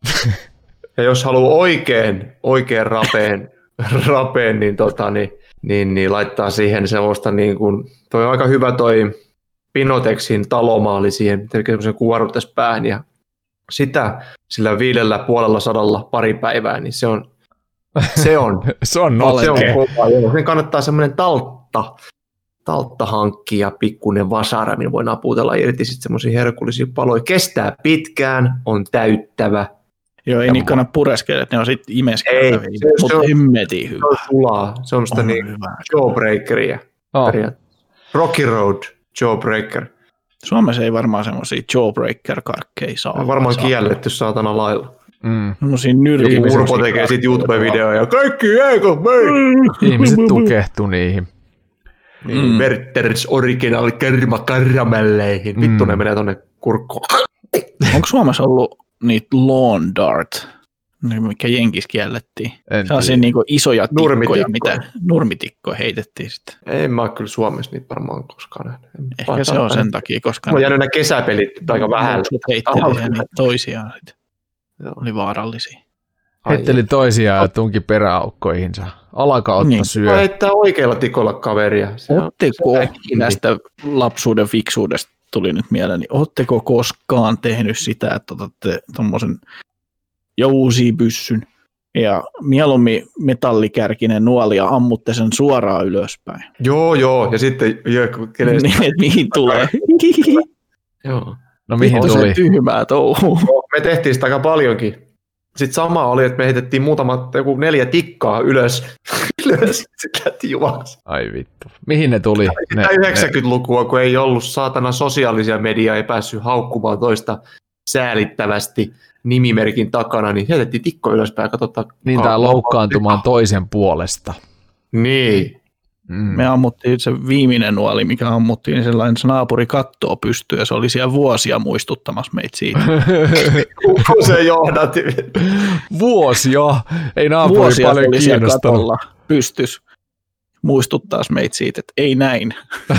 Ja jos haluaa oikein, oikein rapeen, rapeen niin, tota, niin, niin, niin laittaa siihen semmoista, niin kuin, toi on aika hyvä toi Pinotexin talomaali siihen, tekee semmoisen kuvarut tässä päähän, ja sitä sillä viidellä puolella sadalla pari päivää, niin se on, se on, se on, se on kova. Joo. Sen kannattaa semmoinen taltta, taltta hankkia, pikkuinen vasara, millä voi naputella irti sitten semmoisia herkullisia paloja. Kestää pitkään, on täyttävä. Joo, ei niin kannata pureskele, että ne on sitten imeskeltäviä, mutta hemmetin hyvä. Se on sulaa, se on sitä niin jawbreakeria. Oh. Rocky Road jawbreaker. Suomessa ei varmaan semmoisia jawbreaker-karkkeja saa. On varmaan saa. Kielletty saatana lailla. Mm. Semmoisia nyrkillisiä. Joku Urpo tekee sitten YouTube-videoja ja kaikki eikö mei. Ihmiset tukehtuu niihin. Niin, mm. Werther's Original kermakaramelleihin. Mm. Vittu ne menee tonne kurkkuun. Onko Suomessa ollut niitä lawn dart, mikä Jenkis kiellettiin? Sellaisia niinku isoja tikkoja, mitä nurmitikkoja heitettiin sitten. En mä ole kyllä Suomessa niitä varmaan koskaan nähnyt. Ehkä Vaan se on sen takia, koska... Mä oon jäänyt nämä kesäpelit aika vähän. Heitteli niitä toisiaan. Oli vaarallisia. Heitteli toisiaan ja tunki peräaukkoihinsa. Alakautta niin. Syö. Mä heittää oikealla tikolla kaveria. Ootteko näistä lapsuuden fiksuudesta tuli nyt mieleen, niin ootteko koskaan tehnyt sitä, että otatte tommosen jousipyssyn ja mieluummin metallikärkinen nuoli ja ammutte sen suoraan ylöspäin? Joo, joo, ja sitten... Kenestä... niin, että mihin tulee? Joo. No mihin tuli? Se tyhmää touhuu. Me tehtiin sitä aika paljonkin. Sitten sama oli, että me heitettiin muutama, joku neljä tikkaa ylös. ylös, sitten lähti juoksi. Ai vittu. Mihin ne tuli? Ne, yhdeksänkymmentälukua, kun ei ollut saatana sosiaalisia mediaa, ei päässyt haukkumaan toista säälittävästi nimimerkin takana, niin heitettiin tikko ylöspäin. Katsotaan, niin, tai loukkaantumaan tikka. Toisen puolesta. Niin. Mm. Me ammuttiin se viimeinen nuoli, mikä ammuttiin, niin sellainen naapuri kattoo pystyy, ja se oli siellä vuosia muistuttamassa meitä siitä. Kun se johdatti. Vuosia? Ei naapuri vuosia paljon kiinnostanut. Pystys muistuttaa meitä siitä, että ei näin.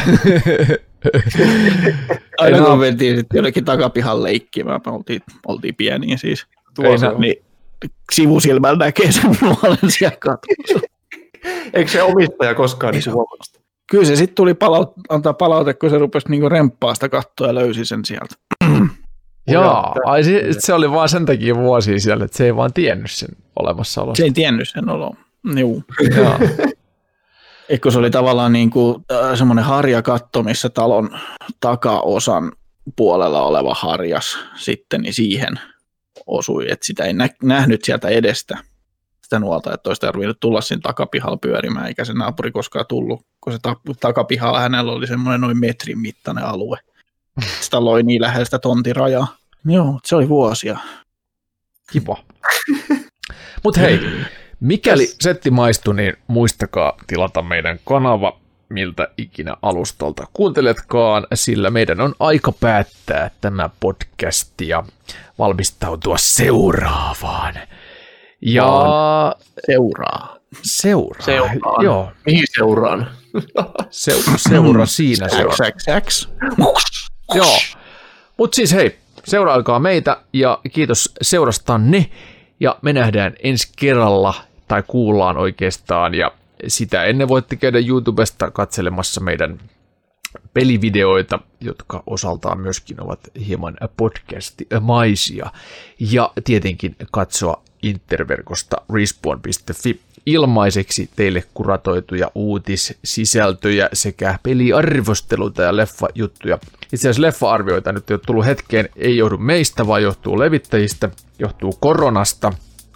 Aina kun mentiin sitten jollekin takapihan leikkimään, me oltiin, oltiin pieniä siis. Tuossa, niin sivusilmällä näkee sen nuolen siellä katossa. Eikö se omistaja koskaan niin huomasta? Kyllä se sitten tuli palaut- antaa palaute, kun se rupesi niinku remppaa sitä kattoa ja löysi sen sieltä. Joo, ai se, se oli vaan sen takia vuosia siellä, että se ei vaan tiennyt sen olemassaolosta. Se ei tiennyt sen olo. Juu. Eikö se oli tavallaan niinku, äh, semmoinen harjakatto, missä talon takaosan puolella oleva harjas sitten, niin siihen osui, että sitä ei nä- nähnyt sieltä edestä. Sitä nuolta, että olisi tarvinnut tulla siinä takapihalla pyörimään, eikä se naapuri koskaan tullut, kun se ta- takapihalla hänellä oli semmoinen noin metrin mittainen alue. Sitä loi niin lähellä sitä tontirajaa. Joo, se oli vuosia. Kiva. Mutta hei, mikäli setti maistui, niin muistakaa tilata meidän kanava, miltä ikinä alustolta kuunteletkaan, sillä meidän on aika päättää tämä podcast ja valmistautua seuraavaan. Ja seuraa. Seuraa. Seuraan. Joo. Mihin seuraan? Se, seura siinä. X. Joo. Mutta siis hei, seuraakaa meitä ja kiitos seurastanne. Ja me nähdään ensi kerralla, tai kuullaan oikeastaan, ja sitä ennen voitte käydä YouTubesta katselemassa meidän pelivideoita, jotka osaltaan myöskin ovat hieman podcast-maisia. Ja tietenkin katsoa interverkosta respawn piste fi ilmaiseksi teille kuratoituja uutissisältöjä sekä peliarvosteluita ja leffajuttuja. Itse asiassa leffa-arvioita nyt ei ole tullut hetkeen, ei johdu meistä, vaan johtuu levittäjistä, johtuu koronasta,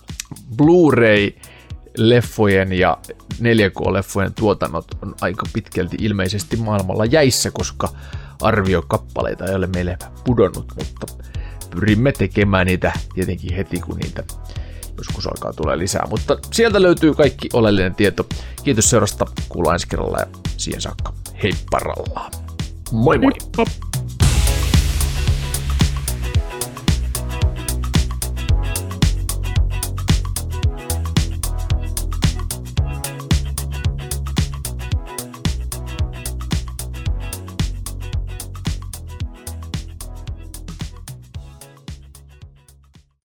Blu-ray-leffojen ja neljä K-leffojen tuotannot on aika pitkälti ilmeisesti maailmalla jäissä, koska arviokappaleita ei ole meille pudonnut, mutta pyrimme tekemään niitä tietenkin heti, kun niitä joskus alkaa tulee lisää, mutta sieltä löytyy kaikki oleellinen tieto. Kiitos seurasta, kuullaan ensi kerralla ja siihen saakka heipparallaan. Moi moi! Heippa.